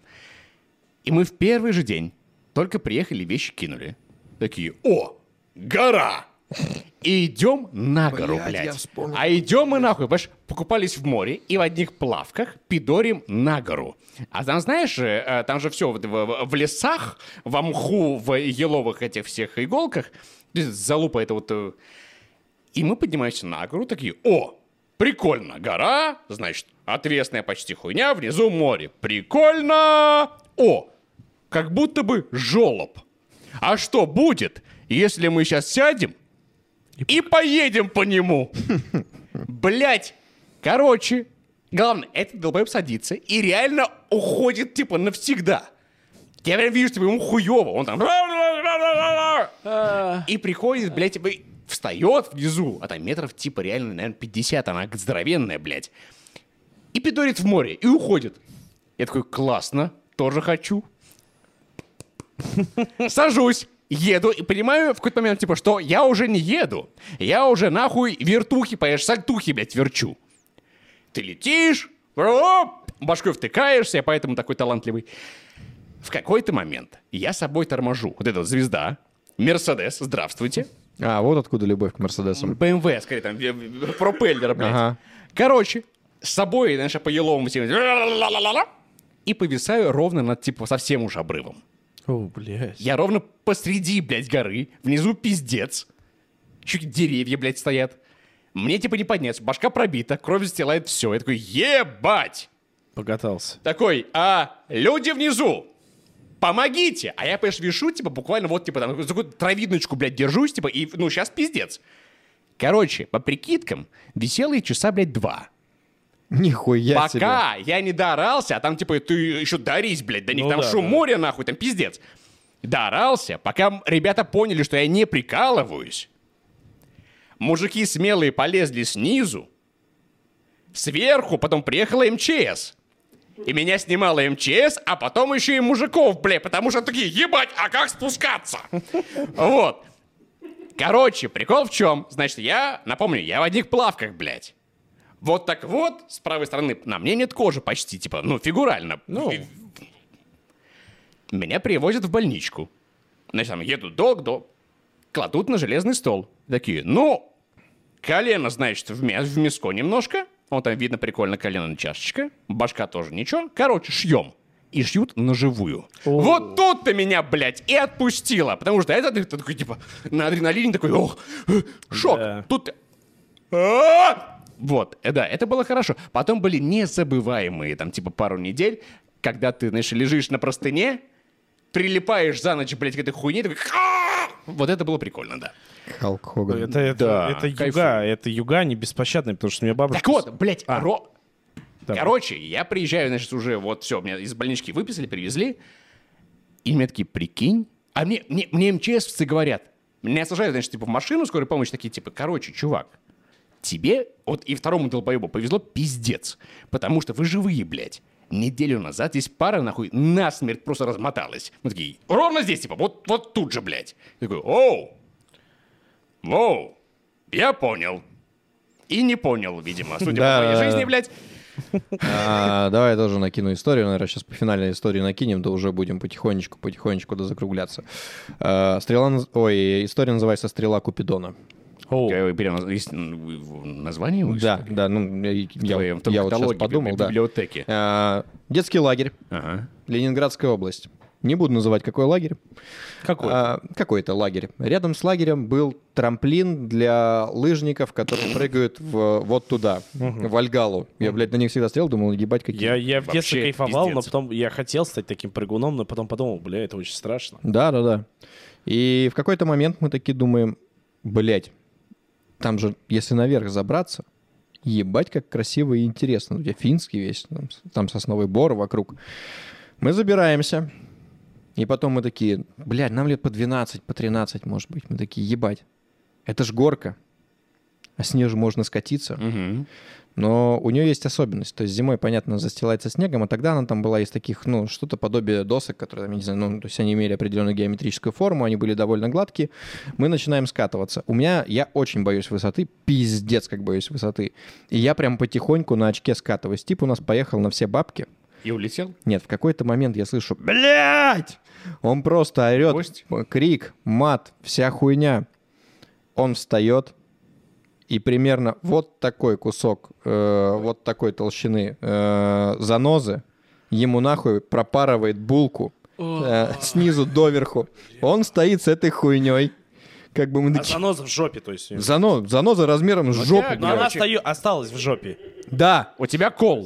И мы в первый же день только приехали, вещи кинули. Такие, о, гора! И идем на гору, Блядь, блядь. я вспомнил. А идем мы нахуй, понимаешь, покупались в море и в одних плавках пидорим на гору. А там, знаешь, э, там же все в, в- в лесах, в мху, в еловых этих всех иголках. То есть залупа это вот... э. И мы поднимаемся на гору, такие, о, прикольно, гора, значит, отвесная почти хуйня, внизу море. Прикольно! О, как будто бы жолоб. А что будет, если мы сейчас сядем и поедем по нему? Блять, Короче, главное, этот долбоеб садится и реально уходит, типа, навсегда. Я прям вижу, типа, ему хуёво. Он там... И приходит, блядь, типа, встает внизу, а там метров, типа, реально, наверное, пятьдесят, она здоровенная, блядь. И пидорит в море, и уходит. Я такой, классно, тоже хочу. Сажусь, еду, и понимаю в какой-то момент, типа, что я уже не еду. Я уже, нахуй, вертухи, понимаешь, сальтухи, блядь, верчу. Ты летишь, башкой втыкаешься, я поэтому такой талантливый. В какой-то момент я собой торможу. Вот эта вот звезда, Мерседес, здравствуйте. А, вот откуда любовь к Мерседесам. бэ эм вэ, скорее, там, пропеллер, блядь. Ага. Короче, с собой, знаешь, по еловому и повисаю ровно над, типа, совсем уж обрывом. О, блядь. Я ровно посреди, блядь, горы, внизу пиздец. Чуть деревья, блядь, стоят. Мне, типа, не подняться, башка пробита, кровь застилает все. Я такой, ебать! Покатался. Такой, а люди внизу, помогите! А я, понимаешь, вешу, типа, буквально вот, типа, там, за какую-то травидночку, блядь, держусь, типа, и, ну, сейчас пиздец. Короче, по прикидкам, висело и часа, блядь, два. Нихуя себе. Пока я не доорался, а там, типа, ты еще дарись, блядь, до них Ну там да, шум да. моря, нахуй, там пиздец. Доорался, пока ребята поняли, что я не прикалываюсь. Мужики смелые полезли снизу. Сверху потом приехала эм че эс. И меня снимала эм че эс, а потом еще и мужиков, блядь, потому что такие, ебать, а как спускаться? Вот. Короче, прикол в чем? Значит, я, напомню, я в одних плавках, блядь. Вот так вот, с правой стороны, на мне нет кожи почти, типа, ну, фигурально. Ну. Меня привозят в больничку. Значит, там едут долг-долг, кладут на железный стол. Такие, ну, колено, значит, в, мя- в миско немножко. Вон там видно прикольно колено на чашечка. Башка тоже ничего. Короче, шьем. И шьют на живую. О. Вот тут-то меня, блядь, и отпустило. Потому что это ты такой, типа, на адреналине такой, ох, э, шок. Да. Тут... А-а-а! Вот, э, да, это было хорошо. Потом были незабываемые, там, типа, пару недель, когда ты, знаешь, лежишь на простыне, прилипаешь за ночь, блядь, к этой хуйне, такой... «А-а-а!» Вот это было прикольно, да. Халк Хоган. Это, это, Да, это кайфую. юга, это юга не беспощадные, потому что у меня бабушка... Так вот, блядь, А. ро... Давай. Короче, я приезжаю, значит, уже вот все, меня из больнички выписали, привезли, и мне такие, прикинь, а мне, мне, мне эм че эсовцы говорят, меня сажают, значит, типа в машину скорой помощи, такие, типа, короче, чувак, тебе, вот и второму долбоебу повезло пиздец, потому что вы живые, блядь. Неделю назад здесь пара, нахуй, насмерть просто размоталась. Мы такие, ровно здесь, типа, вот, вот тут же, блядь. Я такой, оу, оу, я понял. И не понял, видимо, судя Да, по моей да, жизни, да. блядь. А, давай я тоже накину историю. Наверное, сейчас по финальной истории накинем, да уже будем потихонечку, потихонечку да закругляться. А, стрела, наз- ой, история называется «Стрела Купидона». Оу. Я берем есть название? у Да, истории? да, ну я, В я, твоем- в том я вот сейчас каталоге, подумал, в да. библиотеке. А, детский лагерь, Ага. Ленинградская область. Не буду называть, какой лагерь. Какой? А, какой-то лагерь. Рядом с лагерем был трамплин для лыжников, которые прыгают в, вот туда, в Вальгалу. Я, блядь, на них всегда стоял, думал, ебать, какие... Я, я в Вообще детстве кайфовал, но пиздец. потом я хотел стать таким прыгуном, но потом подумал, бля, это очень страшно. Да, да, да. И в какой-то момент мы такие думаем, блядь, там же, если наверх забраться, ебать, как красиво и интересно. У тебя финский весь, там, там сосновый бор вокруг. Мы забираемся, и потом мы такие, блядь, нам лет по двенадцать, по тринадцать, может быть. Мы такие, ебать, это ж горка, а с нее же можно скатиться. Мгм. Но у нее есть особенность. То есть зимой, понятно, застилается снегом, а тогда она там была из таких, ну, что-то подобие досок, которые, там, я не знаю, ну, то есть они имели определенную геометрическую форму, они были довольно гладкие. Мы начинаем скатываться. У меня, я очень боюсь высоты, пиздец, как боюсь высоты. И я прям потихоньку на очке скатываюсь. Тип у нас поехал на все бабки. И улетел? Нет, в какой-то момент я слышу, блядь! Он просто орет, Гость? крик, мат, вся хуйня. Он встает, и примерно вот такой кусок, э, вот такой толщины э, занозы ему нахуй пропарывает булку э, снизу доверху. Он стоит с этой хуйней. Как бы мы А такие... заноза в жопе, то есть. Зано- заноза размером с жопу, так, Но она блядь. остаю- осталась в жопе. Да, У тебя кол.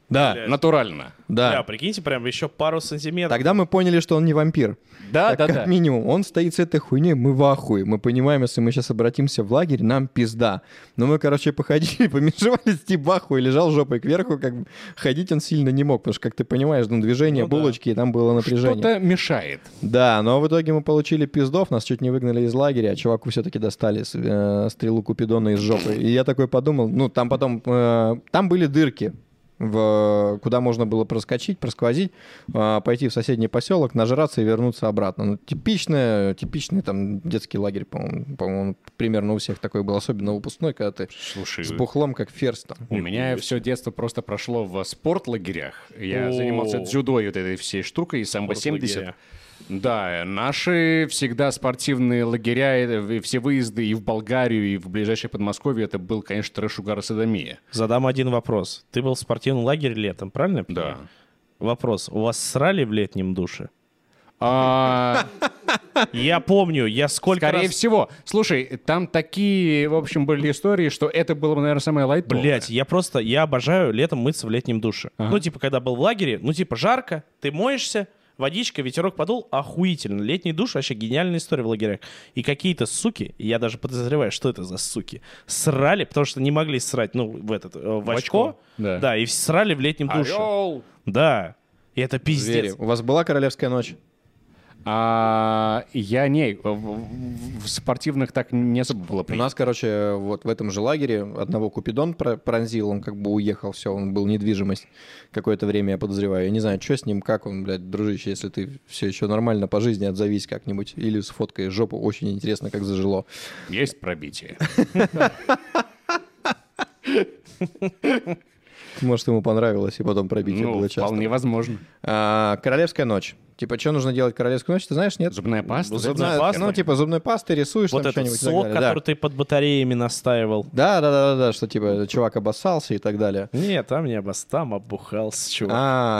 Да, Натурально. да. Бля, прикиньте, прям еще пару сантиметров. Тогда мы поняли, что он не вампир. Да, Так, да, как да. минимум. Он стоит с этой хуйней, мы в ахуе. Мы понимаем, если мы сейчас обратимся в лагерь, нам пизда. Но мы, короче, походили, помешивали, Стив в ахуе, лежал жопой кверху, как бы ходить он сильно не мог, потому что, как ты понимаешь, ну, движение Ну да. булочки, и там было напряжение. Что-то мешает. Да, но в итоге мы получили пиздов, нас чуть не выгнали из лагеря, а чуваку все-таки достали с- э, стрелу Купидона из жопы. И я такой подумал, ну, там потом, э, там были дырки, в, куда можно было проскочить, просквозить, э, пойти в соседний поселок, нажраться и вернуться обратно. Ну, типичный, типичный там детский лагерь, по-моему, по-моему, примерно у всех такой был, особенно выпускной, когда ты Слушай, с бухлом, как ферзь там. у меня все детство просто прошло в спортлагерях. Я О. занимался дзюдо и вот этой всей штукой, и самбо семьдесят. Спортлагеря. Да, наши всегда спортивные лагеря, и все выезды и в Болгарию, и в ближайшее Подмосковье, это был, конечно, трэш, угар и содомия. Задам один вопрос. Ты был в спортивном лагере летом, правильно я понимаю? Да. Вопрос. У вас срали в летнем душе? А, Я помню, я сколько Скорее раз... всего. Слушай, там такие, в общем, были истории, что это было, наверное, самое лайтовое. Блять, я просто, я обожаю летом мыться в летнем душе. Ну, типа, когда был в лагере, ну, типа, жарко, ты моешься, водичка, ветерок подул, охуительно. Летний душ вообще гениальная история в лагерях. И какие-то суки, я даже подозреваю, что это за суки, срали, потому что не могли срать, ну, в этот, э, в, очко. очко, да. Да, и срали в летнем душе. Орел! Да. И это Звери. пиздец. У вас была королевская ночь? А, я не, в, в- в спортивных так не особо было У принято. нас, короче, вот в этом же лагере одного Купидон про- пронзил, он как бы уехал, все, он был недвижимость какое-то время, я подозреваю. Я не знаю, что с ним, как он, блядь, дружище, если ты все еще нормально по жизни, отзовись как-нибудь. Или сфоткай жопу, очень интересно, как зажило. Есть пробитие. Может, ему понравилось, и потом пробитие Ну, было часто. вполне возможно. А, королевская ночь. Типа, что нужно делать королевскую ночь, ты знаешь, нет? Зубная паста? Зубная паста? Ну, типа, зубной пастой рисуешь Вот там этот что-нибудь и так сок, далее. который ты под батареями настаивал. Да, да, да, да, да, что типа чувак обоссался и так далее. Нет, там не обос, там оббухался, чувак. А,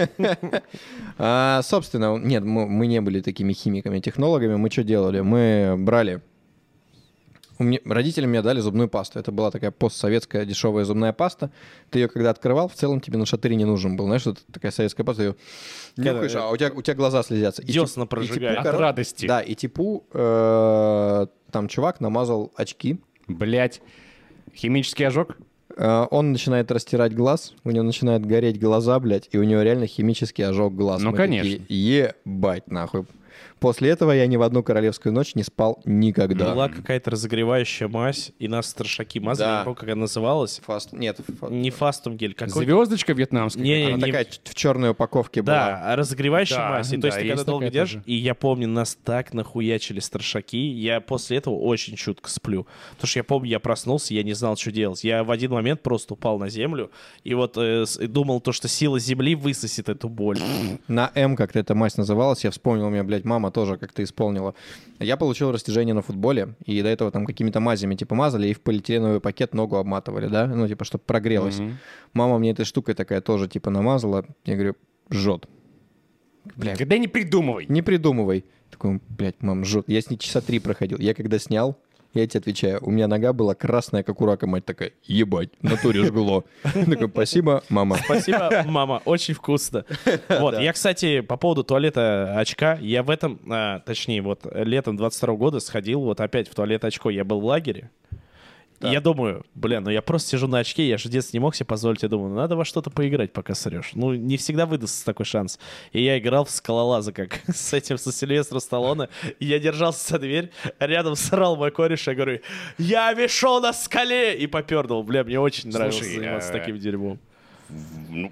А, собственно, нет, мы мы не были такими химиками, технологами. Мы что делали? Мы брали... У меня- Родители мне дали зубную пасту. Это была такая постсоветская дешевая зубная паста. Ты ее когда открывал, в целом тебе на шатыре не нужен был. Знаешь, это такая советская паста, ее нюхаешь, а у тебя, у тебя глаза слезятся. И Десна тип- и прожигает. типу, От кор- радости. Да, и типу э, там чувак намазал очки. Блять. Химический ожог? Э, Он начинает растирать глаз, у него начинают гореть глаза, блядь, и у него реально химический ожог глаз. Ну, Мы конечно. такие, ебать, нахуй. После этого я ни в одну королевскую ночь не спал никогда. Была какая-то разогревающая мазь, и нас страшаки мазали, Да. я не помню, как она называлась. Фаст... Нет, фа- Не фастум гель, какой Звездочка вьетнамская? Не, она не- такая ч- в черной упаковке Да, была. а разогревающая Да, мазь. И то да, есть ты есть когда долго такая держишь, тоже. и я помню, нас так нахуячили страшаки, я после этого очень чутко сплю. Потому что я помню, я проснулся, я не знал, что делать. Я в один момент просто упал на землю, и вот э, с- и думал то, что сила земли высосет эту боль. На М как-то эта мазь называлась, я вспомнил, у меня, блядь, мама тоже как-то исполнила. Я получил растяжение на футболе, и до этого там какими-то мазями типа мазали, и в полиэтиленовый пакет ногу обматывали, да, ну типа, чтобы прогрелась. Мама мне этой штукой такая тоже типа намазала, я говорю, жжет. Блядь, Когда не придумывай. не придумывай. Такой, блядь, мам, жжет. Я с ней часа три проходил. Я когда снял, я тебе отвечаю, у меня нога была красная, как у рака, мать такая, ебать, в натуре жгло. Такой, спасибо, мама. Спасибо, мама, очень вкусно. Вот, я, кстати, по поводу туалета очка, я в этом, а, точнее, вот летом двадцать второго года сходил вот опять в туалет очко, я был в лагере. И я думаю, бля, ну я просто сижу на очке, я же в детстве не мог себе позволить, я думаю, ну надо во что-то поиграть, пока срешь. Ну, не всегда выдастся такой шанс. И я играл в скалолаза, как с этим, со Сильвестром Сталлоне, и я держался за дверь, рядом срал мой кореш, я говорю, я вешал на скале, и попердал. Бля, мне очень нравилось Слушай, заниматься а- таким дерьмом. Ну,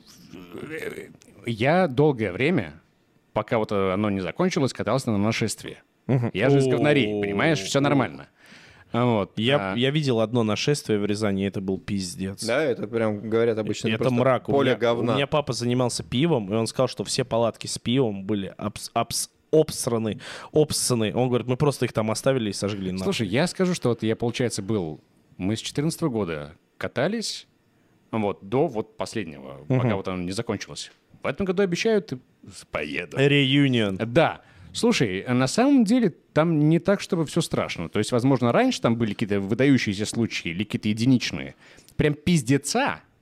я долгое время, пока вот оно не закончилось, катался на нашествии. Я же из говнорей, понимаешь? Все нормально. А Вот. Я, а, я видел одно нашествие в Рязани, это был пиздец. Да, это прям говорят обычно. Это просто мрак. У Поле меня, говна. у меня папа занимался пивом, и он сказал, что все палатки с пивом были обс- обс- обсраны, обссаны. Он говорит, мы просто их там оставили и сожгли. нахуй. Слушай, я скажу, что вот я, получается, был... Мы с четырнадцатого года катались вот до вот последнего, пока вот оно не закончилось. В этом году обещают, поеду. Реюнион. Да. Слушай, на самом деле там не так, чтобы все страшно. То есть, возможно, раньше там были какие-то выдающиеся случаи или какие-то единичные. Прям пиздеца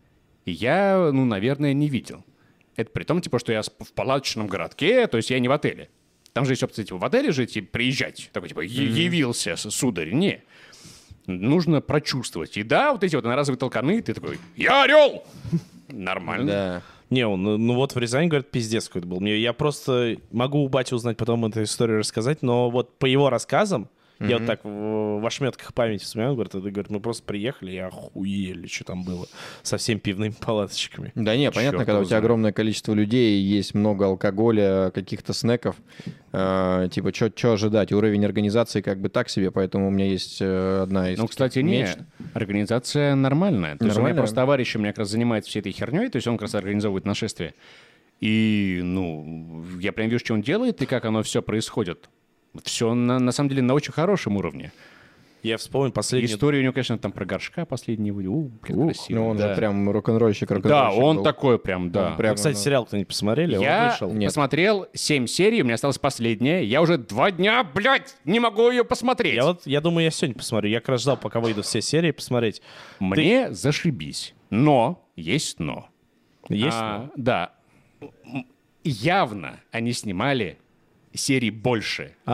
я, ну, наверное, не видел. Это при том, типа, что я в палаточном городке, то есть я не в отеле. Там же еще, кстати, в отеле жить и приезжать. Такой, типа, явился, сударь. Не. Нужно прочувствовать. И да, вот эти вот одноразовые толканы, ты такой, я орел! Нормально. Да. Не, он, ну вот в Рязани, говорят, пиздец какой-то был. Мне, я просто могу у бати узнать, потом эту историю рассказать, но вот по его рассказам, mm-hmm. я вот так в, в ошметках памяти вспоминаю, говорит, это, говорит, мы просто приехали и охуели, что там было со всеми пивными палаточками. Да не, понятно, Чёрт когда у его тебя знает. огромное количество людей, есть много алкоголя, каких-то снеков, э, типа, что ожидать? Уровень организации как бы так себе, поэтому у меня есть э, одна из... Ну, кстати, таких не, мечт. организация нормальная. То есть у меня Нормальная? просто товарищ у меня как раз занимается всей этой херней, то есть он как раз организовывает нашествие. И, ну, я прям вижу, что он делает и как оно все происходит. Все на, на самом деле на очень хорошем уровне. Я вспомнил последний... История у него, конечно, там про горшка последнего. У, блин, красиво. Ну, он да. же прям рок-н-ролльщик, Да, рок-н-ролльщик он был. такой прям, да. Он прям- Вы, кстати, ну. сериал кто-нибудь посмотрели? Я Он вышел. Нет. посмотрел семь серий, у меня осталась последняя. Я уже два дня, блядь, не могу ее посмотреть. Я вот, я думаю, я сегодня посмотрю. Я как раз ждал, пока выйдут все серии, посмотреть. Мне зашибись. Но, есть но. Есть? А, да. М, Явно они снимали серий больше. Типа,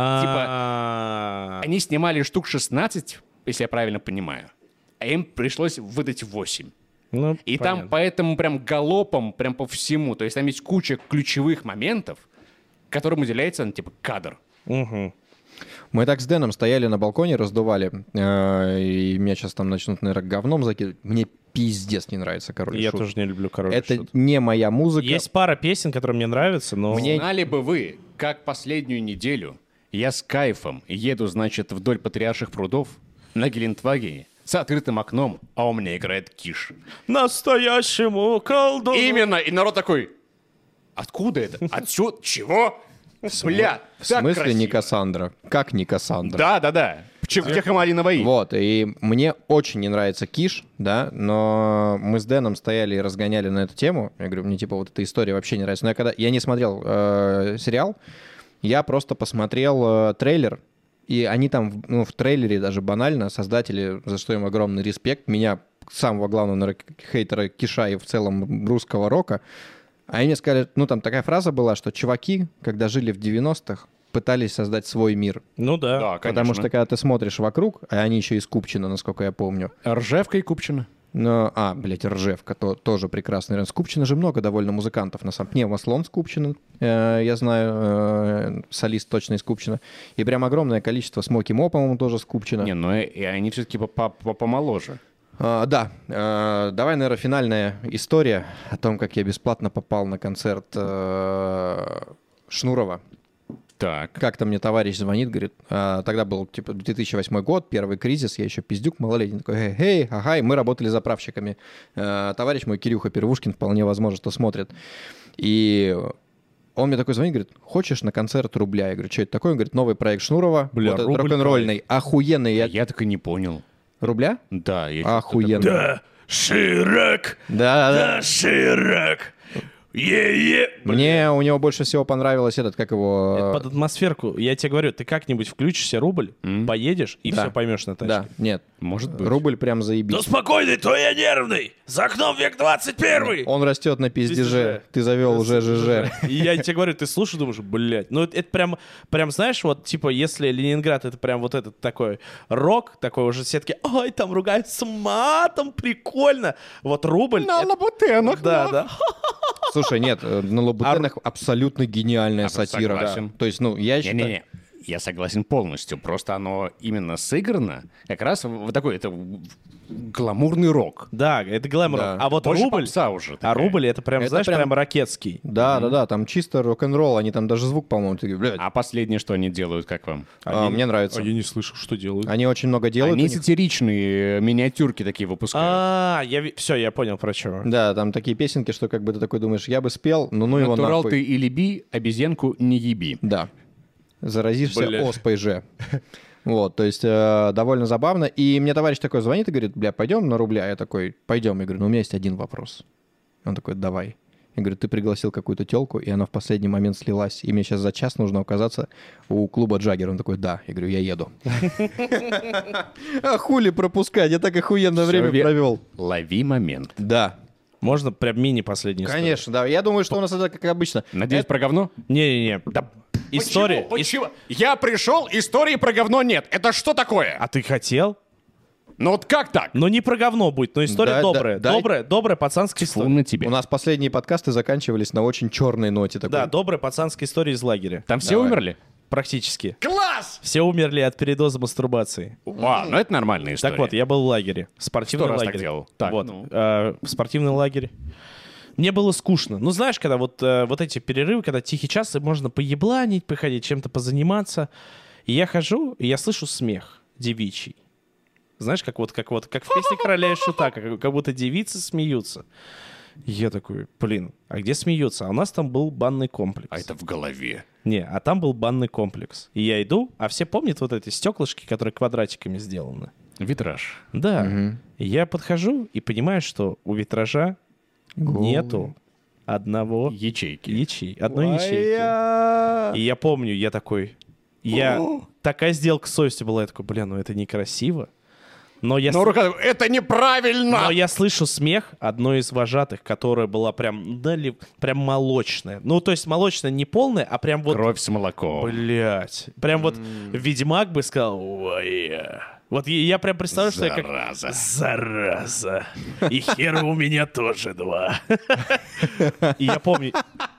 А, они снимали штук шестнадцать, если я правильно понимаю. А им пришлось выдать восемь. ну, И там понятно. поэтому прям галопом, прям по всему. То есть там есть куча ключевых моментов, которым уделяется, ну, типа, кадр. Мгм. Мы так с Дэном стояли на балконе, раздували, э, и меня сейчас там начнут, наверное, говном закидывать. Мне пиздец не нравится «Король и Я Шут». тоже не люблю «Король и Это Шут». не моя музыка. Есть пара песен, которые мне нравятся, но... Мне- Знали бы вы, как последнюю неделю я с кайфом еду, значит, вдоль Патриарших прудов на Гелендвагене с открытым окном, а у меня играет Киш. Настоящему колдуну. Именно! И народ такой, откуда это? Отсюда? Чего? Бля, В смысле не Кассандра? Как не Кассандра? Да, да, да. Чехомалиновая И. Вот, и мне очень не нравится Киш, да, но мы с Дэном стояли и разгоняли на эту тему. Я говорю, мне типа вот эта история вообще не нравится. Но я когда... Я не смотрел э, сериал, я просто посмотрел э, трейлер, и они там, ну, в трейлере даже банально, создатели, за что им огромный респект, меня, самого главного, наверное, хейтера Киша и в целом русского рока, они мне сказали, ну, там такая фраза была, что чуваки, когда жили в девяностых, пытались создать свой мир. Ну да. Да, конечно. Потому что когда ты смотришь вокруг, а они еще из Купчино, насколько я помню. Ржевка и Купчина. Но, а, блядь, Ржевка, то, тоже прекрасный район. С Купчино же много довольно музыкантов, на самом деле. Маслон с Купчино, э, я знаю, э, солист точно из Купчино. И прям огромное количество. Смоки Мо, по-моему, тоже с Купчино. Не, ну и, и они все-таки по- по- помоложе. А, да, э, давай, наверное, финальная история о том, как я бесплатно попал на концерт э, Шнурова. Так. Как-то мне товарищ звонит, говорит, а, тогда был типа две тысячи восьмой год, первый кризис, я еще пиздюк малолетний, такой, эй, эй, ага, и мы работали заправщиками. А, товарищ мой Кирюха Первушкин, вполне возможно, что смотрит. И он мне такой звонит, говорит, хочешь на концерт Рубля? Я говорю, что это такое? Он говорит, новый проект Шнурова, Бля, вот этот Рубль рок-н-ролльный, охуенный. Я... Я так и не понял. Рубля? Да. Я Охуенно. Да, Ширак, Да, да. да, Ширак, е-е. Мне у него больше всего понравилось этот, как его... Это под атмосферку. Я тебе говорю, ты как-нибудь включишься рубль, поедешь и Да. все поймешь на тачке. Да, нет. Может быть. Рубль прям заебись. Ну спокойный, то я нервный. За окном век двадцать первый. Он растет на пиздеже. Ты завел уже ЖЖ. И я тебе говорю, ты слушаешь, думаешь, блядь, ну это, это прям, прям, знаешь, вот, типа, если Ленинград, это прям вот этот такой рок, такой уже все таки, ой, там ругаются матом, прикольно. Вот рубль... На это- лабутенах. Да, ну. да. Слушай, нет, э, на Лабутенах абсолютно гениальная А, сатира. согласен. То есть, ну, я считаю... Не-не-не, я согласен полностью. Просто оно именно сыграно как раз вот такой, это гламурный рок. Да, это глэм Да. А вот Больше рубль... попса уже А такая. рубль это прям, Это знаешь, прям- прям, ракетский. Да, да, да, там чисто рок-н-ролл, они там даже звук, по-моему, такие, блядь, А последнее, что они делают, как вам? а, мне нравится. А я не слышу, что делают. Они очень много делают. Они у них. сатиричные э, миниатюрки такие выпускают. А, я все, я понял про чего. Да, там такие песенки, что как бы ты такой думаешь, я бы спел, ну ну его Натурал нахуй. ты и леби, обезьянку не еби. Да. Заразишься Бля. оспой же. Вот, то есть э, довольно забавно. И мне товарищ такой звонит и говорит, бля, пойдем на Рубля? Я такой, пойдем. Я говорю, ну у меня есть один вопрос. Он такой, давай. Я говорю, ты пригласил какую-то телку, и она в последний момент слилась. И мне сейчас за час нужно оказаться у клуба Джаггер. Он такой, да. Я говорю, я еду. А хули пропускать? Я так охуенно время Всё ве- провел. Лови момент. Да. Можно прям мини-последнюю историю? Конечно, да. Я думаю, что у нас это как обычно. Надеюсь, про говно? Не-не-не. Да, история. Почему? Почему? Я пришел, истории про говно нет. Это что такое? А ты хотел? Ну вот как так? Ну не про говно будет, но история Да, добрая. да, да. Добрая, добрая пацанская Фу история. на тебе. У нас последние подкасты заканчивались на очень черной ноте. Такой. Да, добрая пацанская история из лагеря. Там все Давай. умерли? Практически. Класс! Все умерли от передоза мастурбации. А, ну это нормальная история. Так вот, я был в лагере. Спортивный Сто раз лагерь. так делал. Так, вот, ну. э, в спортивный лагерь. Мне было скучно. Ну, знаешь, когда вот, э, вот эти перерывы, когда тихий час, и можно поебланить, походить, чем-то позаниматься. И я хожу, и я слышу смех девичий. Знаешь, как вот, как вот, как в песне «Короля и Шута», как, как будто девицы смеются. И я такой, блин, а где смеются? А у нас там был банный комплекс. А это в голове. Не, а там был банный комплекс. И я иду, а все помнят вот эти стеклышки, которые квадратиками сделаны? Витраж. Да. Мгм. И я подхожу и понимаю, что у витража нету одного Ячейки. ячей, одной ячейки. Ай-я. И я помню, я такой... Я... Такая сделка с совестью была. Я такой, бля, ну это некрасиво. Но я, Но с- рука... Это неправильно! но я слышу смех одной из вожатых, которая была прям, дали, прям молочная. Ну, то есть молочная не полная, а прям вот... Кровь с молоком. Блять. Прям вот Ведьмак бы сказал, ой, вот я, я прям представляю, что я как... Зараза. Зараза. И хера у меня тоже два. И я помню...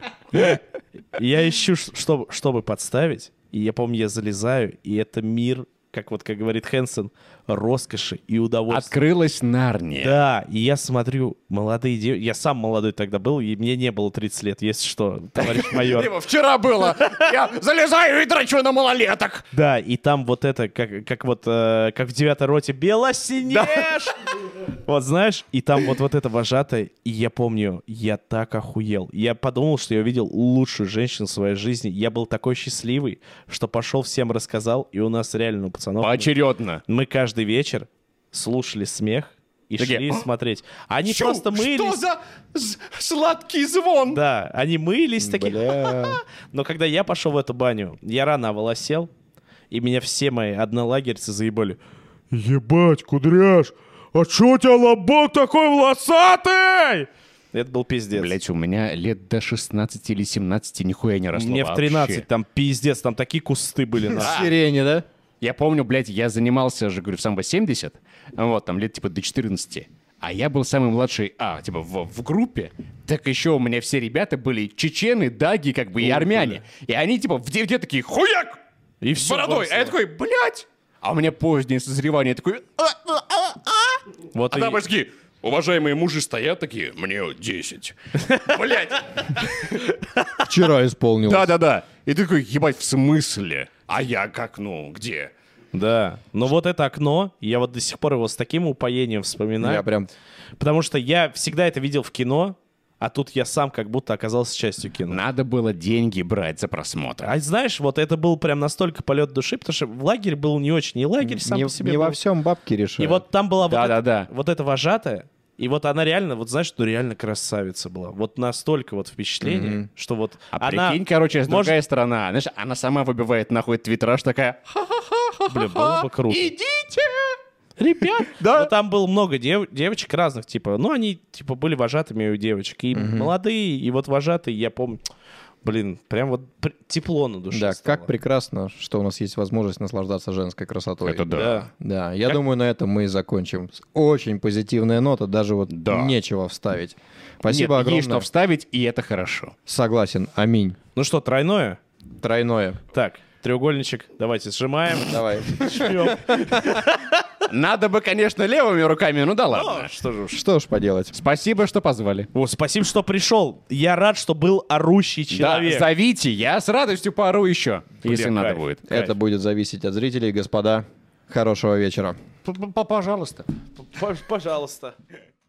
Я ищу, чтобы, чтобы подставить, и я помню, я залезаю, и это мир, как вот, как говорит Хэнсон, роскоши и удовольствия. Открылась Нарния. Да, и я смотрю, молодые девушки... Я сам молодой тогда был, и мне не было тридцать лет, если что, товарищ майор. Типа, вчера было. Я залезаю и драчу на малолеток. Да, и там вот это, как, как вот, э, как в девятой роте, Белоснеж! Вот знаешь, и там вот, вот это вожатая, и я помню, я так охуел. Я подумал, что я увидел лучшую женщину в своей жизни. Я был такой счастливый, что пошел всем рассказал, и у нас реально у пацанов... Поочередно. Мы каждый вечер слушали смех и Такие, шли «А? смотреть. Они Чё? просто мылись. Что за з- сладкий звон? Да, они мылись такие. Бля. Но когда я пошел в эту баню, я рано оволосел, и меня все мои однолагерцы заебали. Ебать, кудряш, а чё у тебя лобок такой волосатый? Это был пиздец. Блять, у меня лет до шестнадцати или семнадцати нихуя не росло Мне в вообще. тринадцать там пиздец, там такие кусты были. нахуй. Сирени, да? Я помню, блядь, я занимался же, говорю, в самбо семьдесят, вот, там лет типа до четырнадцати. А я был самый младший, а, типа, в, в группе. Так еще у меня все ребята были чечены, даги, как бы, и армяне. И они, типа, в девяти такие, хуяк! И С все. бородой. А я такой, блядь! А у меня позднее созревание, я такой, а, а, а, а. Вот А и- там такие, уважаемые мужи стоят такие, мне десять. Блядь! Вчера исполнилось. Да-да-да. И ты такой, ебать, в смысле? А я как, ну, где? Да. Но вот это окно, я вот до сих пор его с таким упоением вспоминаю. Я прям... Потому что я всегда это видел в кино, а тут я сам как будто оказался частью кино. Надо было деньги брать за просмотр. А знаешь, вот это был прям настолько полет души, потому что в лагерь был не очень, не лагерь сам Не, по себе не был. во всем бабки решают. И вот там была вот, Да-да-да. эта, вот эта вожатая, и вот она реально, вот знаешь, ну реально красавица была. Вот настолько вот впечатление, что вот А она... прикинь, короче, может- другая сторона. Знаешь, она сама выбивает нахуй этот витраж, такая, Блин, было бы круто. идите! Ребят, Да. но там было много дев- девочек разных, типа, ну, они, типа, были вожатыми у девочек, и молодые, и вот вожатые, я помню, блин, прям вот пр- тепло на душе Да, стало. как прекрасно, что у нас есть возможность наслаждаться женской красотой. Это да. Да. Да, я думаю, на этом мы и закончим. Очень позитивная нота, даже вот Да. нечего вставить. Спасибо Нет, огромное. есть что вставить, и это хорошо. Согласен, аминь. Ну что, тройное? Тройное. Так, треугольничек, давайте сжимаем. Давай. Жмем. Надо бы, конечно, левыми руками, ну да ладно. Что же уж. Что ж поделать. Спасибо, что позвали. О, спасибо, что пришел. Я рад, что был орущий человек. Да, зовите, я с радостью поору еще, если Бля, надо кайф. будет. Кайф. Это будет зависеть от зрителей, господа. Хорошего вечера. П- п- Пожалуйста. П- Пожалуйста.